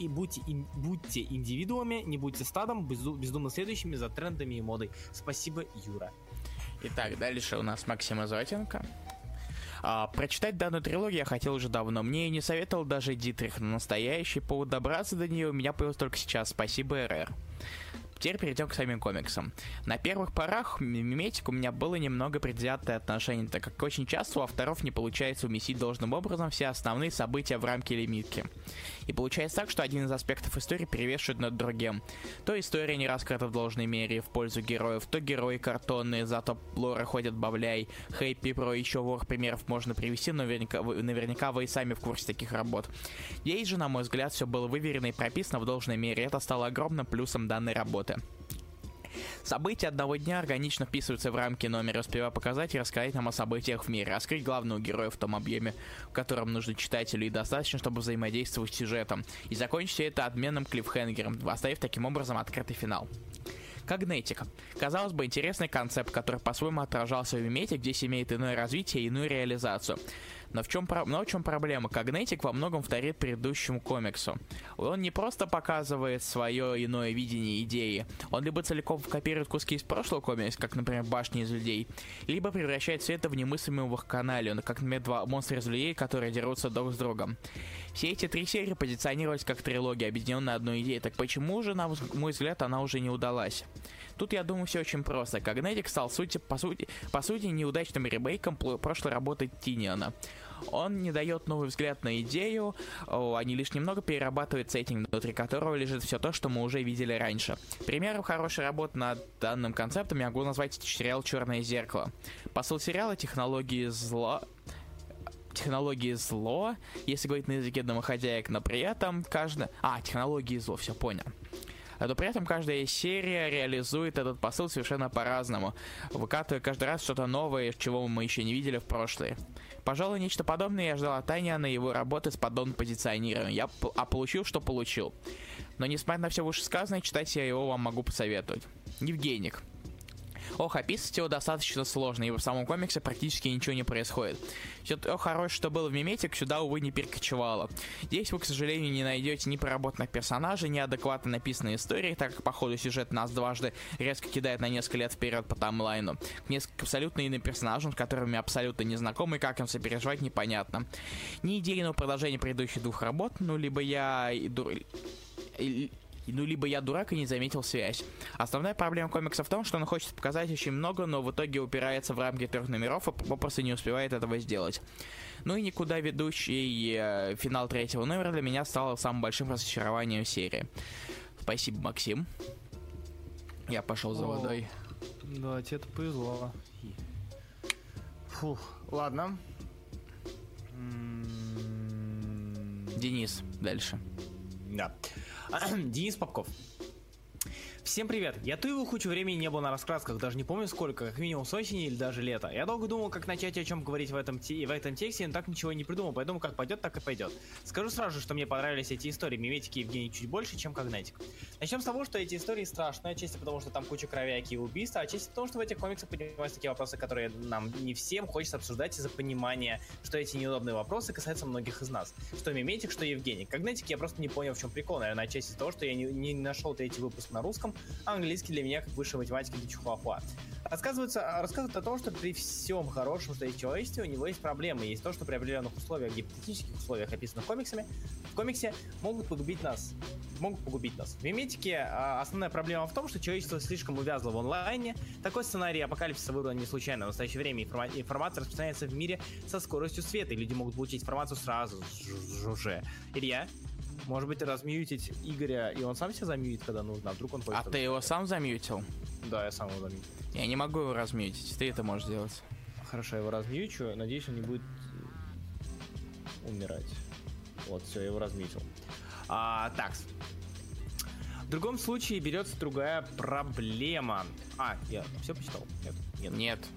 индивидуумами, не будьте стадом, бездумно следующими за трендами и модой. Спасибо, Юра. Итак, дальше у нас Максим Изотенко. Прочитать данную трилогию я хотел уже давно. Мне и не советовал даже Дитрих, но настоящий повод добраться до нее у меня появился только сейчас. Спасибо, РР. Теперь перейдем к самим комиксам. На первых порах миметик у меня было немного предвзятое отношение, так как очень часто у авторов не получается уместить должным образом все основные события в рамки лимитки. И получается так, что один из аспектов истории перевешивает над другим. То история не раскрыта в должной мере в пользу героев, то герои картонные, зато лора хоть отбавляй. Хэппи про еще вор примеров можно привести, но наверняка вы и сами в курсе таких работ. Здесь же, на мой взгляд, все было выверено и прописано в должной мере, это стало огромным плюсом данной работы. События одного дня органично вписываются в рамки номера, успевая показать и рассказать нам о событиях в мире, раскрыть главного героя в том объеме, в котором нужно читателю, и достаточно, чтобы взаимодействовать с сюжетом, и закончить все это отменным клиффхенгером, оставив таким образом открытый финал. Когнетик. Казалось бы, интересный концепт, который по-своему отражался в Мимете, здесь имеет иное развитие и иную реализацию. Но в чем проблема? Когнетик во многом вторит предыдущему комиксу. Он не просто показывает свое иное видение идеи, он либо целиком копирует куски из прошлого комикса, как, например, Башни из людей, либо превращает все это в немыслимую вакханалию, как, например, два монстра из людей, которые дерутся друг с другом. Все эти три серии позиционировались как трилогия, объединенная одной идеей, так почему же, на мой взгляд, она уже не удалась? Тут, я думаю, все очень просто. Когнетик стал, по сути, неудачным ремейком прошлой работы Тиниана. Он не дает новый взгляд на идею, они лишь немного перерабатывают сеттинг, внутри которого лежит все то, что мы уже видели раньше. Примером хорошей работы над данным концептом я могу назвать сериал «Черное зеркало». Посыл сериала — технологии зло, если говорить на языке домохозяек, но при этом технологии зло, все понял. Но при этом каждая серия реализует этот посыл совершенно по-разному, выкатывая каждый раз что-то новое, чего мы еще не видели в прошлое. Пожалуй, нечто подобное я ждал от Тайниана и его работы с подобным позиционированием, получил, что получил. Но несмотря на все вышесказанное, читать я его вам могу посоветовать. Евгеник. Описывать его достаточно сложно, ибо в самом комиксе практически ничего не происходит. Все то хорошее, что было в Миметик, сюда, увы, не перекочевало. Здесь вы, к сожалению, не найдете ни проработанных персонажей, ни адекватно написанной истории, так как по ходу сюжет нас дважды резко кидает на несколько лет вперед по таймлайну. К несколько абсолютно иным персонажам, с которыми абсолютно не знакомы, и как им сопереживать, непонятно. Ни идейного продолжения предыдущих двух работ, либо я дурак и не заметил связь. Основная проблема комикса в том, что он хочет показать очень много, но в итоге упирается в рамки 3 номеров и попросту не успевает этого сделать. Ну и никуда ведущий финал 3 номера для меня стал самым большим разочарованием серии. Спасибо, Максим. Я пошел за водой. Да, тебе-то повезло. Фух, ладно. Денис, дальше. Да. Денис Попков. Всем привет. Я ту кучу времени не был на раскрасках, даже не помню сколько, как минимум с осени или даже лета. Я долго думал, как начать о чем говорить в этом тексте, но так ничего не придумал, поэтому как пойдет, так и пойдет. Скажу сразу, что мне понравились эти истории Миметики и Евгений чуть больше, чем Когнетик. Начнем с того, что эти истории страшные, отчасти потому, что там куча кровяки и убийства, а отчасти потому, что в этих комиксах поднимаются такие вопросы, которые нам не всем хочется обсуждать из-за понимания, что эти неудобные вопросы касаются многих из нас. Что Миметик, что Евгений. Когнетик я просто не понял, в чем прикол, наверное, отчасти из-за того, что я не нашел третий выпуск на русском, а английский для меня как высшая математика для чихуахуа. Рассказывают о том, что при всем хорошем, что есть в человечестве, у него есть проблемы. Есть то, что при определенных условиях, гипотетических условиях, описанных в комиксе, могут погубить нас. В Миметике основная проблема в том, что человечество слишком увязло в онлайне. Такой сценарий апокалипсиса выбран не случайно. В настоящее время информация распространяется в мире со скоростью света, и люди могут получить информацию сразу же. Илья? Может быть, размьютить Игоря, и он сам себя замьютит, когда нужно, а вдруг он хочет... А ты его сам замьютил? Да, я сам его замьютил. Я не могу его размьютить, ты это можешь сделать. Хорошо, я его размьючу, надеюсь, он не будет умирать. Вот, все, я его размьютил. Так. В другом случае берется другая проблема. Я все почитал? Нет.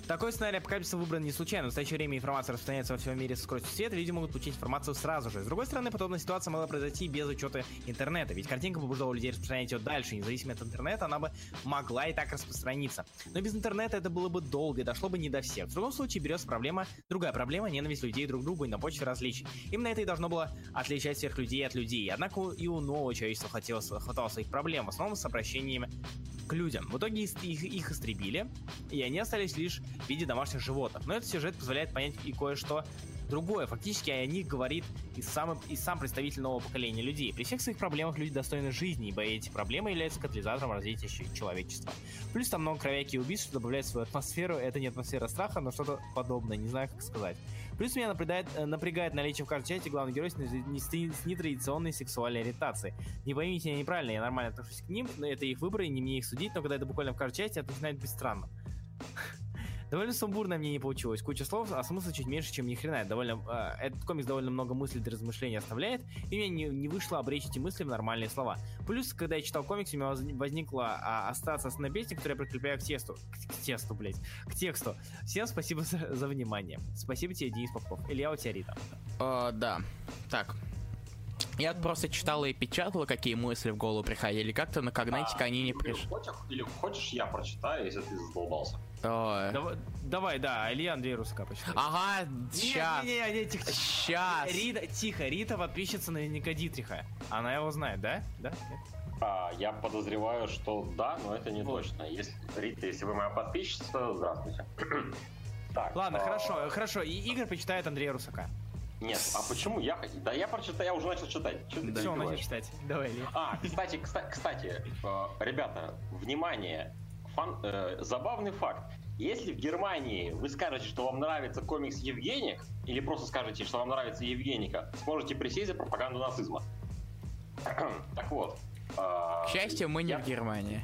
Такой сценарий апокалипсиса выбран не случайно. В настоящее время информация распространяется во всем мире со скоростью света, люди могут получить информацию сразу же. С другой стороны, подобная ситуация могла произойти без учета интернета, ведь картинка побуждала людей распространять ее дальше. Независимо от интернета, она бы могла и так распространиться. Но без интернета это было бы долго и дошло бы не до всех. В другом случае берется другая проблема — ненависть людей друг к другу и на почве различий. Именно это и должно было отличать всех людей от людей. Однако и у нового человечества хватало своих проблем, в основном с обращениями к людям. В итоге их истребили, и они остались лишь в виде домашних животных. Но этот сюжет позволяет понять и кое-что другое. Фактически о них говорит и сам представитель нового поколения людей. При всех своих проблемах люди достойны жизни, ибо эти проблемы являются катализатором развития человечества. Плюс там много кровяки и убийств, что добавляет свою атмосферу. Это не атмосфера страха, но что-то подобное, не знаю, как сказать. Плюс меня напрягает наличие в каждой части главного героя с нетрадиционной сексуальной ориентацией. Не поймите меня неправильно, я нормально отношусь к ним, но это их выборы, и не мне их судить, но когда это буквально в каждой части, это начинает быть странным. Довольно сумбурно мне не получилось. Куча слов, а смысла чуть меньше, чем ни хрена. Этот комикс довольно много мыслей для размышлений оставляет, и у меня не вышло обречь эти мысли в нормальные слова. Плюс, когда я читал комикс, у меня возникла ассоциация песни, которую я прикрепляю к тексту. Всем спасибо за внимание. Спасибо тебе, Денис Попков. Илья, у тебя Рита. Да. Так. Я просто читала и печатала, какие мысли в голову приходили. Как-то на Когнайтик они не пришли. Или хочешь, я прочитаю, если ты задолбался. Давай, да, Илья, Андрей Руска почитай. Ага, сейчас. Сейчас. Рита подписчица наверняка Дитриха. Она его знает, да? Да? Я подозреваю, что да, но это не точно. Если вы моя подписчица, здравствуйте. Так, ладно, хорошо. И Игорь почитает Андрея Русака. Нет, а почему я? Да я прочитаю, я уже начал читать. Все, начал читать. Давай, Илья. Кстати, ребята, внимание, забавный факт. Если в Германии вы скажете, что вам нравится комикс Евгеник, или просто скажете, что вам нравится Евгеника, сможете присесть за пропаганду нацизма. Так вот. К счастью, мы не в Германии.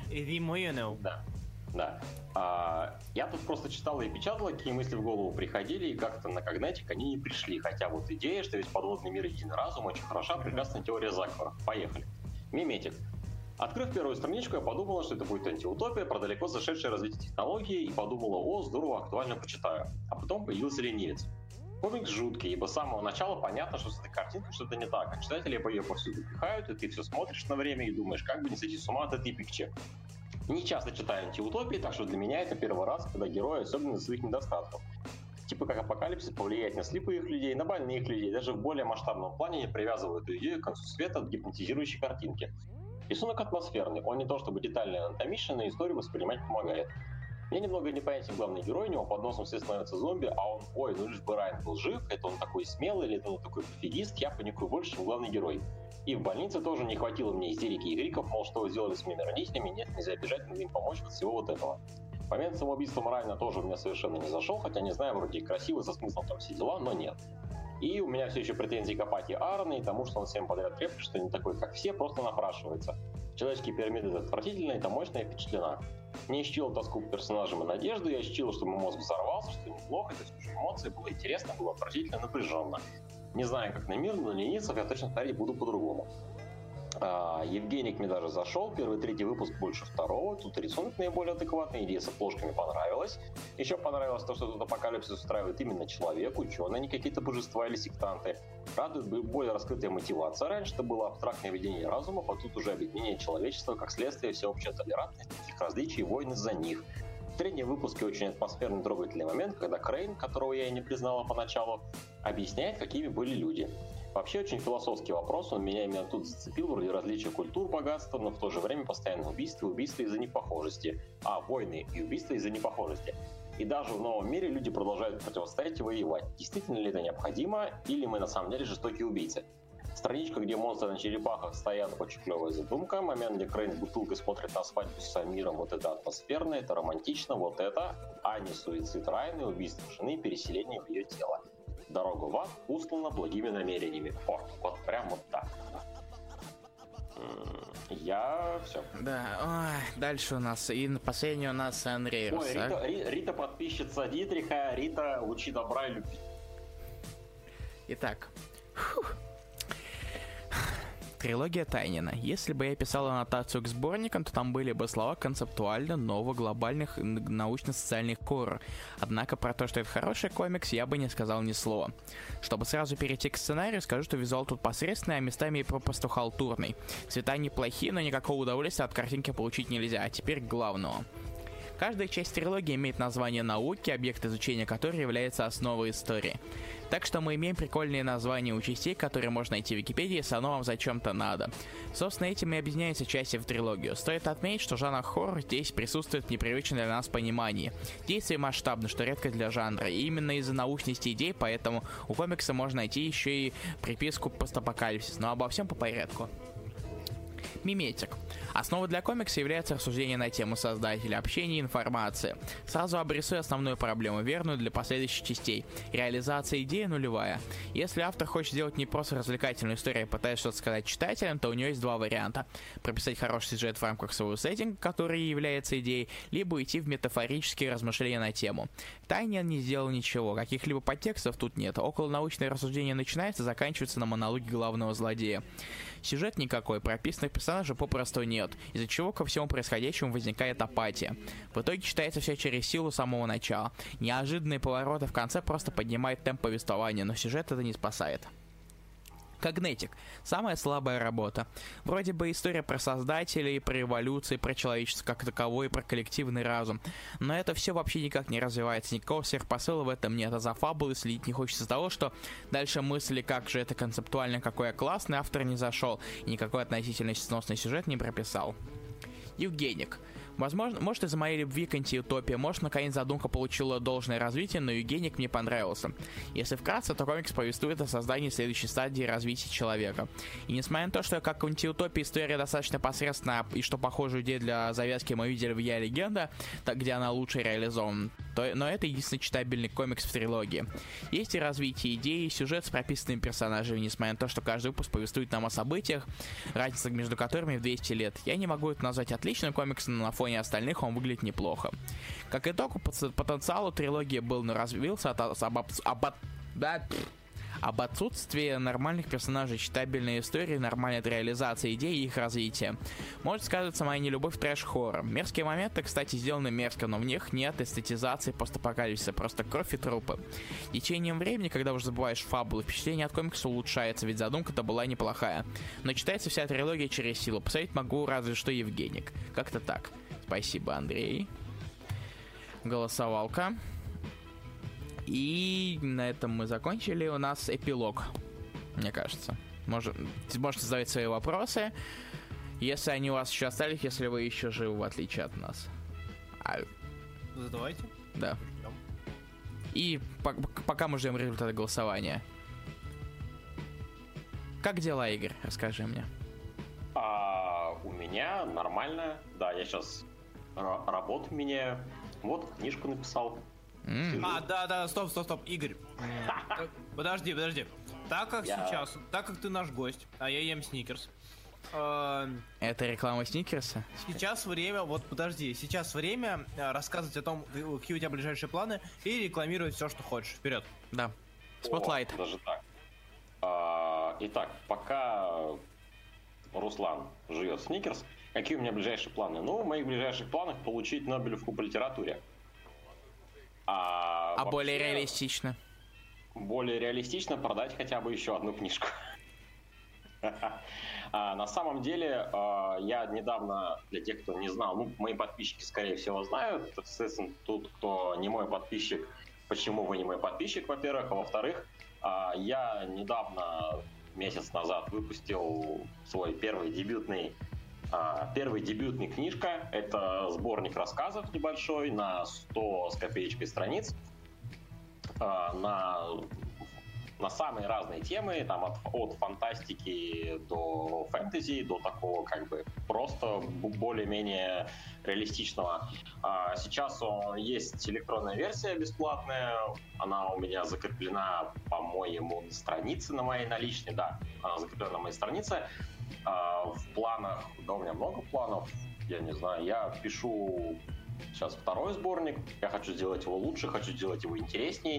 Да. Я тут просто читал и печатал, какие мысли в голову приходили, и как-то на Когнайтик они не пришли. Хотя вот идея, что весь подводный мир единый разум, очень хороша, прекрасная теория заговора. Поехали. Миметик. Открыв первую страничку, я подумала, что это будет антиутопия про далеко зашедшее развитие технологий, и подумала: здорово, актуально, почитаю. А потом появился ленивец. Комикс жуткий, ибо с самого начала понятно, что с этой картинкой что-то не так. А читатели ее повсюду пихают, и ты все смотришь на время и думаешь, как бы не сойти с ума от этой пикчи. Не часто читаю антиутопии, так что для меня это первый раз, когда герои особенно из своих недостатков. Типа как апокалипсис повлияет на слепых людей, на больных людей, даже в более масштабном плане не привязывают эту идею к концу света от гипнотизирующей картинки. Рисунок атмосферный, он не то чтобы детально и анатомичный, но историю воспринимать помогает. Мне немного непонятен главный герой, у него под носом все становятся зомби, а он, лишь бы Райан был жив, это он такой смелый, или это он такой пофигист, я паникую больше, чем главный герой. И в больнице тоже не хватило мне истерики и криков, мол, что вы сделали с моими родителями, нет, нельзя бежать, надо им помочь от всего вот этого. Момент самоубийства Райана тоже у меня совершенно не зашел, хотя не знаю, вроде и красиво, со смыслом там все дела, но нет. И у меня все еще претензии к апатии Аарона и тому, что он всем подряд крепкий, что не такой, как все, просто напрашивается. Человеческие пирамиды — это отвратительно, это мощно, я впечатлена. Не ищила тоску по персонажам и надежду, я ищила, чтобы мой мозг взорвался, что неплохо, это все эмоции, было интересно, было отвратительно, напряженно. Не знаю, как на мир, но на ленивцев я точно смотреть буду по-другому. Евгеник мне даже зашел, первый, третий выпуск больше второго, тут рисунок наиболее адекватный, идея с обложками понравилась. Еще понравилось то, что тут апокалипсис устраивает именно человек, ученые, а не какие-то божества или сектанты. Радует более раскрытая мотивация. Раньше это было абстрактное видение разума, а тут уже объединение человечества как следствие всеобщей толерантности, всех различий и войн из-за них. В третьем выпуске очень атмосферный трогательный момент, когда Крейн, которого я и не признала поначалу, объясняет, какими были люди. Вообще очень философский вопрос, он меня именно тут зацепил, вроде различия культур, богатства, но в то же время постоянно убийства из-за непохожести, войны и убийства из-за непохожести. И даже в новом мире люди продолжают противостоять и воевать. Действительно ли это необходимо, или мы на самом деле жестокие убийцы? Страничка, где монстры на черепахах стоят, очень клевая задумка. Момент, где Крейн с бутылкой смотрит на свадьбу с Самиром, вот это атмосферно, это романтично, вот это. Ани, суицид Райаны, убийство жены, переселение в ее тело. Дорога в ад устлана благими намерениями. Вот прям вот так. Я все. Да, дальше у нас, и последний у нас Андрей Русак. Рита подписчица Дитриха, Рита, лучи добра и любви. Итак. Трилогия Тайнина. Если бы я писал аннотацию к сборникам, то там были бы слова концептуально новоглобальных научно-социальных хоррор. Однако про то, что это хороший комикс, я бы не сказал ни слова. Чтобы сразу перейти к сценарию, скажу, что визуал тут посредственный, а местами и попросту халтурный. Цвета неплохие, но никакого удовольствия от картинки получить нельзя. А теперь к главному. Каждая часть трилогии имеет название науки, объект изучения которой является основой истории. Так что мы имеем прикольные названия у частей, которые можно найти в Википедии, если оно вам зачем-то надо. Собственно, этим и объединяются части в трилогию. Стоит отметить, что жанр хоррор здесь присутствует в непривычном для нас понимании. Действие масштабно, что редко для жанра, и именно из-за научности идей, поэтому у комикса можно найти еще и приписку постапокалипсис, но обо всем по порядку. Миметик. Основой для комикса является рассуждение на тему создателя, общения и информации. Сразу обрисую основную проблему, верную для последующих частей. Реализация идеи нулевая. Если автор хочет сделать не просто развлекательную историю, а пытается что-то сказать читателям, то у него есть два варианта. Прописать хороший сюжет в рамках своего сеттинга, который является идеей, либо идти в метафорические размышления на тему. Тайнин не сделал ничего, каких-либо подтекстов тут нет. Околонаучное рассуждение начинается и заканчивается на монологе главного злодея. Сюжет никакой, прописанных персонажей попросту нет, из-за чего ко всему происходящему возникает апатия. В итоге читается все через силу самого начала. Неожиданные повороты в конце просто поднимают темп повествования, но сюжет это не спасает. Когнетик. Самая слабая работа. Вроде бы история про создателей, про эволюцию, про человечество как таковое, про коллективный разум. Но это все вообще никак не развивается, никакого сверхпосыла в этом нет, а за фабулы следить не хочется того, что дальше мысли, как же это концептуально, какой я классный, автор не зашел, и никакой относительно сносный сюжет не прописал. Евгеник. Возможно, может из-за моей любви к антиутопии, может наконец задумка получила должное развитие, но Евгеник мне понравился. Если вкратце, то комикс повествует о создании следующей стадии развития человека. И несмотря на то, что как в антиутопии история достаточно посредственная, и что похожую идею для завязки мы видели в «Я легенда», где она лучше реализована, но это единственный читабельный комикс в трилогии. Есть и развитие идеи, и сюжет с прописанными персонажами, несмотря на то, что каждый выпуск повествует нам о событиях, разница между которыми в 200 лет. Я не могу это назвать отличным комиксом, но на фоне остальных он выглядит неплохо. Как итог, потенциал у трилогии был, но развился об отсутствии нормальных персонажей, читабельной истории, нормальной реализации идей и их развития. Может сказываться моя нелюбовь к трэш-хоррор. Мерзкие моменты, кстати, сделаны мерзко, но в них нет эстетизации постапокалипсиса, просто кровь и трупы. Течением времени, когда уже забываешь фабулы, впечатление от комикса улучшается, ведь задумка-то была неплохая. Но читается вся трилогия через силу. Посмотреть могу разве что Евгеник. Как-то так. Спасибо, Андрей. Голосовалка. И на этом мы закончили. У нас эпилог, мне кажется. Можете задавать свои вопросы, если они у вас еще остались, если вы еще живы, в отличие от нас. Задавайте. Да. И пока мы ждем результата голосования. Как дела, Игорь? Расскажи мне. У меня нормально. Да, я сейчас работу меняю. Вот, книжку написал. Да, стоп, Игорь. Подожди. Так как ты наш гость, а я ем сникерс. Это реклама сникерса? Сейчас время рассказывать о том, какие у тебя ближайшие планы, и рекламировать все, что хочешь. Вперед. Да. Спотлайт. Даже так. Итак, пока Руслан жует сникерс, какие у меня ближайшие планы? Ну, в моих ближайших планах получить Нобелевку по литературе. Вообще, более реалистично? Более реалистично продать хотя бы еще одну книжку. На самом деле, я недавно, для тех, кто не знал, мои подписчики, скорее всего, знают. Соответственно, тут, кто не мой подписчик, почему вы не мой подписчик, во-первых. А во-вторых, я недавно, месяц назад, выпустил свой первый дебютный книжка. Это сборник рассказов небольшой на 100 с копеечкой страниц. На самые разные темы, там от фантастики до фэнтези, до такого как бы просто более-менее реалистичного. Сейчас есть электронная версия бесплатная, она у меня закреплена, по-моему, на странице на моей наличной, да, она закреплена на моей странице. В планах, да, у меня много планов, я не знаю, я пишу сейчас второй сборник, я хочу сделать его лучше, хочу сделать его интересней.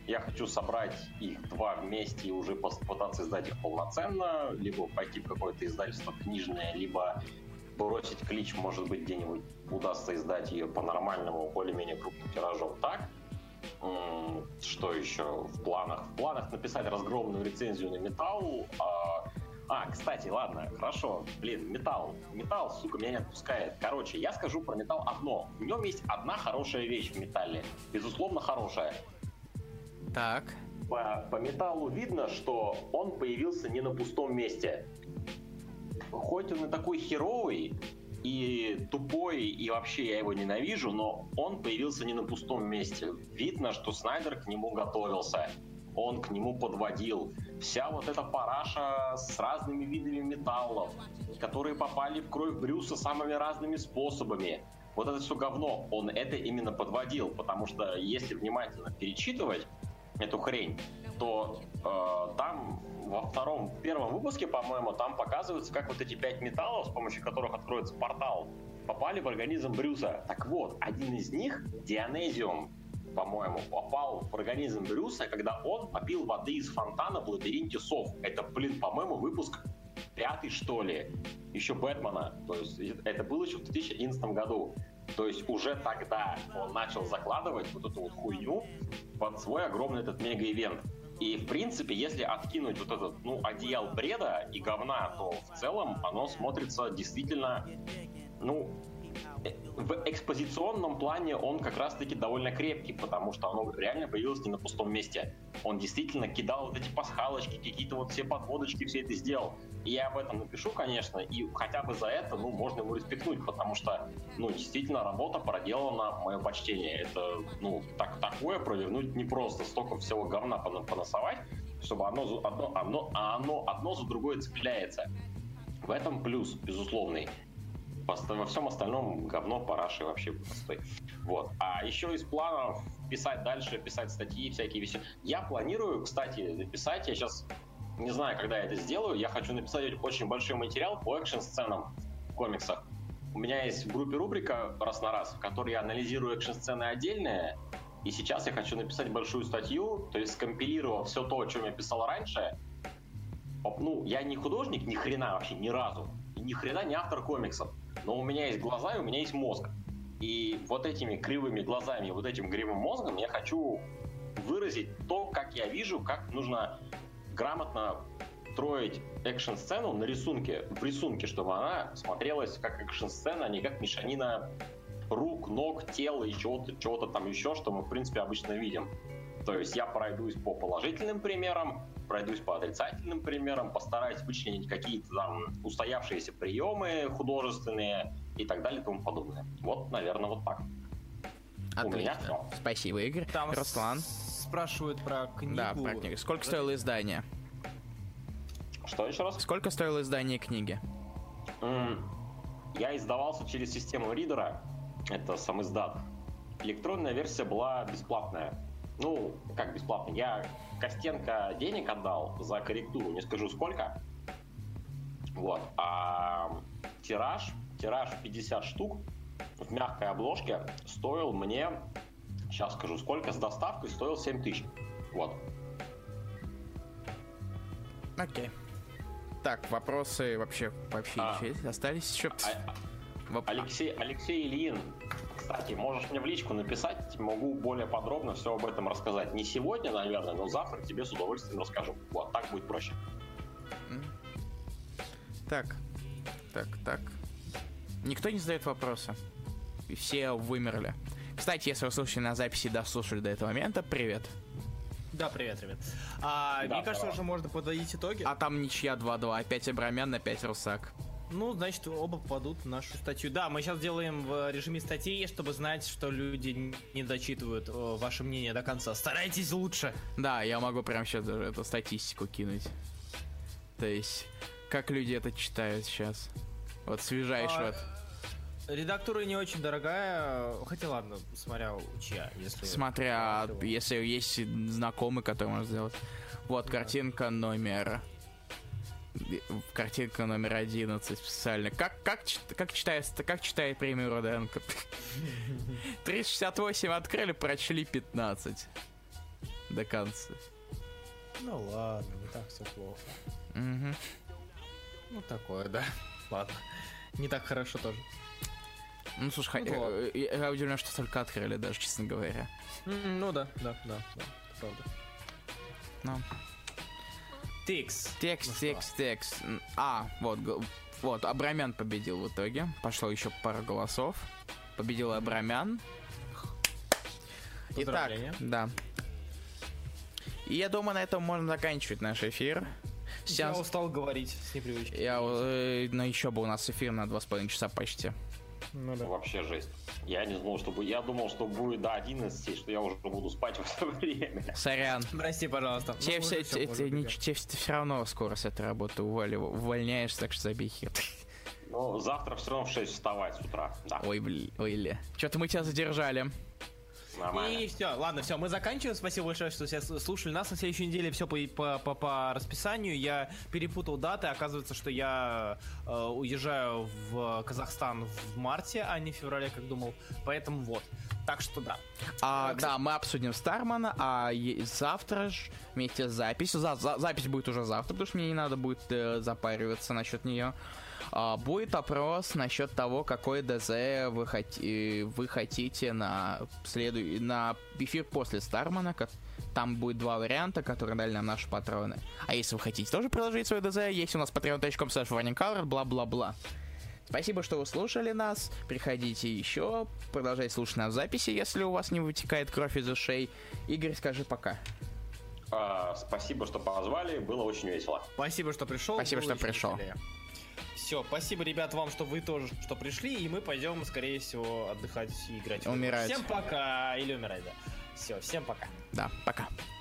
я хочу собрать их два вместе и уже попытаться издать их полноценно, либо пойти в какое-то издательство книжное, либо бросить клич, может быть, где-нибудь удастся издать ее по-нормальному, более-менее крупным тиражом так. Что еще в планах? В планах написать разгромную рецензию на Металл. Кстати, ладно, хорошо. Блин, Металл, сука, меня не отпускает. Короче, я скажу про Металл одно. В нем есть одна хорошая вещь в Металле. Безусловно, хорошая. Так. По Металлу видно, что он появился не на пустом месте. Хоть он и такой херовый, и тупой, и вообще я его ненавижу, но он появился не на пустом месте. Видно, что Снайдер к нему готовился. Он к нему подводил. Вся вот эта параша с разными видами металлов, которые попали в кровь Брюса самыми разными способами. Вот это все говно, он это именно подводил, потому что если внимательно перечитывать эту хрень, то там в первом выпуске, по-моему, там показывается, как вот эти 5 металлов, с помощью которых откроется портал, попали в организм Брюса. Так вот, один из них, Дионезиум, по-моему, попал в организм Брюса, когда он попил воды из фонтана в лабиринте сов. Это, по-моему, выпуск 5, что ли, еще Бэтмена. То есть это было еще в 2011 году. То есть уже тогда он начал закладывать вот эту вот хуйню под свой огромный этот мега-ивент. И, в принципе, если откинуть вот этот, одеял бреда и говна, то в целом оно смотрится действительно, в экспозиционном плане он как раз-таки довольно крепкий, потому что оно реально появилось не на пустом месте. Он действительно кидал вот эти пасхалочки, какие-то вот все подводочки, все это сделал. И я об этом напишу, конечно, и хотя бы за это, можно ему респектнуть, потому что, действительно, работа проделана, мое почтение. Это, такое провернуть непросто, столько всего говна понасовать, чтобы одно за другое цепляется. В этом плюс, безусловный. Во всем остальном говно, параши вообще простой. Вот. А еще из планов писать дальше, писать статьи, всякие вещи. Я планирую, кстати, написать, я сейчас не знаю, когда я это сделаю, я хочу написать очень большой материал по экшн-сценам в комиксах. У меня есть в группе рубрика «Раз на раз», в которой я анализирую экшн-сцены отдельные, и сейчас я хочу написать большую статью, то есть скомпилировав все то, о чем я писал раньше. Я не художник, ни хрена вообще, ни разу, ни хрена не автор комиксов. Но у меня есть глаза и у меня есть мозг. И вот этими кривыми глазами, вот этим кривым мозгом я хочу выразить то, как я вижу, как нужно грамотно строить экшн-сцену в рисунке, чтобы она смотрелась как экшн-сцена, а не как мешанина рук, ног, тела и чего-то там еще, что мы, в принципе, обычно видим. То есть я пройдусь по положительным примерам, пройдусь по отрицательным примерам, постараюсь вычленить какие-то там устоявшиеся приемы художественные и так далее и тому подобное. Вот, наверное, вот так. Отлично. У меня все. Спасибо, Игорь. Там Руслан. Спрашивают про книгу. Да, про книгу. Сколько стоило издание? Что еще раз? Сколько стоило издание книги? Я издавался через систему ридера. Это сам издат. Электронная версия была бесплатная. Как бесплатно? Я Костенко денег отдал за корректуру, не скажу сколько. Вот. А тираж 50 штук в мягкой обложке стоил мне, сейчас скажу сколько, с доставкой стоил 7 тысяч. Вот. Окей. Так, вопросы вообще еще остались еще? Алексей Ильин, кстати, можешь мне в личку написать, могу более подробно все об этом рассказать. Не сегодня, наверное, но завтра тебе с удовольствием расскажу. Вот, так будет проще. Так. Никто не задает вопросы. Все вымерли. Кстати, если вы слушали на записи и дослушали до этого момента, привет. Да, привет, ребят. Мне кажется, уже можно подводить итоги. А там ничья 2-2, опять Абрамян, опять Русак. Значит, оба попадут в нашу статью. Да, мы сейчас делаем в режиме статьи, чтобы знать, что люди не дочитывают ваше мнение до конца. Старайтесь лучше. Да, я могу прямо сейчас даже эту статистику кинуть. То есть, как люди это читают сейчас. Вот свежайший Редактура не очень дорогая, хотя ладно, смотря чья, если есть знакомый, который может сделать. Вот, картинка номер 11 специально. Как читает премию Руденко? 368 открыли, прочли 15. до конца. Ну ладно, не так все плохо. Мгм. Ну такое, да. Ладно. Не так хорошо тоже. Ну, слушай, Ну, ладно. я удивлен, что только открыли даже, честно говоря. Ну да, это правда. Ну. Текс. Текст. Вот, Абрамян победил в итоге. Пошло еще пара голосов. Победил Абрамян. Итак, Поздравления. да. И я думаю, на этом можно заканчивать наш эфир. Я устал говорить с непривычки. Но еще бы у нас эфир на 2,5 часа почти. Ну да. Вообще жесть. Я не думал, что будет. Я думал, что будет до 11, что я уже буду спать в это время. Сорян. Прости, пожалуйста. Тебе все равно скоро с этой работы увольняешься, так что забей хер. Ну, завтра все равно в 6 вставать с утра. Да, Ой, что-то мы тебя задержали. нормально. И все, ладно, все, мы заканчиваем. Спасибо большое, что все слушали нас. На следующей неделе все по расписанию. Я перепутал даты. Оказывается, что я уезжаю в Казахстан в марте, а не в феврале, как думал. Поэтому вот. Так что да. Да, мы обсудим Стармана, завтра ж вместе с записью. Запись будет уже завтра, потому что мне не надо будет запариваться насчет нее. Будет опрос насчет того, какой ДЗ вы хотите на эфир после Стармана. Там будет два варианта, которые дали нам наши патроны. А если вы хотите тоже продолжить свой ДЗ, есть у нас patreon.com/warningcolor, бла-бла-бла. Спасибо, что вы слушали нас. Приходите еще. Продолжайте слушать нас в записи, если у вас не вытекает кровь из ушей. Игорь, скажи пока. Спасибо, что позвали. Было очень весело. Спасибо, что пришел. Спасибо, что пришел. Все, спасибо, ребят, вам, что вы тоже что пришли, и мы пойдем, скорее всего, отдыхать и играть. Умирать. Всем пока. Или умирать, да. Все, всем пока. Да, пока.